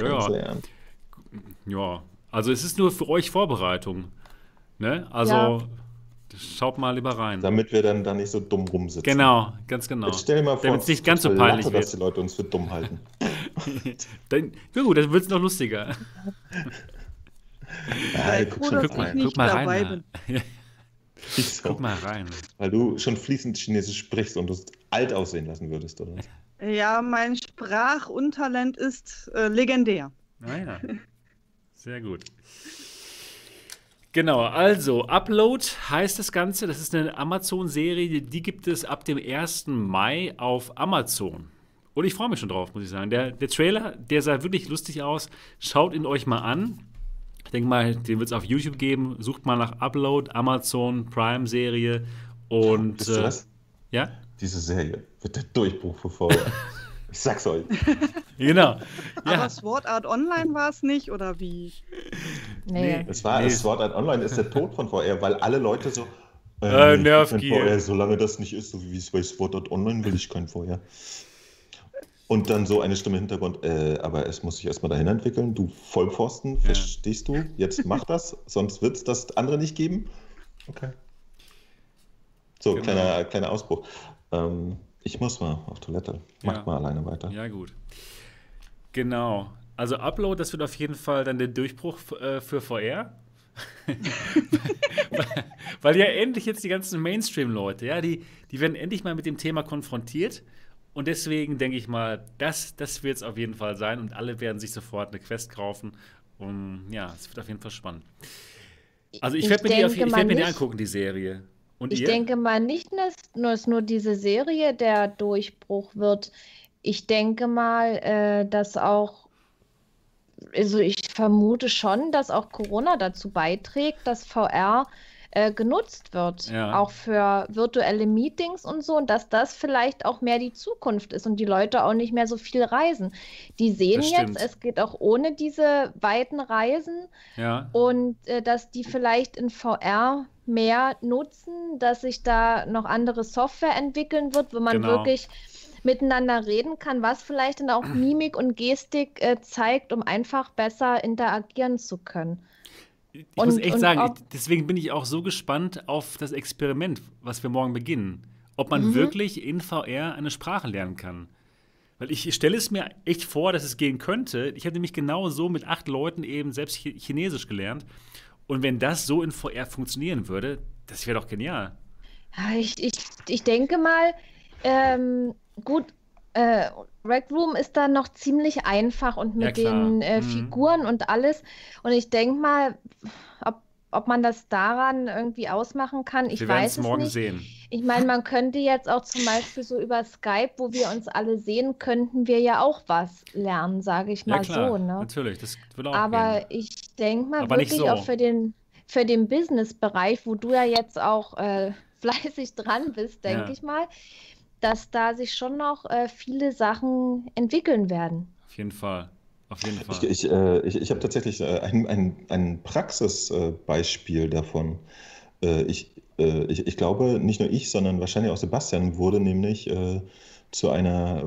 Ja, also es ist nur für euch Vorbereitung. Ne? Also schaut mal lieber rein. Damit wir dann da nicht so dumm rumsitzen. Genau, ganz genau. Jetzt stell dir mal vor, damit es nicht ganz so peinlich wird. Dass die Leute uns für dumm halten. Ja gut, dann wird es noch lustiger. Guck mal rein. Guck mal rein. Weil du schon fließend Chinesisch sprichst und es alt aussehen lassen würdest, oder? Ja, mein Sprachuntalent ist legendär. Naja, sehr gut. Genau, also Upload heißt das Ganze. Das ist eine Amazon-Serie, die gibt es ab dem 1. Mai auf Amazon. Und ich freue mich schon drauf, muss ich sagen. Der Trailer, der sah wirklich lustig aus. Schaut ihn euch mal an. Ich denke mal, den wird es auf YouTube geben. Sucht mal nach Upload, Amazon Prime-Serie. Und wisst ihr was? Ja? Diese Serie wird der Durchbruch für VR. Ich sag's euch. Genau. Aber Sword Art Online war es nicht, oder wie? Nee. Sword Art Online ist der Tod von VR, weil alle Leute so Nerfgear. Solange das nicht ist, so wie es bei Sword Art Online, will ich kein VR. Und dann so eine Stimme im Hintergrund, aber es muss sich erstmal dahin entwickeln, du Vollpfosten, verstehst du? Jetzt mach das, sonst wird es das andere nicht geben. Okay. So, genau. kleiner Ausbruch. Ich muss mal auf Toilette. Macht mal alleine weiter. Ja, gut. Genau. Also Upload, das wird auf jeden Fall dann der Durchbruch für VR. Weil ja endlich jetzt die ganzen Mainstream-Leute, die werden endlich mal mit dem Thema konfrontiert. Und deswegen denke ich mal, das wird es auf jeden Fall sein. Und alle werden sich sofort eine Quest kaufen. Und ja, es wird auf jeden Fall spannend. Also ich werde mir die angucken, die Serie. Und ich denke mal nicht, dass nur diese Serie der Durchbruch wird. Ich denke mal, dass auch, also ich vermute schon, dass auch Corona dazu beiträgt, dass VR genutzt wird, auch für virtuelle Meetings und so, und dass das vielleicht auch mehr die Zukunft ist und die Leute auch nicht mehr so viel reisen. Die sehen jetzt, es geht auch ohne diese weiten Reisen und dass die vielleicht in VR mehr nutzen, dass sich da noch andere Software entwickeln wird, wo man wirklich miteinander reden kann, was vielleicht dann auch Mimik und Gestik zeigt, um einfach besser interagieren zu können. Ich muss echt sagen, deswegen bin ich auch so gespannt auf das Experiment, was wir morgen beginnen. Ob man wirklich in VR eine Sprache lernen kann. Weil ich stelle es mir echt vor, dass es gehen könnte. Ich habe nämlich genau so mit 8 Leuten eben selbst Chinesisch gelernt. Und wenn das so in VR funktionieren würde, das wäre doch genial. Ja, ich denke mal, gut, Rec Room ist da noch ziemlich einfach und mit den Figuren und alles. Und ich denke mal, ob man das daran irgendwie ausmachen kann, ich weiß es nicht. Wir werden es morgen sehen. Ich meine, man könnte jetzt auch zum Beispiel so über Skype, wo wir uns alle sehen, könnten wir ja auch was lernen, sage ich mal so. Ne? Natürlich, das würde auch Aber gehen. Ich denke mal wirklich auch für den Business-Bereich, wo du ja jetzt auch fleißig dran bist, denke ich mal, dass da sich schon noch viele Sachen entwickeln werden. Auf jeden Fall. Ich habe tatsächlich ein Praxisbeispiel davon. Ich glaube, nicht nur ich, sondern wahrscheinlich auch Sebastian wurde nämlich zu einer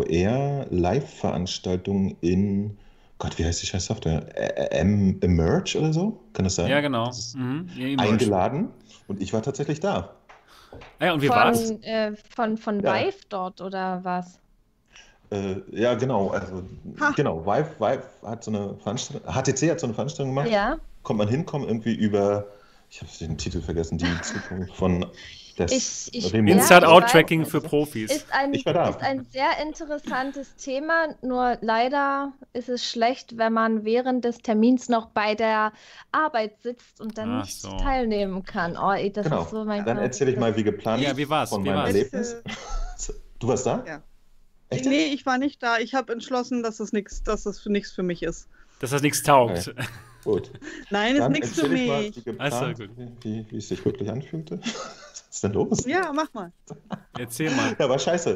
VR-Live-Veranstaltung in, Gott, wie heißt die scheiß Software? Emerge oder so? Kann das sein? Ja, genau. Eingeladen und ich war tatsächlich da. Ja, und wie war's? Von Vive dort oder was? Ja, genau. Also, genau. Vive hat so eine Veranstaltung, HTC hat so eine Veranstaltung gemacht. Ja. Kommt man irgendwie über, ich habe den Titel vergessen, die Zukunft von Inside-Out-Tracking für Profis. Ist ein sehr interessantes Thema, nur leider ist es schlecht, wenn man während des Termins noch bei der Arbeit sitzt und dann nicht teilnehmen kann. Das ist so mein Dann erzähle ich mal, wie geplant wie war's? Von meinem Erlebnis. Du warst da? Ja. Echt? Nee, ich war nicht da. Ich habe entschlossen, dass das nichts für mich ist. Dass das nichts taugt. Okay. Gut. Nein, ist nichts für mich. Mal, wie es sich wirklich anfühlte. Was ist denn los? Ja, mach mal. Erzähl mal. Ja, war scheiße.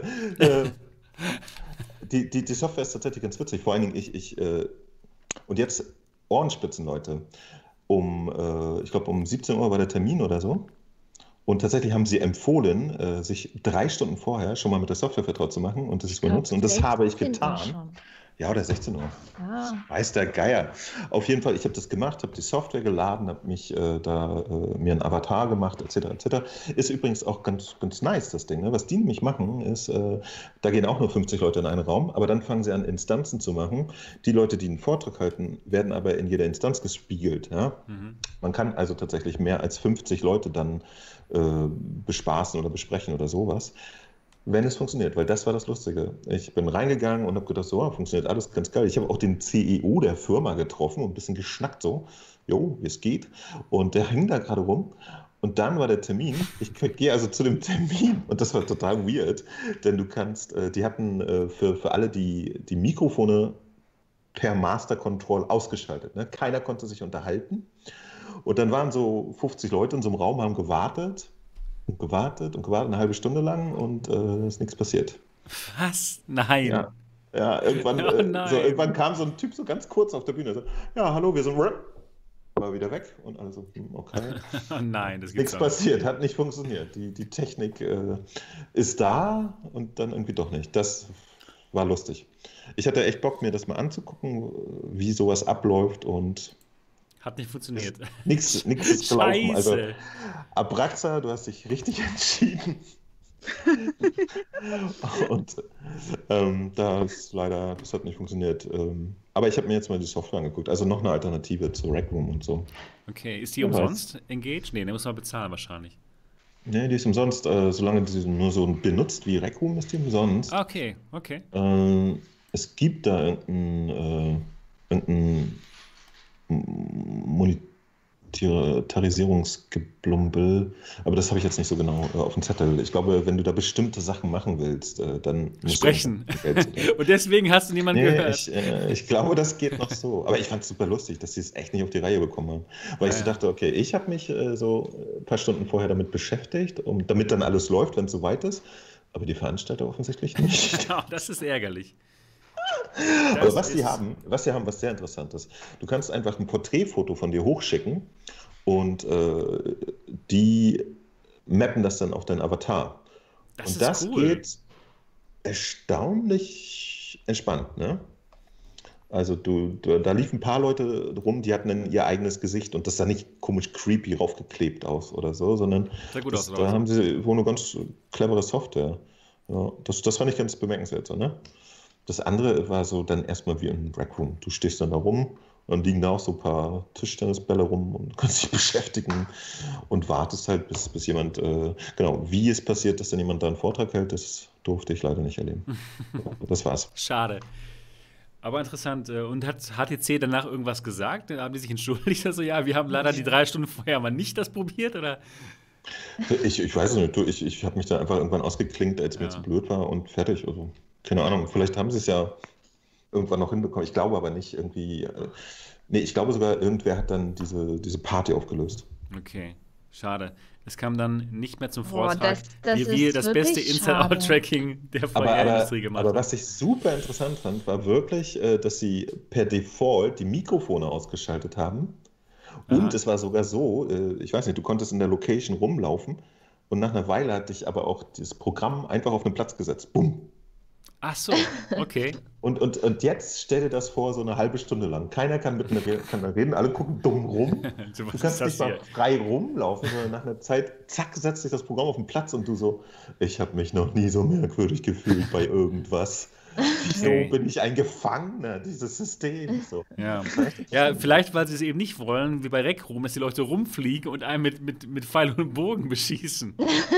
Die Software ist tatsächlich ganz witzig. Vor allen Dingen, und jetzt Ohrenspitzen, Leute. Ich glaube, um 17 Uhr war der Termin oder so. Und tatsächlich haben sie empfohlen, sich 3 Stunden vorher schon mal mit der Software vertraut zu machen und das zu benutzen. Und das habe ich getan. Ja, oder 16 Uhr. Weiß der Geier. Auf jeden Fall, ich habe das gemacht, habe die Software geladen, habe mich mir einen Avatar gemacht, etc. etc. Ist übrigens auch ganz, ganz nice, das Ding. Ne? Was die nämlich machen, ist, da gehen auch nur 50 Leute in einen Raum, aber dann fangen sie an, Instanzen zu machen. Die Leute, die einen Vortrag halten, werden aber in jeder Instanz gespiegelt. Ja? Man kann also tatsächlich mehr als 50 Leute dann bespaßen oder besprechen oder sowas. Wenn es funktioniert, weil das war das Lustige. Ich bin reingegangen und habe gedacht, so, funktioniert alles ganz geil. Ich habe auch den CEO der Firma getroffen und ein bisschen geschnackt so, jo, wie es geht. Und der hing da gerade rum. Und dann war der Termin. Ich gehe also zu dem Termin und das war total weird, denn du kannst, die hatten für alle die Mikrofone per Master Control ausgeschaltet. Ne? Keiner konnte sich unterhalten. Und dann waren so 50 Leute in so einem Raum, haben gewartet, eine halbe Stunde lang und ist nichts passiert. Was? Nein. Ja, irgendwann kam so ein Typ so ganz kurz auf der Bühne. So, ja, hallo, wir sind... War wieder weg und alle so, okay. Oh nein, das gibt's nichts passiert, hat nicht funktioniert. Die Technik ist da und dann irgendwie doch nicht. Das war lustig. Ich hatte echt Bock, mir das mal anzugucken, wie sowas abläuft und hat nicht funktioniert. Nichts ist gelaufen. Also, Abraxa, du hast dich richtig entschieden. Und das hat nicht funktioniert. Aber ich habe mir jetzt mal die Software angeguckt. Also noch eine Alternative zu Rec Room und so. Okay, ist die umsonst engaged? Nee, da muss man bezahlen wahrscheinlich. Nee, die ist umsonst. Solange du sie nur so benutzt wie Rec Room, ist die umsonst. Okay. Es gibt da irgendeinen Monetarisierungsgeblumbel, aber das habe ich jetzt nicht so genau auf dem Zettel. Ich glaube, wenn du da bestimmte Sachen machen willst, dann musst sprechen. Und deswegen hast du niemanden gehört. Ich glaube, das geht noch so. Aber ich fand es super lustig, dass sie es echt nicht auf die Reihe bekommen haben. Weil ich so dachte, okay, ich habe mich so ein paar Stunden vorher damit beschäftigt, damit dann alles läuft, wenn es soweit ist. Aber die Veranstalter offensichtlich nicht. Ja, das ist ärgerlich. Aber was sie haben, was sehr interessant ist, du kannst einfach ein Porträtfoto von dir hochschicken und die mappen das dann auf deinen Avatar. Und das geht erstaunlich entspannt, ne? Also da liefen ein paar Leute rum, die hatten dann ihr eigenes Gesicht und das sah nicht komisch creepy raufgeklebt aus oder so, sondern da haben sie wohl eine ganz clevere Software. Ja, das fand ich ganz bemerkenswert, so, ne? Das andere war so dann erstmal wie ein Rec Room. Du stehst dann da rum, dann liegen da auch so ein paar Tischtennisbälle rum und kannst dich beschäftigen und wartest halt, bis jemand, wie es passiert, dass dann jemand da einen Vortrag hält, das durfte ich leider nicht erleben. Das war's. Schade. Aber interessant. Und hat HTC danach irgendwas gesagt? Haben die sich entschuldigt? Also ja, wir haben leider die 3 Stunden vorher mal nicht das probiert, oder? Ich weiß es nicht. Ich habe mich da einfach irgendwann ausgeklinkt, als mir zu blöd war und fertig. Also, keine Ahnung. Vielleicht haben sie es ja irgendwann noch hinbekommen. Ich glaube aber nicht irgendwie. Ich glaube sogar, irgendwer hat dann diese Party aufgelöst. Okay, schade. Es kam dann nicht mehr zum Vortrag, wie wir das beste Inside-Out-Tracking der VR-Industrie gemacht haben. Aber was ich super interessant fand, war wirklich, dass sie per Default die Mikrofone ausgeschaltet haben. Und es war sogar so, ich weiß nicht, du konntest in der Location rumlaufen und nach einer Weile hat dich aber auch das Programm einfach auf einen Platz gesetzt. Bumm. Ach so, okay. Und jetzt stell dir das vor, so eine halbe Stunde lang. Keiner kann miteinander reden, alle gucken dumm rum. Du kannst nicht mal frei rumlaufen, sondern nach einer Zeit, zack, setzt sich das Programm auf den Platz und du so, ich habe mich noch nie so merkwürdig gefühlt bei irgendwas. Wieso bin ich ein Gefangener dieses Systems? So. Ja, vielleicht, weil sie es eben nicht wollen, wie bei Rec Room, dass die Leute rumfliegen und einen mit Pfeil und Bogen beschießen.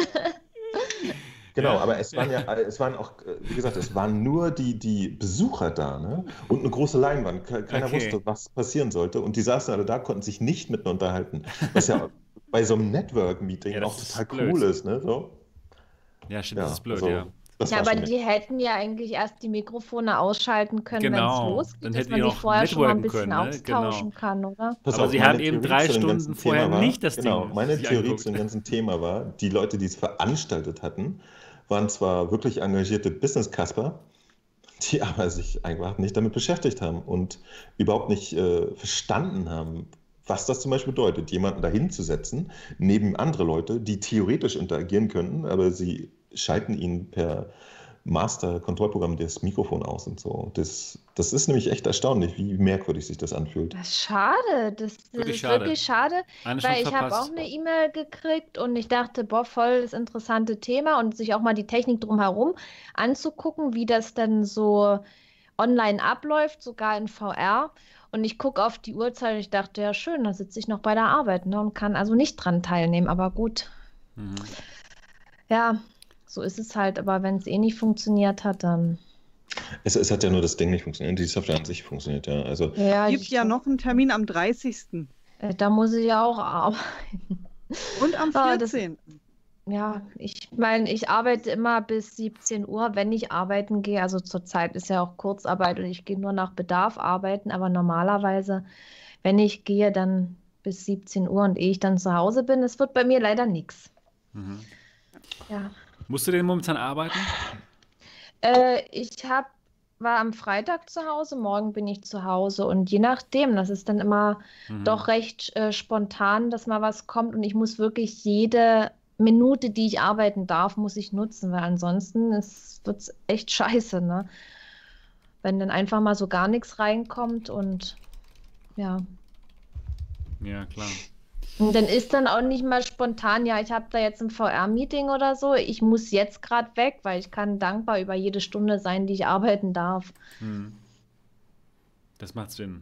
Genau, aber es waren auch, wie gesagt, es waren nur die Besucher da, ne? Und eine große Leinwand. Keiner wusste, was passieren sollte. Und die saßen alle da, konnten sich nicht miteinander unterhalten. Was ja bei so einem Network-Meeting auch total cool ist, ne? So. Ja, stimmt, das ist blöd, ja. Aber die hätten ja eigentlich erst die Mikrofone ausschalten können, wenn es losgeht, dass man sich vorher schon mal ein bisschen austauschen kann, oder? Aber sie haben eben 3 Stunden vorher nicht das Ding. Genau, meine Theorie zu dem ganzen Thema war, die Leute, die es veranstaltet hatten, waren zwar wirklich engagierte Business-Kasper, die aber sich einfach nicht damit beschäftigt haben und überhaupt nicht verstanden haben, was das zum Beispiel bedeutet, jemanden dahin zu setzen, neben andere Leute, die theoretisch interagieren könnten, aber sie schalten ihnen per Master-Kontrollprogramm das Mikrofon aus und so. Das ist nämlich echt erstaunlich, wie merkwürdig sich das anfühlt. Das ist schade. Das ist wirklich schade, weil ich habe auch eine E-Mail gekriegt und ich dachte, voll das interessante Thema und sich auch mal die Technik drumherum anzugucken, wie das dann so online abläuft, sogar in VR. Und ich gucke auf die Uhrzeit und ich dachte, ja schön, da sitze ich noch bei der Arbeit, ne, und kann also nicht dran teilnehmen, aber gut. Ja, so ist es halt, aber wenn es nicht funktioniert hat, dann... Es hat ja nur das Ding nicht funktioniert, die Software an sich funktioniert, ja. Also, es gibt ja noch einen Termin am 30. Da muss ich ja auch arbeiten. Und am 14. Ich meine, ich arbeite immer bis 17 Uhr, wenn ich arbeiten gehe. Also zurzeit ist ja auch Kurzarbeit und ich gehe nur nach Bedarf arbeiten, aber normalerweise, wenn ich gehe, dann bis 17 Uhr und ehe ich dann zu Hause bin, es wird bei mir leider nichts. Ja. Musst du denn momentan arbeiten? Ich war am Freitag zu Hause, morgen bin ich zu Hause und je nachdem, das ist dann immer doch recht spontan, dass mal was kommt und ich muss wirklich jede Minute, die ich arbeiten darf, muss ich nutzen, weil ansonsten wird es echt scheiße, ne? Wenn dann einfach mal so gar nichts reinkommt und ja. Ja, klar. Und dann ist dann auch nicht mal spontan, ja, ich habe da jetzt ein VR-Meeting oder so, ich muss jetzt gerade weg, weil ich kann dankbar über jede Stunde sein, die ich arbeiten darf. Das macht Sinn.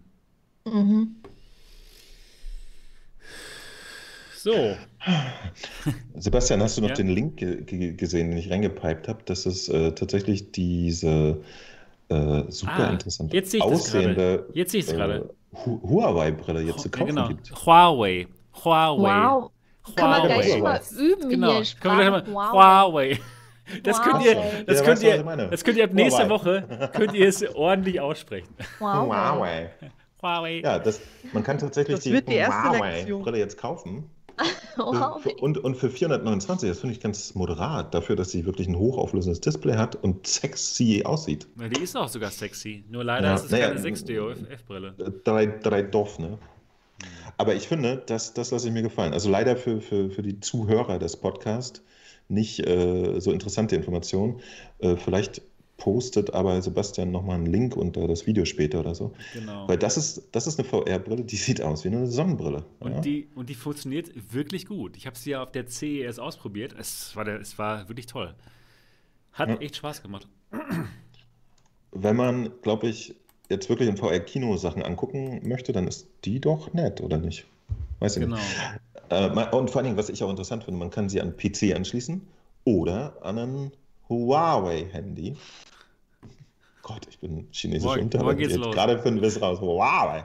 So. Sebastian, hast du noch den Link gesehen, den ich reingepiped habe? Das ist tatsächlich diese super interessant aussehende Huawei-Brille jetzt zu kaufen gibt. Huawei. Wow. Kann man gleich mal üben hier. Huawei. Das könnt ihr ab nächster Woche es ordentlich aussprechen. Huawei. Ja, man kann tatsächlich die Huawei-Brille jetzt kaufen. Und für 429, das finde ich ganz moderat, dafür, dass sie wirklich ein hochauflösendes Display hat und sexy aussieht. Na, die ist auch sogar sexy, nur leider ist es keine 6DOF-Brille. 3 Dorf, ne? Aber ich finde, das lasse ich mir gefallen. Also leider für die Zuhörer des Podcasts nicht so interessante Informationen. Vielleicht postet aber Sebastian nochmal einen Link unter das Video später oder so. Genau. Weil das ist eine VR-Brille, die sieht aus wie eine Sonnenbrille. Und die funktioniert wirklich gut. Ich habe sie ja auf der CES ausprobiert. Es war wirklich toll. Hat echt Spaß gemacht. Wenn man, glaube ich, jetzt wirklich in VR-Kino-Sachen angucken möchte, dann ist die doch nett, oder nicht? Weiß ich nicht. Und vor allen Dingen, was ich auch interessant finde, man kann sie an PC anschließen oder an ein Huawei-Handy. Gott, ich bin chinesisch unterrichtet. Gerade finden wir es raus. Huawei.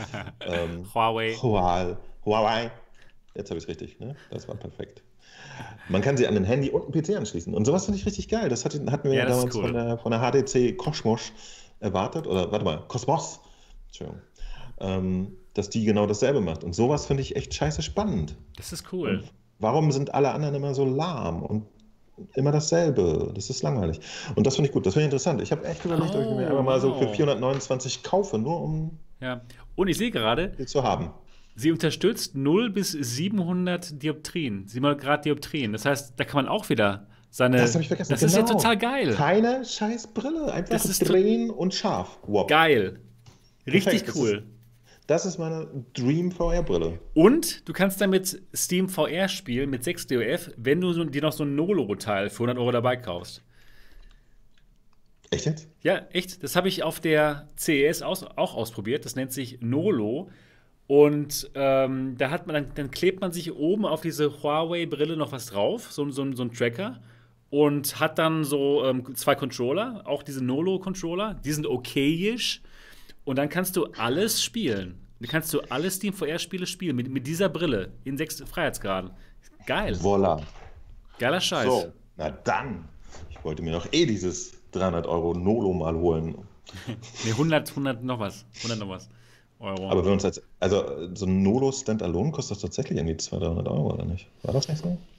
Huawei. Jetzt habe ich es richtig, ne? Das war perfekt. Man kann sie an ein Handy und einen PC anschließen. Und sowas finde ich richtig geil. Das hatten wir damals cool. von der HTC Cosmos erwartet. Oder, warte mal, Cosmos. Entschuldigung. Dass die genau dasselbe macht. Und sowas finde ich echt scheiße spannend. Das ist cool. Und warum sind alle anderen immer so lahm und immer dasselbe? Das ist langweilig. Und das finde ich gut, das finde ich interessant. Ich habe echt überlegt, ob ich mir einfach mal so für 429 kaufe, nur um und ich sehe gerade, zu haben. Sie unterstützt 0 bis 700 Dioptrien, 700 Grad Dioptrien. Das heißt, da kann man auch wieder seine... Das habe ich vergessen. Das ist ja total geil. Keine scheiß Brille, einfach drehen und scharf. Wow. Geil. Richtig perfekt. Cool. Das ist meine Dream VR-Brille. Und du kannst damit Steam VR spielen mit 6DOF, wenn du dir noch so ein Nolo-Teil für 100 € dabei kaufst. Echt jetzt? Ja, echt. Das habe ich auf der CES auch ausprobiert. Das nennt sich Nolo. Und dann klebt man sich oben auf diese Huawei-Brille noch was drauf, so ein Tracker. Und hat dann so 2 Controller, auch diese Nolo-Controller. Die sind okayisch. Und dann kannst du alles spielen. Dann kannst du alle Steam VR-Spiele spielen mit dieser Brille in 6 Freiheitsgraden. Geil. Voila. Geiler Scheiß. So, na dann. Ich wollte mir noch dieses 300 € Nolo mal holen. Nee, 100 noch was. 100 noch was Euro. Aber wenn uns jetzt, also so ein Nolo Standalone kostet das tatsächlich irgendwie 200-300 € oder nicht? War das nicht so?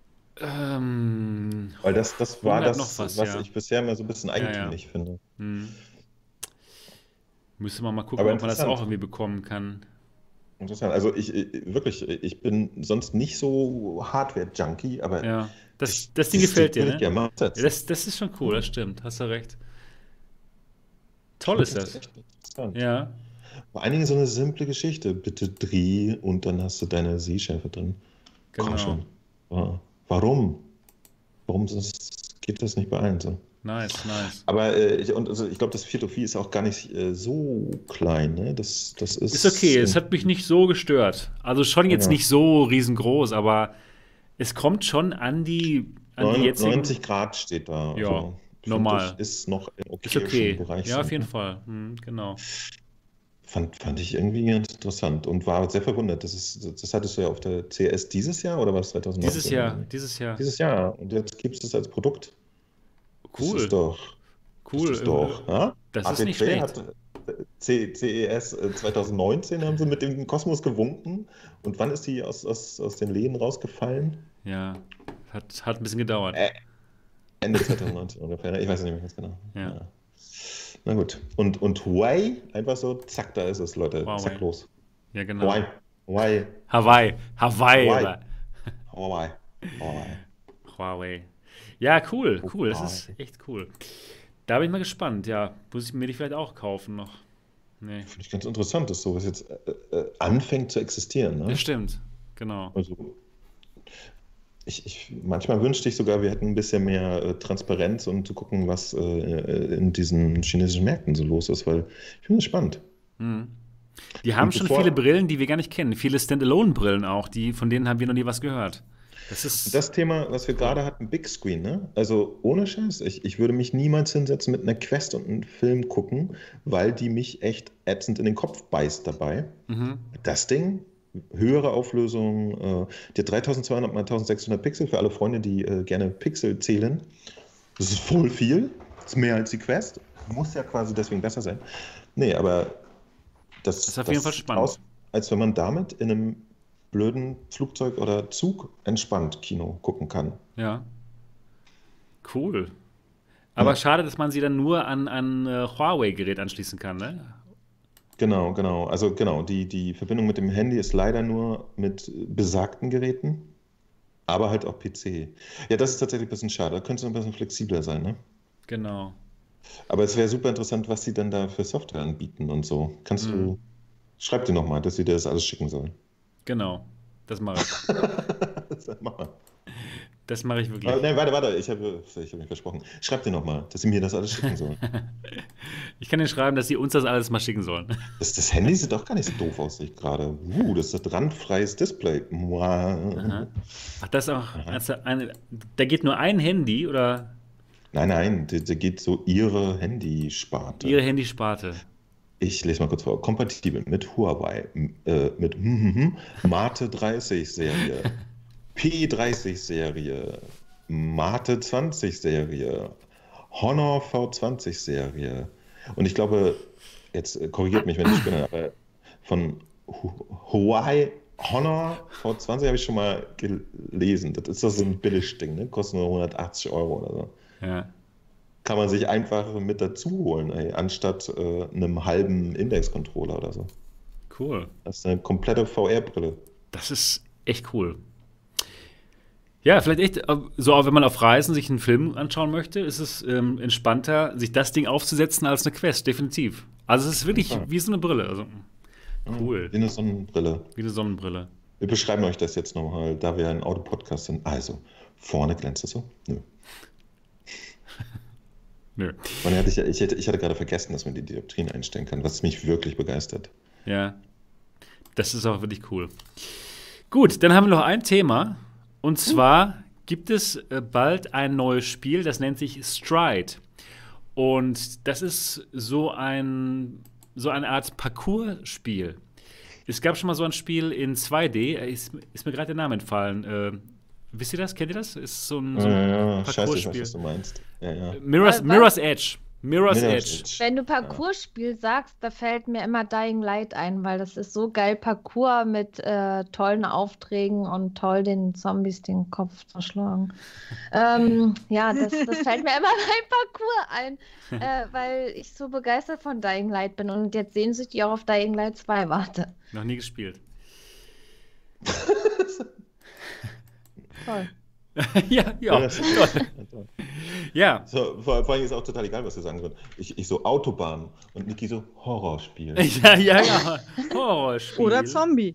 Weil das war das, was ich bisher immer so ein bisschen eigentümlich finde. Müsste man mal gucken, ob man das auch irgendwie bekommen kann. Interessant. Also ich bin sonst nicht so Hardware-Junkie, aber das Ding gefällt dir, ne? Das ist schon cool, das stimmt. Hast du recht. Toll ist das. Echt interessant. Ja. Vor allen Dingen so eine simple Geschichte. Bitte dreh und dann hast du deine Sehschärfe drin. Genau. Komm schon. Warum? Warum geht das nicht bei allen so? Nice. Aber ich glaube, das Philosophie ist auch gar nicht so klein. Ne? Das ist okay, es hat mich nicht so gestört. Also schon jetzt nicht so riesengroß, aber es kommt schon an die jetzigen... 90 Grad steht da. Ja, also, normal. Ist noch im okay. Bereich. Ja, auf jeden Fall. Genau. Fand ich irgendwie ganz interessant und war sehr verwundert. Das hattest du ja auf der CES dieses Jahr oder war es 2019? Dieses Jahr. Dieses Jahr. Und jetzt gibt es das als Produkt. Cool. Das ist doch. Cool. Das ist doch. Das ist nicht schlecht. CES 2019 haben sie mit dem Kosmos gewunken. Und wann ist die aus den Läden rausgefallen? Ja, hat ein bisschen gedauert. Ende 2019 ungefähr. Ich weiß nicht mehr ganz genau. Ja. Na gut. Und Huawei, einfach so, zack, da ist es, Leute. Huawei. Zack, los. Ja, genau. Hawaii. Ja, cool. Das ist echt cool. Da bin ich mal gespannt. Ja, muss ich mir die vielleicht auch kaufen noch. Nee. Finde ich ganz interessant, dass sowas jetzt anfängt zu existieren. Ne? Das stimmt, genau. Also, manchmal wünschte ich sogar, wir hätten ein bisschen mehr Transparenz und zu gucken, was in diesen chinesischen Märkten so los ist, weil ich finde es spannend. Die haben schon viele Brillen, die wir gar nicht kennen. Viele Standalone-Brillen auch, von denen haben wir noch nie was gehört. Das Thema, was wir gerade hatten, Big Screen, ne? Also ohne Scheiß, ich würde mich niemals hinsetzen mit einer Quest und einem Film gucken, weil die mich echt ätzend in den Kopf beißt dabei. Das Ding höhere Auflösung. Die hat 3200 x 1600 Pixel für alle Freunde, die gerne Pixel zählen. Das ist voll viel. Das ist mehr als die Quest. Muss ja quasi deswegen besser sein. Nee, aber das ist auf jeden Fall spannend. Aus, als wenn man damit in einem blöden Flugzeug oder Zug entspannt Kino gucken kann. Ja. Cool. Aber schade, dass man sie dann nur an Huawei-Gerät anschließen kann, ne? Genau. Also genau, die Verbindung mit dem Handy ist leider nur mit besagten Geräten, aber halt auch PC. Ja, das ist tatsächlich ein bisschen schade. Da könnte es ein bisschen flexibler sein, ne? Genau. Aber es wäre super interessant, was sie dann da für Software anbieten und so. Schreib dir nochmal, dass sie dir das alles schicken sollen. Genau, das mache ich. Das mache ich wirklich. Nein, warte, ich hab mich versprochen. Schreib dir nochmal, dass sie mir das alles schicken sollen. Ich kann dir schreiben, dass sie uns das alles mal schicken sollen. Das Handy sieht doch gar nicht so doof aus, sehe ich gerade. Das ist ein randfreies Display. Ach, das ist auch. Da geht nur ein Handy, oder? Nein, da geht so ihre Handysparte. Ihre Handysparte. Ich lese mal kurz vor. Kompatibel mit Huawei, mit Mate 30 Serie, P30 Serie, Mate 20 Serie, Honor V20 Serie. Und ich glaube, jetzt korrigiert mich, wenn ich spinne, aber von Huawei Honor V20 habe ich schon mal gelesen. Das ist doch so ein Billigding, ne? Kostet nur 180 € oder so. Ja. Kann man sich einfach mit dazu holen, anstatt einem halben Index-Controller oder so. Cool. Das ist eine komplette VR-Brille. Das ist echt cool. Ja, vielleicht echt, so auch wenn man auf Reisen sich einen Film anschauen möchte, ist es entspannter, sich das Ding aufzusetzen als eine Quest, definitiv. Also es ist wirklich wie so eine Brille. Also, cool. Wie eine Sonnenbrille. Wie eine Sonnenbrille. Wir beschreiben euch das jetzt nochmal, da wir ein Audio-Podcast sind. Also, vorne glänzt es so? Nö. Nö. Ich hatte gerade vergessen, dass man die Dioptrien einstellen kann, was mich wirklich begeistert. Ja, das ist auch wirklich cool. Gut, dann haben wir noch ein Thema. Und zwar gibt es bald ein neues Spiel, das nennt sich Stride. Und das ist so eine Art Parcours-Spiel. Es gab schon mal so ein Spiel in 2D, ist mir gerade der Name entfallen. Wisst ihr das? Kennt ihr das? Ist so ein Parcours-Spiel. Scheiße, ich weiß, was du meinst. Ja. Mirror's Edge. Mirror's Edge. Wenn du Parcours-Spiel sagst, da fällt mir immer Dying Light ein, weil das ist so geil Parcours mit tollen Aufträgen und toll den Zombies den Kopf zerschlagen. Ja, das fällt mir immer beim Parcours ein, weil ich so begeistert von Dying Light bin und jetzt sehnsüchtig auch auf Dying Light 2 warte. Noch nie gespielt. Toll. ja, toll. Ja. So, vor allem ist auch total egal, was wir sagen sollen. Ich so Autobahn und Niki so Horrorspiel. Ja. Horrorspiel. Oder Zombie.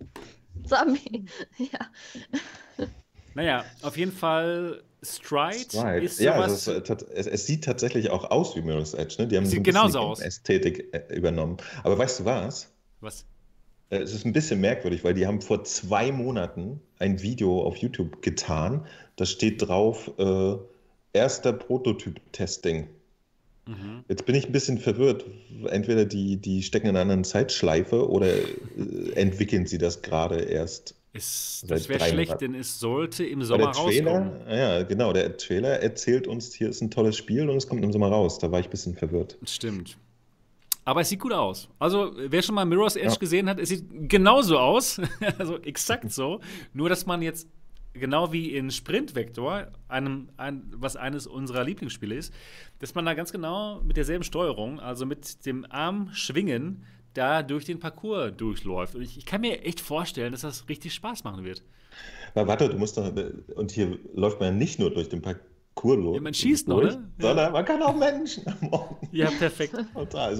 Ja. Naja, auf jeden Fall Stride. Ist ja, sowas. Es sieht tatsächlich auch aus wie Mirror's Edge. Ne? Die haben sieht genauso aus. Ästhetik übernommen. Aber weißt du was? Was? Es ist ein bisschen merkwürdig, weil die haben vor 2 Monaten ein Video auf YouTube getan. Da steht drauf, erster Prototyp-Testing. Jetzt bin ich ein bisschen verwirrt. Entweder die stecken in einer anderen Zeitschleife oder entwickeln sie das gerade erst. Das wäre schlecht, denn es sollte im Sommer rauskommen. Ja, genau. Der Trailer erzählt uns, hier ist ein tolles Spiel und es kommt im Sommer raus. Da war ich ein bisschen verwirrt. Stimmt. Aber es sieht gut aus. Also, wer schon mal Mirror's Edge gesehen hat, es sieht genauso aus. Also exakt so. Nur, dass man jetzt genau wie in Sprint Vector, was eines unserer Lieblingsspiele ist, dass man da ganz genau mit derselben Steuerung, also mit dem Arm schwingen, da durch den Parcours durchläuft. Und ich kann mir echt vorstellen, dass das richtig Spaß machen wird. Aber warte, du musst doch, und hier läuft man ja nicht nur durch den Parcours los. Ja, man schießt noch, oder? Sondern man kann auch Menschen ermorden. Ja, perfekt. Total.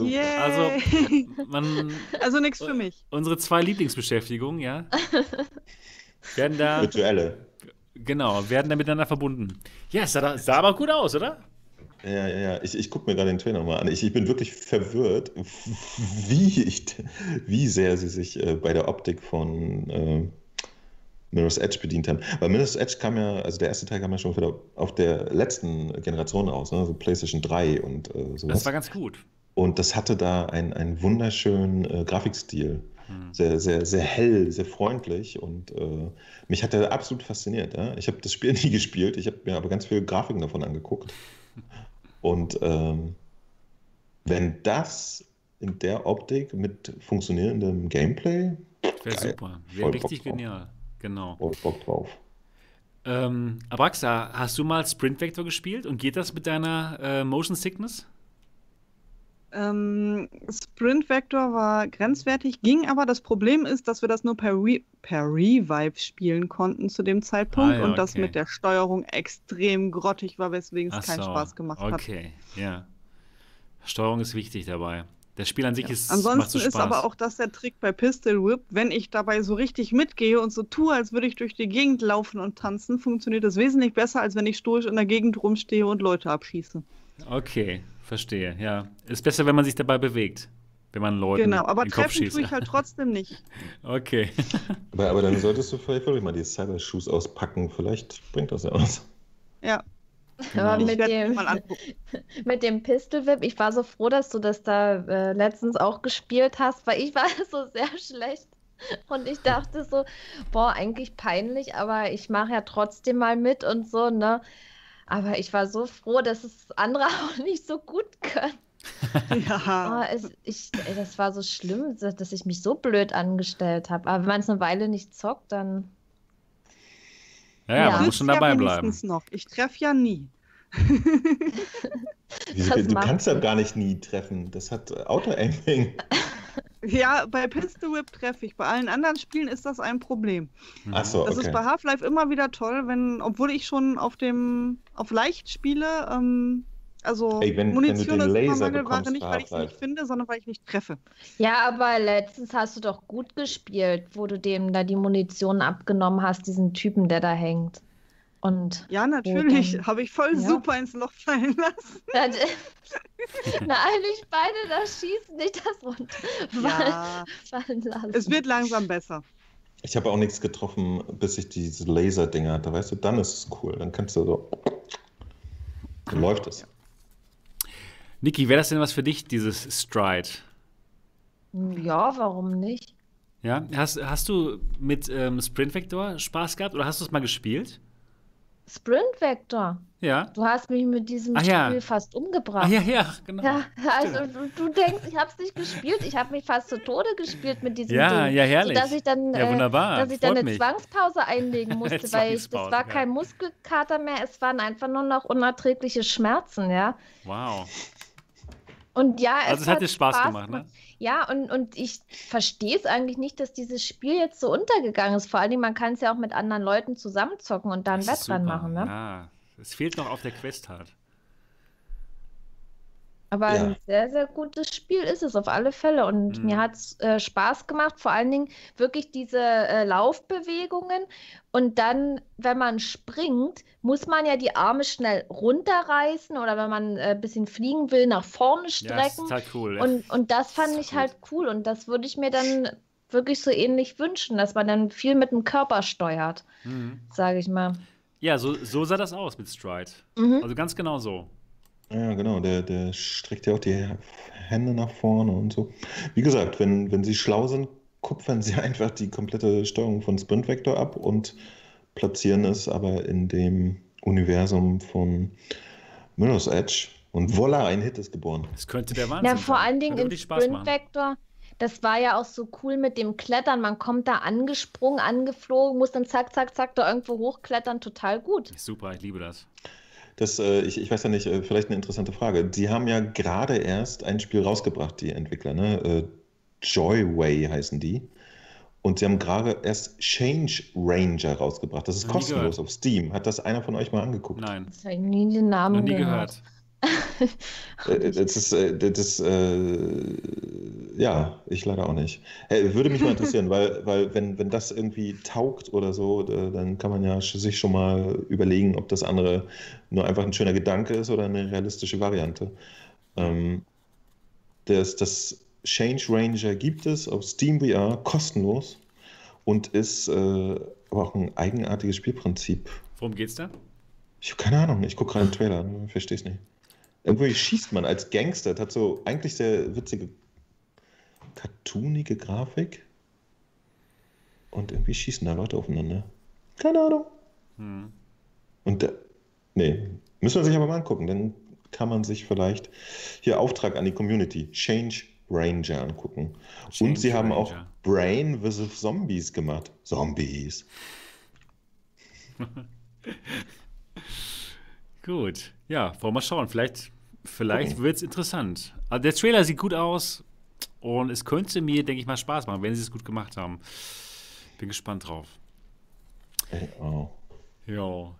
Also nichts für mich. Unsere 2 Lieblingsbeschäftigungen, ja, werden da virtuelle. Genau, werden da miteinander verbunden. Ja, sah aber gut aus, oder? Ja. Ich gucke mir gerade den Trailer mal an. Ich bin wirklich verwirrt, wie sehr sie sich bei der Optik von Mirror's Edge bedient haben. Weil Mirror's Edge kam ja, also der erste Teil kam ja schon auf der letzten Generation raus, ne? So PlayStation 3 und sowas. Das war ganz gut. Und das hatte da einen wunderschönen Grafikstil. sehr, sehr, sehr hell, sehr freundlich und mich hat er absolut fasziniert. Ja? Ich habe das Spiel nie gespielt, ich habe mir aber ganz viele Grafiken davon angeguckt. Und wenn das in der Optik mit funktionierendem Gameplay, wäre super, wäre richtig genial. Genau. Voll Bock drauf. Abraxa, hast du mal Sprint Vector gespielt und geht das mit deiner Motion Sickness? Sprint Vector war grenzwertig, ging aber. Das Problem ist, dass wir das nur per Revive spielen konnten zu dem Zeitpunkt und das mit der Steuerung extrem grottig war, weswegen es keinen Spaß gemacht hat. Okay, ja. Steuerung ist wichtig dabei. Das Spiel an sich ist ansonsten macht so Spaß. Ist aber auch das der Trick bei Pistol Whip. Wenn ich dabei so richtig mitgehe und so tue, als würde ich durch die Gegend laufen und tanzen, funktioniert das wesentlich besser, als wenn ich stoisch in der Gegend rumstehe und Leute abschieße. Okay, verstehe, ja. Ist besser, wenn man sich dabei bewegt, wenn man Leuten Genau, aber den Kopf treffen schießt. tue ich halt trotzdem nicht. Okay. Aber dann solltest du vielleicht wirklich mal die Cyber-Shoes auspacken. Vielleicht bringt das ja was. Ja. Aber mit dem Pistol Whip, ich war so froh, dass du das da letztens auch gespielt hast, weil ich war so sehr schlecht. Und ich dachte so, boah, eigentlich peinlich, aber ich mache ja trotzdem mal mit und so, ne? Aber ich war so froh, dass es andere auch nicht so gut können. Ja. Oh, das war so schlimm, dass ich mich so blöd angestellt habe. Aber wenn man es eine Weile nicht zockt, dann... Ja, man muss schon dabei bleiben. Noch. Ich treffe ja nie. Du kannst ja gar nicht nie treffen. Das hat Auto-Aiming. Ja, bei Pistol Whip treffe ich. Bei allen anderen Spielen ist das ein Problem. Ach so, das ist bei Half-Life immer wieder toll, obwohl ich schon auf leicht spiele, Munition ist immer Mangelware, nicht weil ich es nicht finde, sondern weil ich nicht treffe. Ja, aber letztens hast du doch gut gespielt, wo du dem da die Munition abgenommen hast, diesen Typen, der da hängt. Und ja, natürlich. Habe ich voll super ins Loch fallen lassen. Na, eigentlich beide da schießen, nicht das runter fallen lassen. Es wird langsam besser. Ich habe auch nichts getroffen, bis ich diese Laser-Dinger hatte. Weißt du, dann ist es cool. Dann kannst du so... Dann läuft es. Niki, wäre das denn was für dich, dieses Stride? Ja, warum nicht? Ja, hast du mit Sprint Vector Spaß gehabt oder hast du es mal gespielt? Sprint Vector? Ja. Du hast mich mit diesem Spiel fast umgebracht. Ja, genau. Ja, also du denkst, ich habe es nicht gespielt. Ich habe mich fast zu Tode gespielt mit diesem Ding. Ja, herrlich. Sodass ich dann, wunderbar. Dass ich dann eine Zwangspause einlegen musste, weil das war kein Muskelkater mehr, es waren einfach nur noch unerträgliche Schmerzen, ja. Wow. Und ja, es hat dir Spaß gemacht, ne? Ja, und ich verstehe es eigentlich nicht, dass dieses Spiel jetzt so untergegangen ist. Vor allen Dingen, man kann es ja auch mit anderen Leuten zusammenzocken und da ein Wettrennen machen, ne? Ja, es fehlt noch auf der Quest halt. Aber ein sehr, sehr gutes Spiel ist es auf alle Fälle. Und mir hat es Spaß gemacht, vor allen Dingen wirklich diese Laufbewegungen. Und dann, wenn man springt, muss man ja die Arme schnell runterreißen oder wenn man ein bisschen fliegen will, nach vorne strecken. Ja, das ist halt cool. Und das fand ich halt cool. Und das würde ich mir dann wirklich so ähnlich wünschen, dass man dann viel mit dem Körper steuert, sage ich mal. Ja, so sah das aus mit Stride. Also ganz genau so. Ja, genau, der streckt ja auch die Hände nach vorne und so. Wie gesagt, wenn sie schlau sind, kupfern sie einfach die komplette Steuerung von Sprint Vector ab und platzieren es aber in dem Universum von Mirror's Edge. Und voila, ein Hit ist geboren. Das könnte der Wahnsinn sein. Ja, vor allen Dingen in Sprint Vector, das war ja auch so cool mit dem Klettern. Man kommt da angesprungen, angeflogen, muss dann zack, zack, zack da irgendwo hochklettern. Total gut. Super, ich liebe das. Ich weiß ja nicht, vielleicht eine interessante Frage. Sie haben ja gerade erst ein Spiel rausgebracht, die Entwickler, ne? Joyway heißen die. Und sie haben gerade erst Change Ranger rausgebracht. Das ist kostenlos auf Steam. Hat das einer von euch mal angeguckt? Nein. Das habe ich nie den Namen gehört. Ja, ich leider auch nicht. Würde mich mal interessieren, weil wenn das irgendwie taugt oder so, dann kann man ja sich schon mal überlegen, ob das andere nur einfach ein schöner Gedanke ist oder eine realistische Variante. Das Change Ranger gibt es auf Steam VR kostenlos und ist aber auch ein eigenartiges Spielprinzip. Worum geht's da? Ich habe keine Ahnung, ich gucke gerade den Trailer, verstehe es nicht. Irgendwie schießt man als Gangster, das hat so eigentlich sehr witzige, cartoonige Grafik. Und irgendwie schießen da Leute aufeinander. Keine Ahnung. Und nee, müssen wir sich aber mal angucken. Dann kann man sich vielleicht hier Auftrag an die Community, Change Ranger angucken. Und sie haben auch Brain vs. Zombies gemacht. Zombies. Gut. Ja, wollen wir mal schauen. Vielleicht wird es interessant. Also der Trailer sieht gut aus und es könnte mir, denke ich mal, Spaß machen, wenn sie es gut gemacht haben. Bin gespannt drauf. Ja.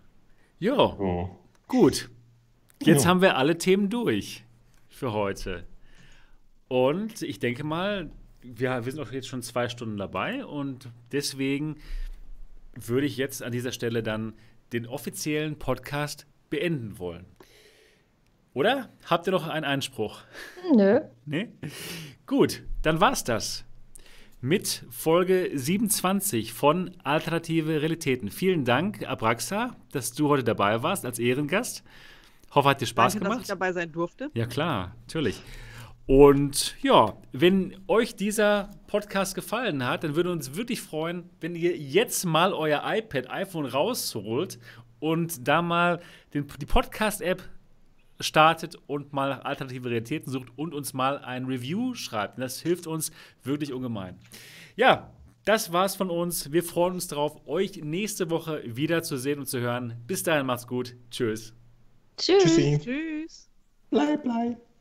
Gut. Jetzt haben wir alle Themen durch für heute. Und ich denke mal, wir sind auch jetzt schon 2 Stunden dabei und deswegen würde ich jetzt an dieser Stelle dann den offiziellen Podcast beenden wollen. Oder? Habt ihr noch einen Einspruch? Nö. Nee? Gut, dann war's das. Mit Folge 27 von Alternative Realitäten. Vielen Dank, Abraxa, dass du heute dabei warst als Ehrengast. Hoffe, hat dir Spaß gemacht. Dass ich dabei sein durfte. Ja, klar, natürlich. Und ja, wenn euch dieser Podcast gefallen hat, dann würde uns wirklich freuen, wenn ihr jetzt mal euer iPad, iPhone rausholt und da mal die Podcast-App startet und mal nach Alternative Realitäten sucht und uns mal ein Review schreibt. Das hilft uns wirklich ungemein. Ja, das war's von uns. Wir freuen uns darauf, euch nächste Woche wieder zu sehen und zu hören. Bis dahin, macht's gut. Tschüss. Tschüss. Tschüssi. Tschüss. Bleib.